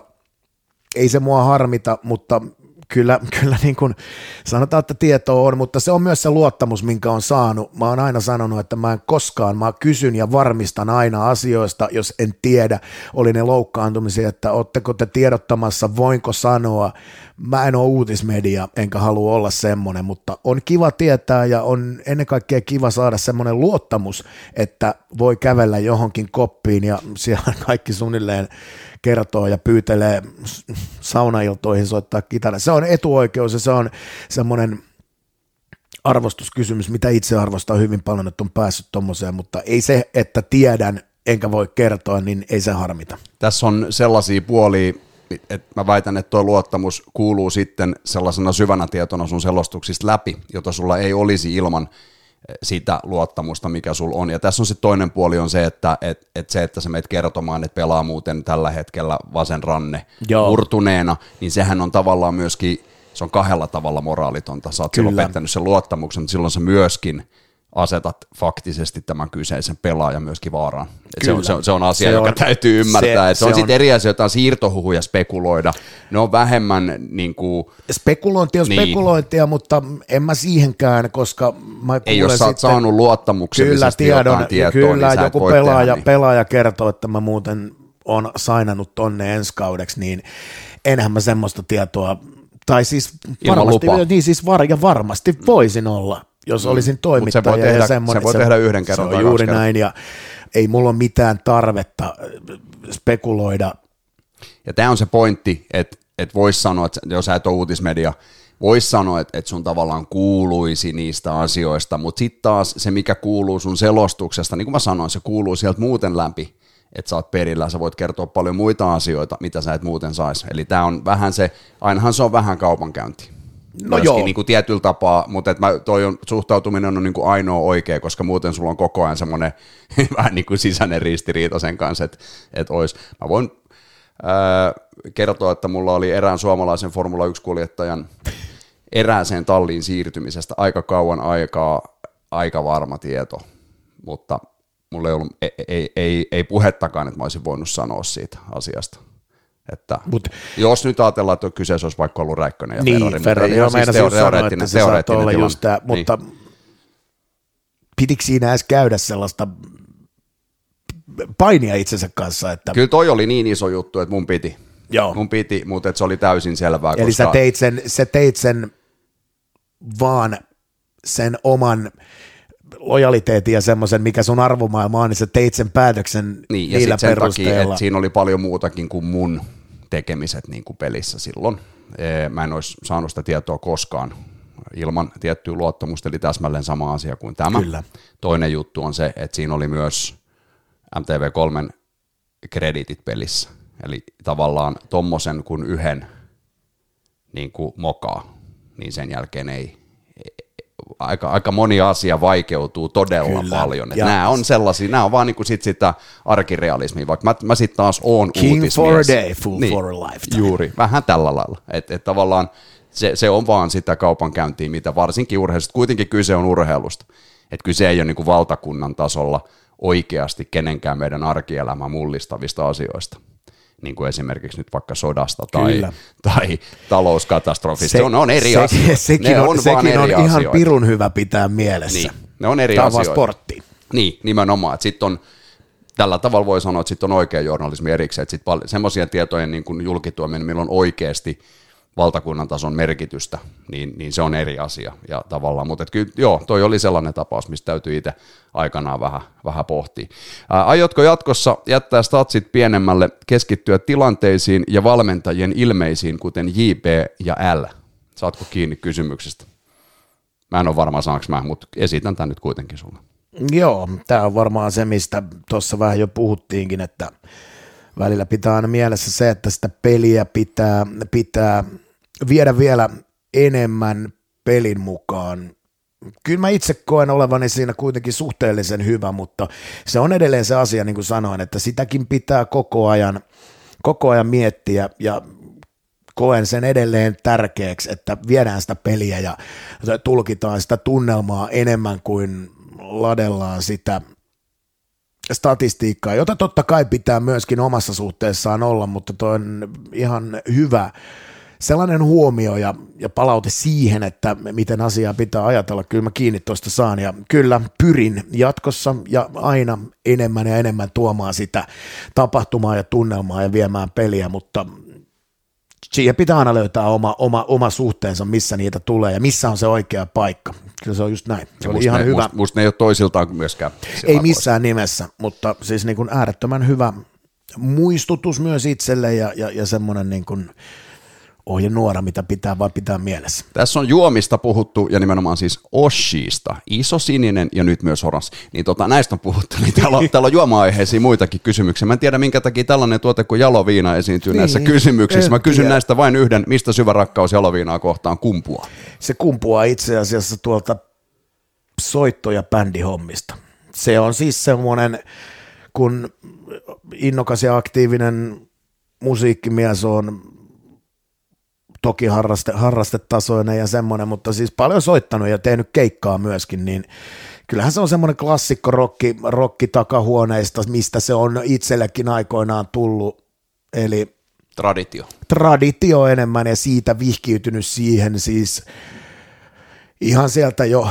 ei se mua harmita, mutta kyllä, kyllä niin kuin sanotaan, että tietoa on, mutta se on myös se luottamus, minkä on saanut. Mä oon aina sanonut, että mä en koskaan, mä kysyn ja varmistan aina asioista, jos en tiedä, oli ne loukkaantumisia, että ootteko te tiedottamassa, voinko sanoa. Mä en ole uutismedia, enkä halua olla semmoinen, mutta on kiva tietää ja on ennen kaikkea kiva saada semmoinen luottamus, että voi kävellä johonkin koppiin ja siellä kaikki suunnilleen kertoo ja pyytelee saunailtoihin soittaa kitara. Se on etuoikeus ja se on semmoinen arvostuskysymys, mitä itse arvostaa hyvin paljon, että on päässyt tommoseen, mutta ei se, että tiedän enkä voi kertoa, niin ei se harmita. Tässä on sellaisia puolia, että mä väitän, että tuo luottamus kuuluu sitten sellaisena syvänä tietona sun selostuksista läpi, jota sulla ei olisi ilman sitä luottamusta, mikä sulla on. Ja tässä on se toinen puoli on se, että et, et se, että sä meet kertomaan, että pelaa muuten tällä hetkellä vasen ranne Joo. murtuneena, niin sehän on tavallaan myöskin, se on kahdella tavalla moraalitonta. Sä oot silloin pettänyt sen luottamuksen, mutta silloin sä myöskin asetat faktisesti tämän kyseisen pelaajan myöskin vaaraan. Se on, se, on, se on asia, se joka on, täytyy ymmärtää. Se, se, se on, on sitten eri asia, jotain siirtohuhuja spekuloida. Ne on vähemmän niin kuin... Spekulointi on niin. spekulointia, mutta en mä siihenkään, koska mä ei jos sä oot sitten, saanut luottamuksellisesti kyllä, tiedon, jotain tietoa, kyllä, niin joku pelaaja, niin. pelaaja kertoo, että mä muuten on sainannut tonne ensi kaudeksi, niin enhän mä semmoista tietoa, tai siis varmasti, niin siis var, ja varmasti voisin olla. Jos olisin toimittaja se voi tehdä, ja semmoinen. Se voi tehdä yhden kerran. Se on juuri kerran. Näin ja ei mulla ole mitään tarvetta spekuloida. Ja tämä on se pointti, että et voisi sanoa, että jos sä et ole uutismedia, voisi sanoa, että et sun tavallaan kuuluisi niistä asioista, mutta sitten taas se, mikä kuuluu sun selostuksesta, niin kuin mä sanoin, se kuuluu sieltä muuten läpi, että sä oot perillä, sä voit kertoa paljon muita asioita, mitä sä et muuten saisi. Eli tämä on vähän se, ainahan se on vähän kaupankäynti. No joo. Niin kuin tietyllä tapaa, mutta et mä, toi on, suhtautuminen on niin kuin ainoa oikea, koska muuten sulla on koko ajan semmoinen vähän niin kuin sisäinen ristiriita sen kanssa, että et ois. Mä voin ää, kertoa, että mulla oli erään suomalaisen Formula yksi-kuljettajan erääseen talliin siirtymisestä aika kauan aikaa, aika varma tieto, mutta mulla ei ollut, ei, ei, ei, ei puhettakaan, että mä olisin voinut sanoa siitä asiasta. Että Mut, jos nyt ajatellaan, että kyseessä olisi vaikka ollut Räikkönen ja niin, Ferrari, Ferrari niin, siis teore- teoreettinen, se teoreettinen olla just tämä, niin. Mutta pitikö siinä edes käydä sellaista painia itsensä kanssa? Että... Kyllä toi oli niin iso juttu, että mun piti, Joo. mun piti mutta että se oli täysin selvää. Eli koska... sä, teit sen, sä teit sen vaan sen oman lojaliteetin ja semmoisen, mikä sun arvomaailma on, niin sä teit sen päätöksen niin, niillä ja sen perusteella. Takia, että siinä oli paljon muutakin kuin mun tekemiset niin kuin pelissä silloin. Mä en olisi saanut sitä tietoa koskaan ilman tiettyä luottamusta, eli täsmälleen sama asia kuin tämä. Kyllä. Toinen juttu on se, että siinä oli myös M T V kolme kreditit pelissä, eli tavallaan tommosen kuin yhden niin kuin mokaa, niin sen jälkeen ei aika, aika moni asia vaikeutuu todella Kyllä. paljon. Nämä on sellaisia, nämä on vaan niin kuin sit sitä arkirealismia, vaikka mä, mä sitten taas oon King uutismies. King for a day, fool niin, for a lifetime. Juuri, vähän tällä lailla. Että et tavallaan se, se on vaan sitä kaupankäyntiä, mitä varsinkin urheilusta, kuitenkin kyse on urheilusta. Että kyse ei ole niin kuin valtakunnan tasolla oikeasti kenenkään meidän arkielämää mullistavista asioista. Niin kuin esimerkiksi nyt vaikka sodasta tai, tai talouskatastrofista. Se, se on, on eri se, asia. Sekin ne on, on, sekin on ihan pirun hyvä pitää mielessä. Niin, ne on eri Tämä asioita. sportti. Niin, nimenomaan. Sitten on, tällä tavalla voi sanoa, että sitten on oikea journalismi erikseen. Että sitten semmoisia tietojen niin kuin julkituominen, millä on oikeasti valtakunnan tason merkitystä, niin, niin se on eri asia. Ja tavallaan, mutta kyllä, joo, toi oli sellainen tapaus, mistä täytyy itse aikanaan vähän, vähän pohtia. Ää, aiotko jatkossa jättää statsit pienemmälle, keskittyä tilanteisiin ja valmentajien ilmeisiin, kuten J P ja L? Saatko kiinni kysymyksestä? Mä en ole varma saanko mä, mutta esitän tämän nyt kuitenkin sulle. Joo, tämä on varmaan se, mistä tuossa vähän jo puhuttiinkin, että välillä pitää aina mielessä se, että sitä peliä pitää, pitää viedä vielä enemmän pelin mukaan. Kyllä mä itse koen olevani siinä kuitenkin suhteellisen hyvä, mutta se on edelleen se asia, niin kuin sanoin, että sitäkin pitää koko ajan, koko ajan miettiä ja koen sen edelleen tärkeäksi, että viedään sitä peliä ja tulkitaan sitä tunnelmaa enemmän kuin ladellaan sitä statistiikkaa, jota totta kai pitää myöskin omassa suhteessaan olla, mutta toi on ihan hyvä sellainen huomio ja, ja palaute siihen, että miten asiaa pitää ajatella. Kyllä mä kiinni tuosta saan ja kyllä pyrin jatkossa ja aina enemmän ja enemmän tuomaan sitä tapahtumaa ja tunnelmaa ja viemään peliä, mutta siihen pitää aina löytää oma, oma, oma suhteensa, missä niitä tulee ja missä on se oikea paikka. Kyllä se on just näin. Se oli ihan ne, hyvä. Musta, musta ne ei ole toisiltaan myöskään. Ei missään nimessä, mutta siis niin kuin äärettömän hyvä muistutus myös itselle ja, ja, ja semmoinen niin kuin ohjenuora, mitä pitää vaan pitää mielessä. Tässä on juomista puhuttu ja nimenomaan siis Oshista, iso sininen ja nyt myös oranssi. Niin tota, näistä on puhuttu, niin täällä on, täällä on juoma-aiheisiä muitakin kysymyksiä. Mä en tiedä minkä takia tällainen tuote kuin jaloviina esiintyy niin, näissä kysymyksissä. Mä kysyn tiedä. näistä vain yhden, mistä syvä rakkaus jaloviinaa kohtaan kumpuaa? Se kumpuaa itse asiassa tuolta soitto- ja bändihommista. Se on siis semmoinen, kun innokas ja aktiivinen musiikkimies on toki harraste, harrastetasoinen ja semmoinen, mutta siis paljon soittanut ja tehnyt keikkaa myöskin, niin kyllähän se on semmoinen klassikko rokki, rokki takahuoneista, mistä se on itsellekin aikoinaan tullut, eli traditio. Traditio enemmän ja siitä vihkiytynyt siihen siis ihan sieltä jo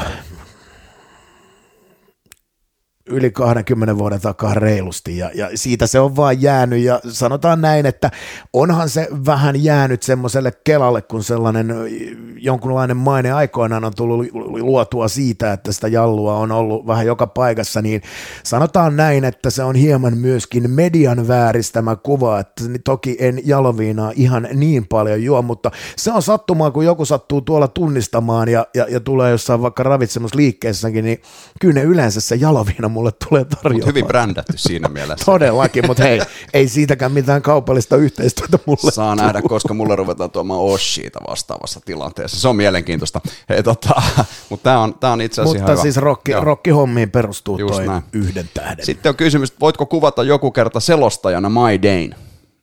yli kaksikymmentä vuoden takaa reilusti ja, ja siitä se on vaan jäänyt ja sanotaan näin, että onhan se vähän jäänyt semmoiselle kelalle, kun sellainen jonkunlainen maine aikoinaan on tullut luotua siitä, että sitä jallua on ollut vähän joka paikassa, niin sanotaan näin, että se on hieman myöskin median vääristämä kuva, että toki en jaloviinaa ihan niin paljon juo, mutta se on sattumaa, kun joku sattuu tuolla tunnistamaan ja, ja, ja tulee jossain vaikka ravitsemusliikkeessäkin, niin kyllä ne yleensä se jaloviina mulle tulee tarjoamaan. Mut hyvin brändätty siinä mielessä. Todellakin, mutta hei, ei siitäkään mitään kaupallista yhteistyötä mulle. Saa nähdä, koska mulle ruvetaan tuomaan Oshiita vastaavassa tilanteessa. Se on mielenkiintoista. Hei, tota, mutta tämä on, tää on itse asiassa mutta ihan siis hyvä. Rokki, rokkihommiin perustuu Just toi näin. yhden tähden. Sitten on kysymys, voitko kuvata joku kerta selostajana My Dayn?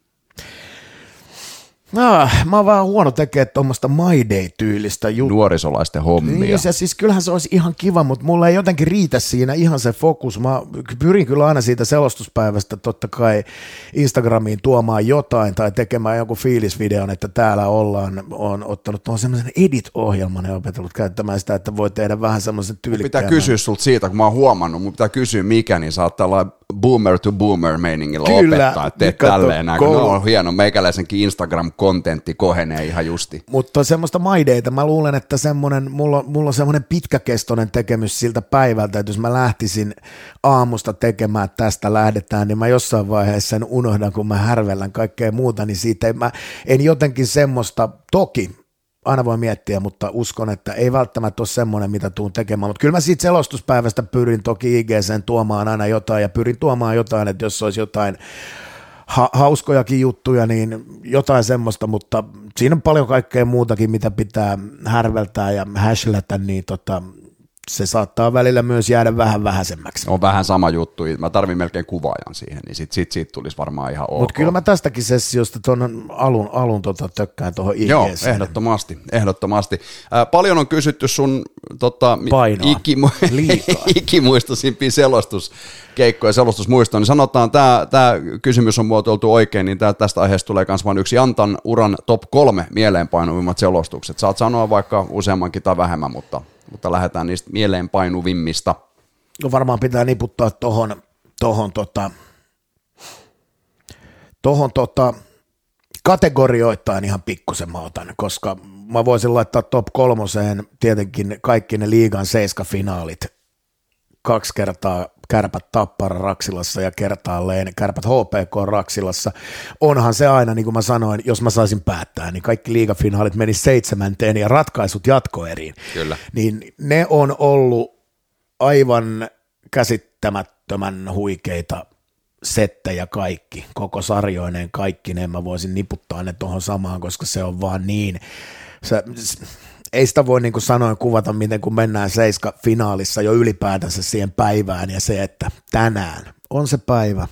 No, mä oon vähän huono tekemään tuommoista My Day-tyylistä juttua. Nuorisolaisten hommia. Niin, se, siis kyllähän se olisi ihan kiva, mutta mulla ei jotenkin riitä siinä ihan se fokus. Mä pyrin kyllä aina siitä selostuspäivästä totta kai Instagramiin tuomaan jotain tai tekemään jonkun fiilisvideon, että täällä ollaan. Olen ottanut tuohon semmoisen edit-ohjelman ja opetellut käyttämään sitä, että voi tehdä vähän semmoisen tyylikkään. Pitää kysyä sulta siitä, kun mä oon huomannut, mun pitää kysyä mikä, niin sä oot tällainen boomer to boomer meiningillä kyllä, opettaa, että teet tälleen näin, kun ne on hieno, meikäläisenkin Instagram-kontentti kohenee ihan justi. Mutta semmoista My Daytä, mä luulen, että semmoinen, mulla, mulla on semmoinen pitkäkestoinen tekemys siltä päivältä, että jos mä lähtisin aamusta tekemään, että tästä lähdetään, niin mä jossain vaiheessa sen unohdan, kun mä härvellän kaikkea muuta, niin siitä en, mä en jotenkin semmoista, toki aina voi miettiä, mutta uskon, että ei välttämättä ole semmoinen, mitä tuun tekemään, mutta kyllä mä siitä selostuspäivästä pyrin toki I G:seen tuomaan aina jotain ja pyrin tuomaan jotain, että jos olisi jotain ha- hauskojakin juttuja, niin jotain semmoista, mutta siinä on paljon kaikkea muutakin, mitä pitää härveltää ja hashlätä, niin tota, se saattaa välillä myös jäädä vähän vähäisemmäksi. On vähän sama juttu, mä tarvin melkein kuvaajan siihen, niin sit, sit siitä tulisi varmaan ihan ok. Mutta kyllä mä tästäkin sessiosta tuon alun, alun tota, tökkään tuohon I G:seen. Joo, ehdottomasti, ehdottomasti. Äh, paljon on kysytty sun tota, ikimu- ikimuistoisimpia selostuskeikkoja, selostusmuistoja, niin sanotaan, tämä tää kysymys on muotoiltu oikein, niin tää, tästä aiheesta tulee myös vain yksi Jantan uran top kolme mieleenpainuvimmat selostukset. Saat sanoa vaikka useammankin tai vähemmän, mutta mutta lähdetään niistä mieleenpainuvimmista. No varmaan pitää niputtaa tohon, tohon, tota, tohon tota, kategorioittain ihan pikkusen mä otan, koska mä voisin laittaa top kolmoseen tietenkin kaikki ne liigan seiska-finaalit. Kaksi kertaa Kärpät Tappara Raksilassa ja kertaalleen Kärpät H P K Raksilassa. Onhan se aina, niin kuin mä sanoin, jos mä saisin päättää, niin kaikki liigafinaalit meni seitsemänteen ja ratkaisut jatkoeriin. Kyllä. Niin ne on ollut aivan käsittämättömän huikeita settejä kaikki, koko sarjoineen kaikki, ne mä voisin niputtaa ne tuohon samaan, koska se on vaan niin, se, ei sitä voi niin kuin sanoin kuvata, miten kun mennään seiska finaalissa jo ylipäätänsä siihen päivään ja se, että tänään on se päivä.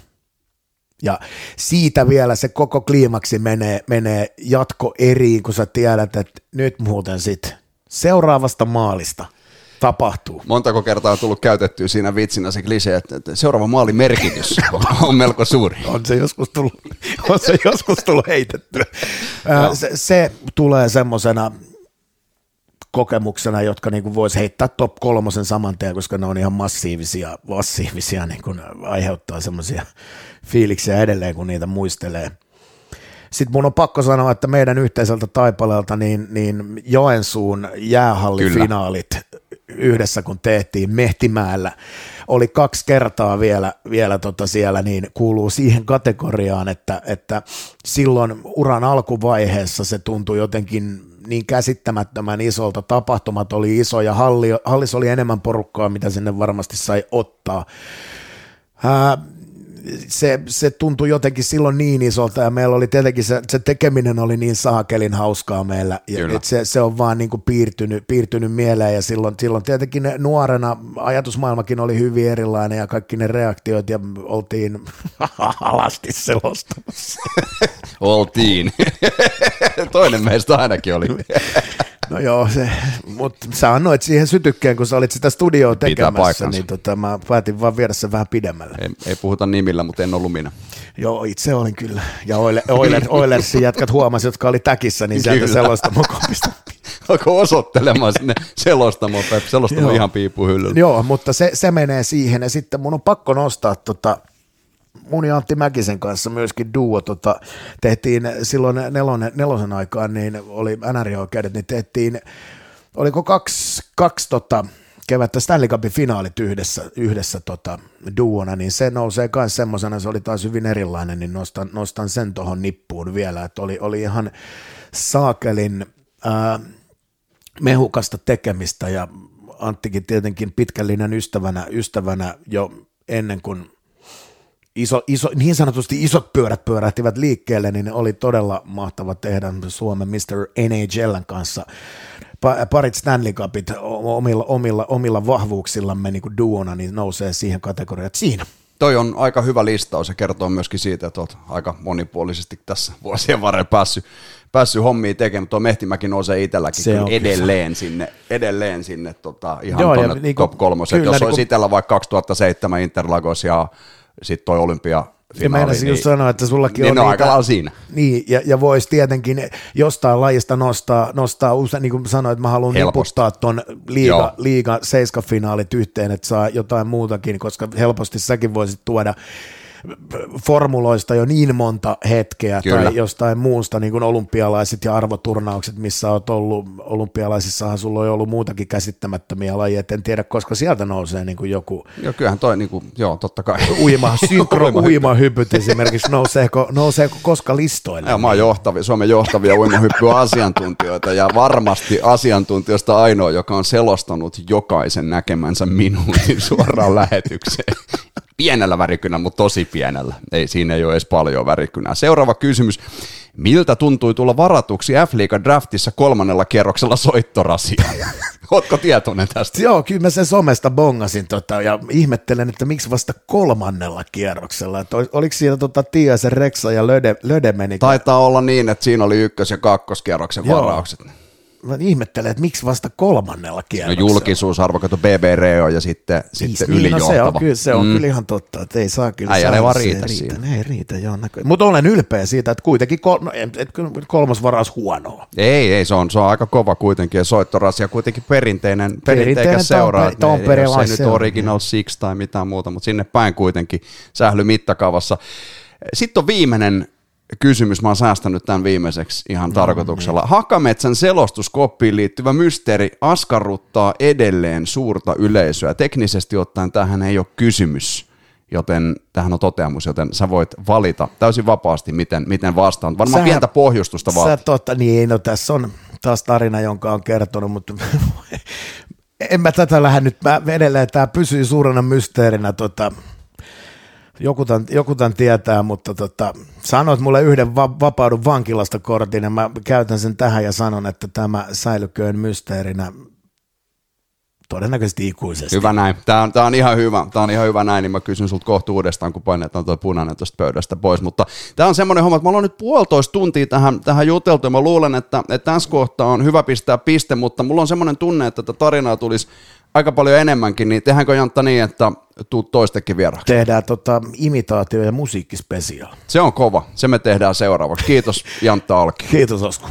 Ja siitä vielä se koko kliimaksi menee, menee jatko eriin, kun sä tiedät, että nyt muuten sit seuraavasta maalista tapahtuu. Montako kertaa on tullut käytettyä siinä vitsinä se klisee, että seuraava maalin merkitys on melko suuri. On se joskus tullut, on se joskus tullut heitettyä. No. Se, se tulee semmoisena kokemuksena, jotka niin voisi heittää top kolmosen saman tien, koska ne on ihan massiivisia, massiivisia niin kuin aiheuttaa semmoisia fiiliksiä edelleen, kun niitä muistelee. Sitten mun on pakko sanoa, että meidän yhteiseltä taipaleelta niin, niin Joensuun jäähallifinaalit yhdessä, kun tehtiin Mehtimäellä, oli kaksi kertaa vielä, vielä tota siellä, niin kuuluu siihen kategoriaan, että, että silloin uran alkuvaiheessa se tuntui jotenkin niin käsittämättömän isolta, tapahtumat oli isoja, halli, hallis oli enemmän porukkaa, mitä sinne varmasti sai ottaa. Ää, se, se tuntui jotenkin silloin niin isolta, ja meillä oli tietenkin se, se tekeminen oli niin saakelin hauskaa meillä, että se, se on vaan niin kuin piirtynyt, piirtynyt mieleen, ja silloin, silloin tietenkin nuorena ajatusmaailmakin oli hyvin erilainen, ja kaikki ne reaktiot, ja oltiin alasti selostamassa. Oltiin. Toinen meistä ainakin oli. No joo, mutta sä annoit siihen sytykkeen, kun sä olit sitä studioa tekemässä, niin tota, mä päätin vaan viedä sen vähän pidemmälle. Ei, ei puhuta nimillä, mutta en ollut minä. Joo, itse olin kyllä. Ja Oilers, Oilersin jätkät huomasi, jotka oli täkissä, niin sieltä selostamon kopista. Alkoi osoittelemaan sinne selostamon, selostamon ihan piipuhyllyllä. Joo, mutta se, se menee siihen, ja sitten mun on pakko nostaa tota, mun ja Antti Mäkisen kanssa myöskin duo, tota, tehtiin silloin nelonen, nelosen aikaan, niin oli N R-oikeudet, niin tehtiin, oliko kaksi, kaksi tota, kevättä Stanley Cupin finaalit yhdessä, yhdessä tota, duona, niin se nousee myös semmoisena, se oli taas hyvin erilainen, niin nostan, nostan sen tuohon nippuun vielä, että oli, oli ihan saakelin ää, mehukasta tekemistä, ja Anttikin tietenkin pitkällinen ystävänä, ystävänä jo ennen kuin Iso, iso, niin sanotusti isot pyörät pyörähtivät liikkeelle, niin oli todella mahtava tehdä Suomen mister N H L:n kanssa parit Stanley Cupit omilla, omilla, omilla vahvuuksillamme niin kuin duona, niin nousee siihen kategoriaan siinä. Toi on aika hyvä listaus ja kertoo myöskin siitä, että olet aika monipuolisesti tässä vuosien varrella päässyt, päässyt hommia tekemään. Tuo Mehtimäki nousee itselläkin edelleen sinne, edelleen sinne tota, ihan Joo, tuonne niin top kolmosen. Jos niin olisi itsellä vaikka kaksituhattaseitsemän Interlagos ja sitten toi olympia. Ja meinasin niin, just sanoa, että sullakin niin on niitä, aika siinä. Niin, ja, ja voisi tietenkin jostain lajista nostaa, nostaa usein, niin kuin sanoin, että mä haluan niputtaa ton liiga, liiga seiska-finaalit yhteen, että saa jotain muutakin, koska helposti säkin voisit tuoda formuloista jo niin monta hetkeä Kyllä. tai jostain muusta, niin kuin olympialaiset ja arvoturnaukset, missä olet ollut, olympialaisissahan sulla on ollut muutakin käsittämättömiä lajeja, en tiedä, koska sieltä nousee niin kuin joku... Joo, kyllähän toi, niin kuin, joo, totta kai. Uima, synkro, uimahypyt esimerkiksi, nouseeko, nouseeko koska listoille? Ja, mä oon johtavia, Suomen johtavia uimahyppyasiantuntijoita, ja varmasti asiantuntijoista ainoa, joka on selostanut jokaisen näkemänsä minuutin suoraan lähetykseen. Pienellä värikynä, mutta tosi pienellä. Ei, siinä ei ole edes paljon värikynää. Seuraava kysymys. Miltä tuntui tulla varatuksi F-liigan draftissa kolmannella kierroksella soittorasia? Ootko tietoinen tästä? Joo, kyllä mä sen somesta bongasin tota, ja ihmettelen, että miksi vasta kolmannella kierroksella. Että oliko siinä tota, Tiasen, Reksa ja Löde, Lödemeni? Taitaa olla niin, että siinä oli ykkös- ja kakkoskierroksen Joo. varaukset. Mä ihmettelen, että miksi vasta kolmannella kierroksella. No julkisuusarvo, kato B B Reo ja sitten, siis, sitten niin, ylijohtava. No se on, kyllä, se on mm. kyllä ihan totta, että ei saa kyllä. Äijä ne vaan riitä siinä. Ne ei riitä, joo näköjään. Mutta olen ylpeä siitä, että kuitenkin kol, no, et, et, kolmas varaus huonoa. Ei, ei, se on, se on aika kova kuitenkin ja soittorasia kuitenkin perinteinen, perinteikäs seura. Tampere, ei, ei se nyt Original Six tai mitään muuta, mutta sinne päin kuitenkin sähly mittakaavassa. Sitten on viimeinen kysymys, mä oon säästänyt tämän viimeiseksi ihan no, tarkoituksella. Niin. Hakametsän selostuskoppiin liittyvä mysteeri askarruttaa edelleen suurta yleisöä. Teknisesti ottaen tähän ei ole kysymys, joten tähän on toteamus, joten sä voit valita täysin vapaasti, miten, miten vastaan. Varmaan sä, pientä pohjustusta vaatii. Sä totta, niin no tässä on taas tarina, jonka on kertonut, mutta en mä tätä lähde nyt, mä edelleen tämä pysyy suurena mysteerinä, tota, Joku tämän, joku tämän tietää, mutta tota, sanoit mulle yhden va- vapaudun vankilasta kortin ja mä käytän sen tähän ja sanon, että tämä säilyköön mysteerinä todennäköisesti ikuisesti. Hyvä näin. Tämä on, tämä on ihan hyvä. Tämä on ihan hyvä näin, niin mä kysyn sulta kohta uudestaan, kun painetaan tuo punainen tuosta pöydästä pois. Mutta tämä on semmoinen homma, että me ollaan nyt puolitoista tuntia tähän, tähän juteltu ja mä luulen, että, että tässä kohtaa on hyvä pistää piste, mutta mulla on semmoinen tunne, että tätä tarinaa tulisi aika paljon enemmänkin, niin tehdäänkö Jantta niin, että tuut toistekin vieraaksi? Tehdään tota imitaatio- ja musiikkispesiaali. Se on kova. Se me tehdään seuraavaksi. Kiitos Jantta Alki. Kiitos Osku.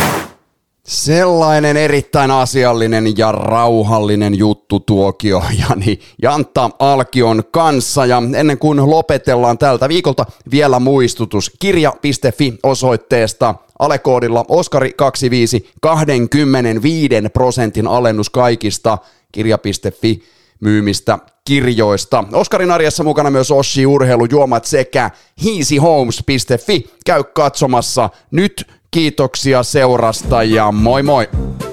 Sellainen erittäin asiallinen ja rauhallinen juttutuokio Jani Jantta Alkion kanssa. Ja ennen kuin lopetellaan tältä viikolta, vielä muistutus kirja piste fi osoitteesta. Alekoodilla Oskari kaksikymmentäviisi, kaksikymmentäviisi prosentin alennus kaikista kirja piste fi myymistä kirjoista. Oskarin arjessa mukana myös Oshi urheilujuomat sekä easy homes piste fi. Käy katsomassa nyt. Kiitoksia seurasta ja moi moi!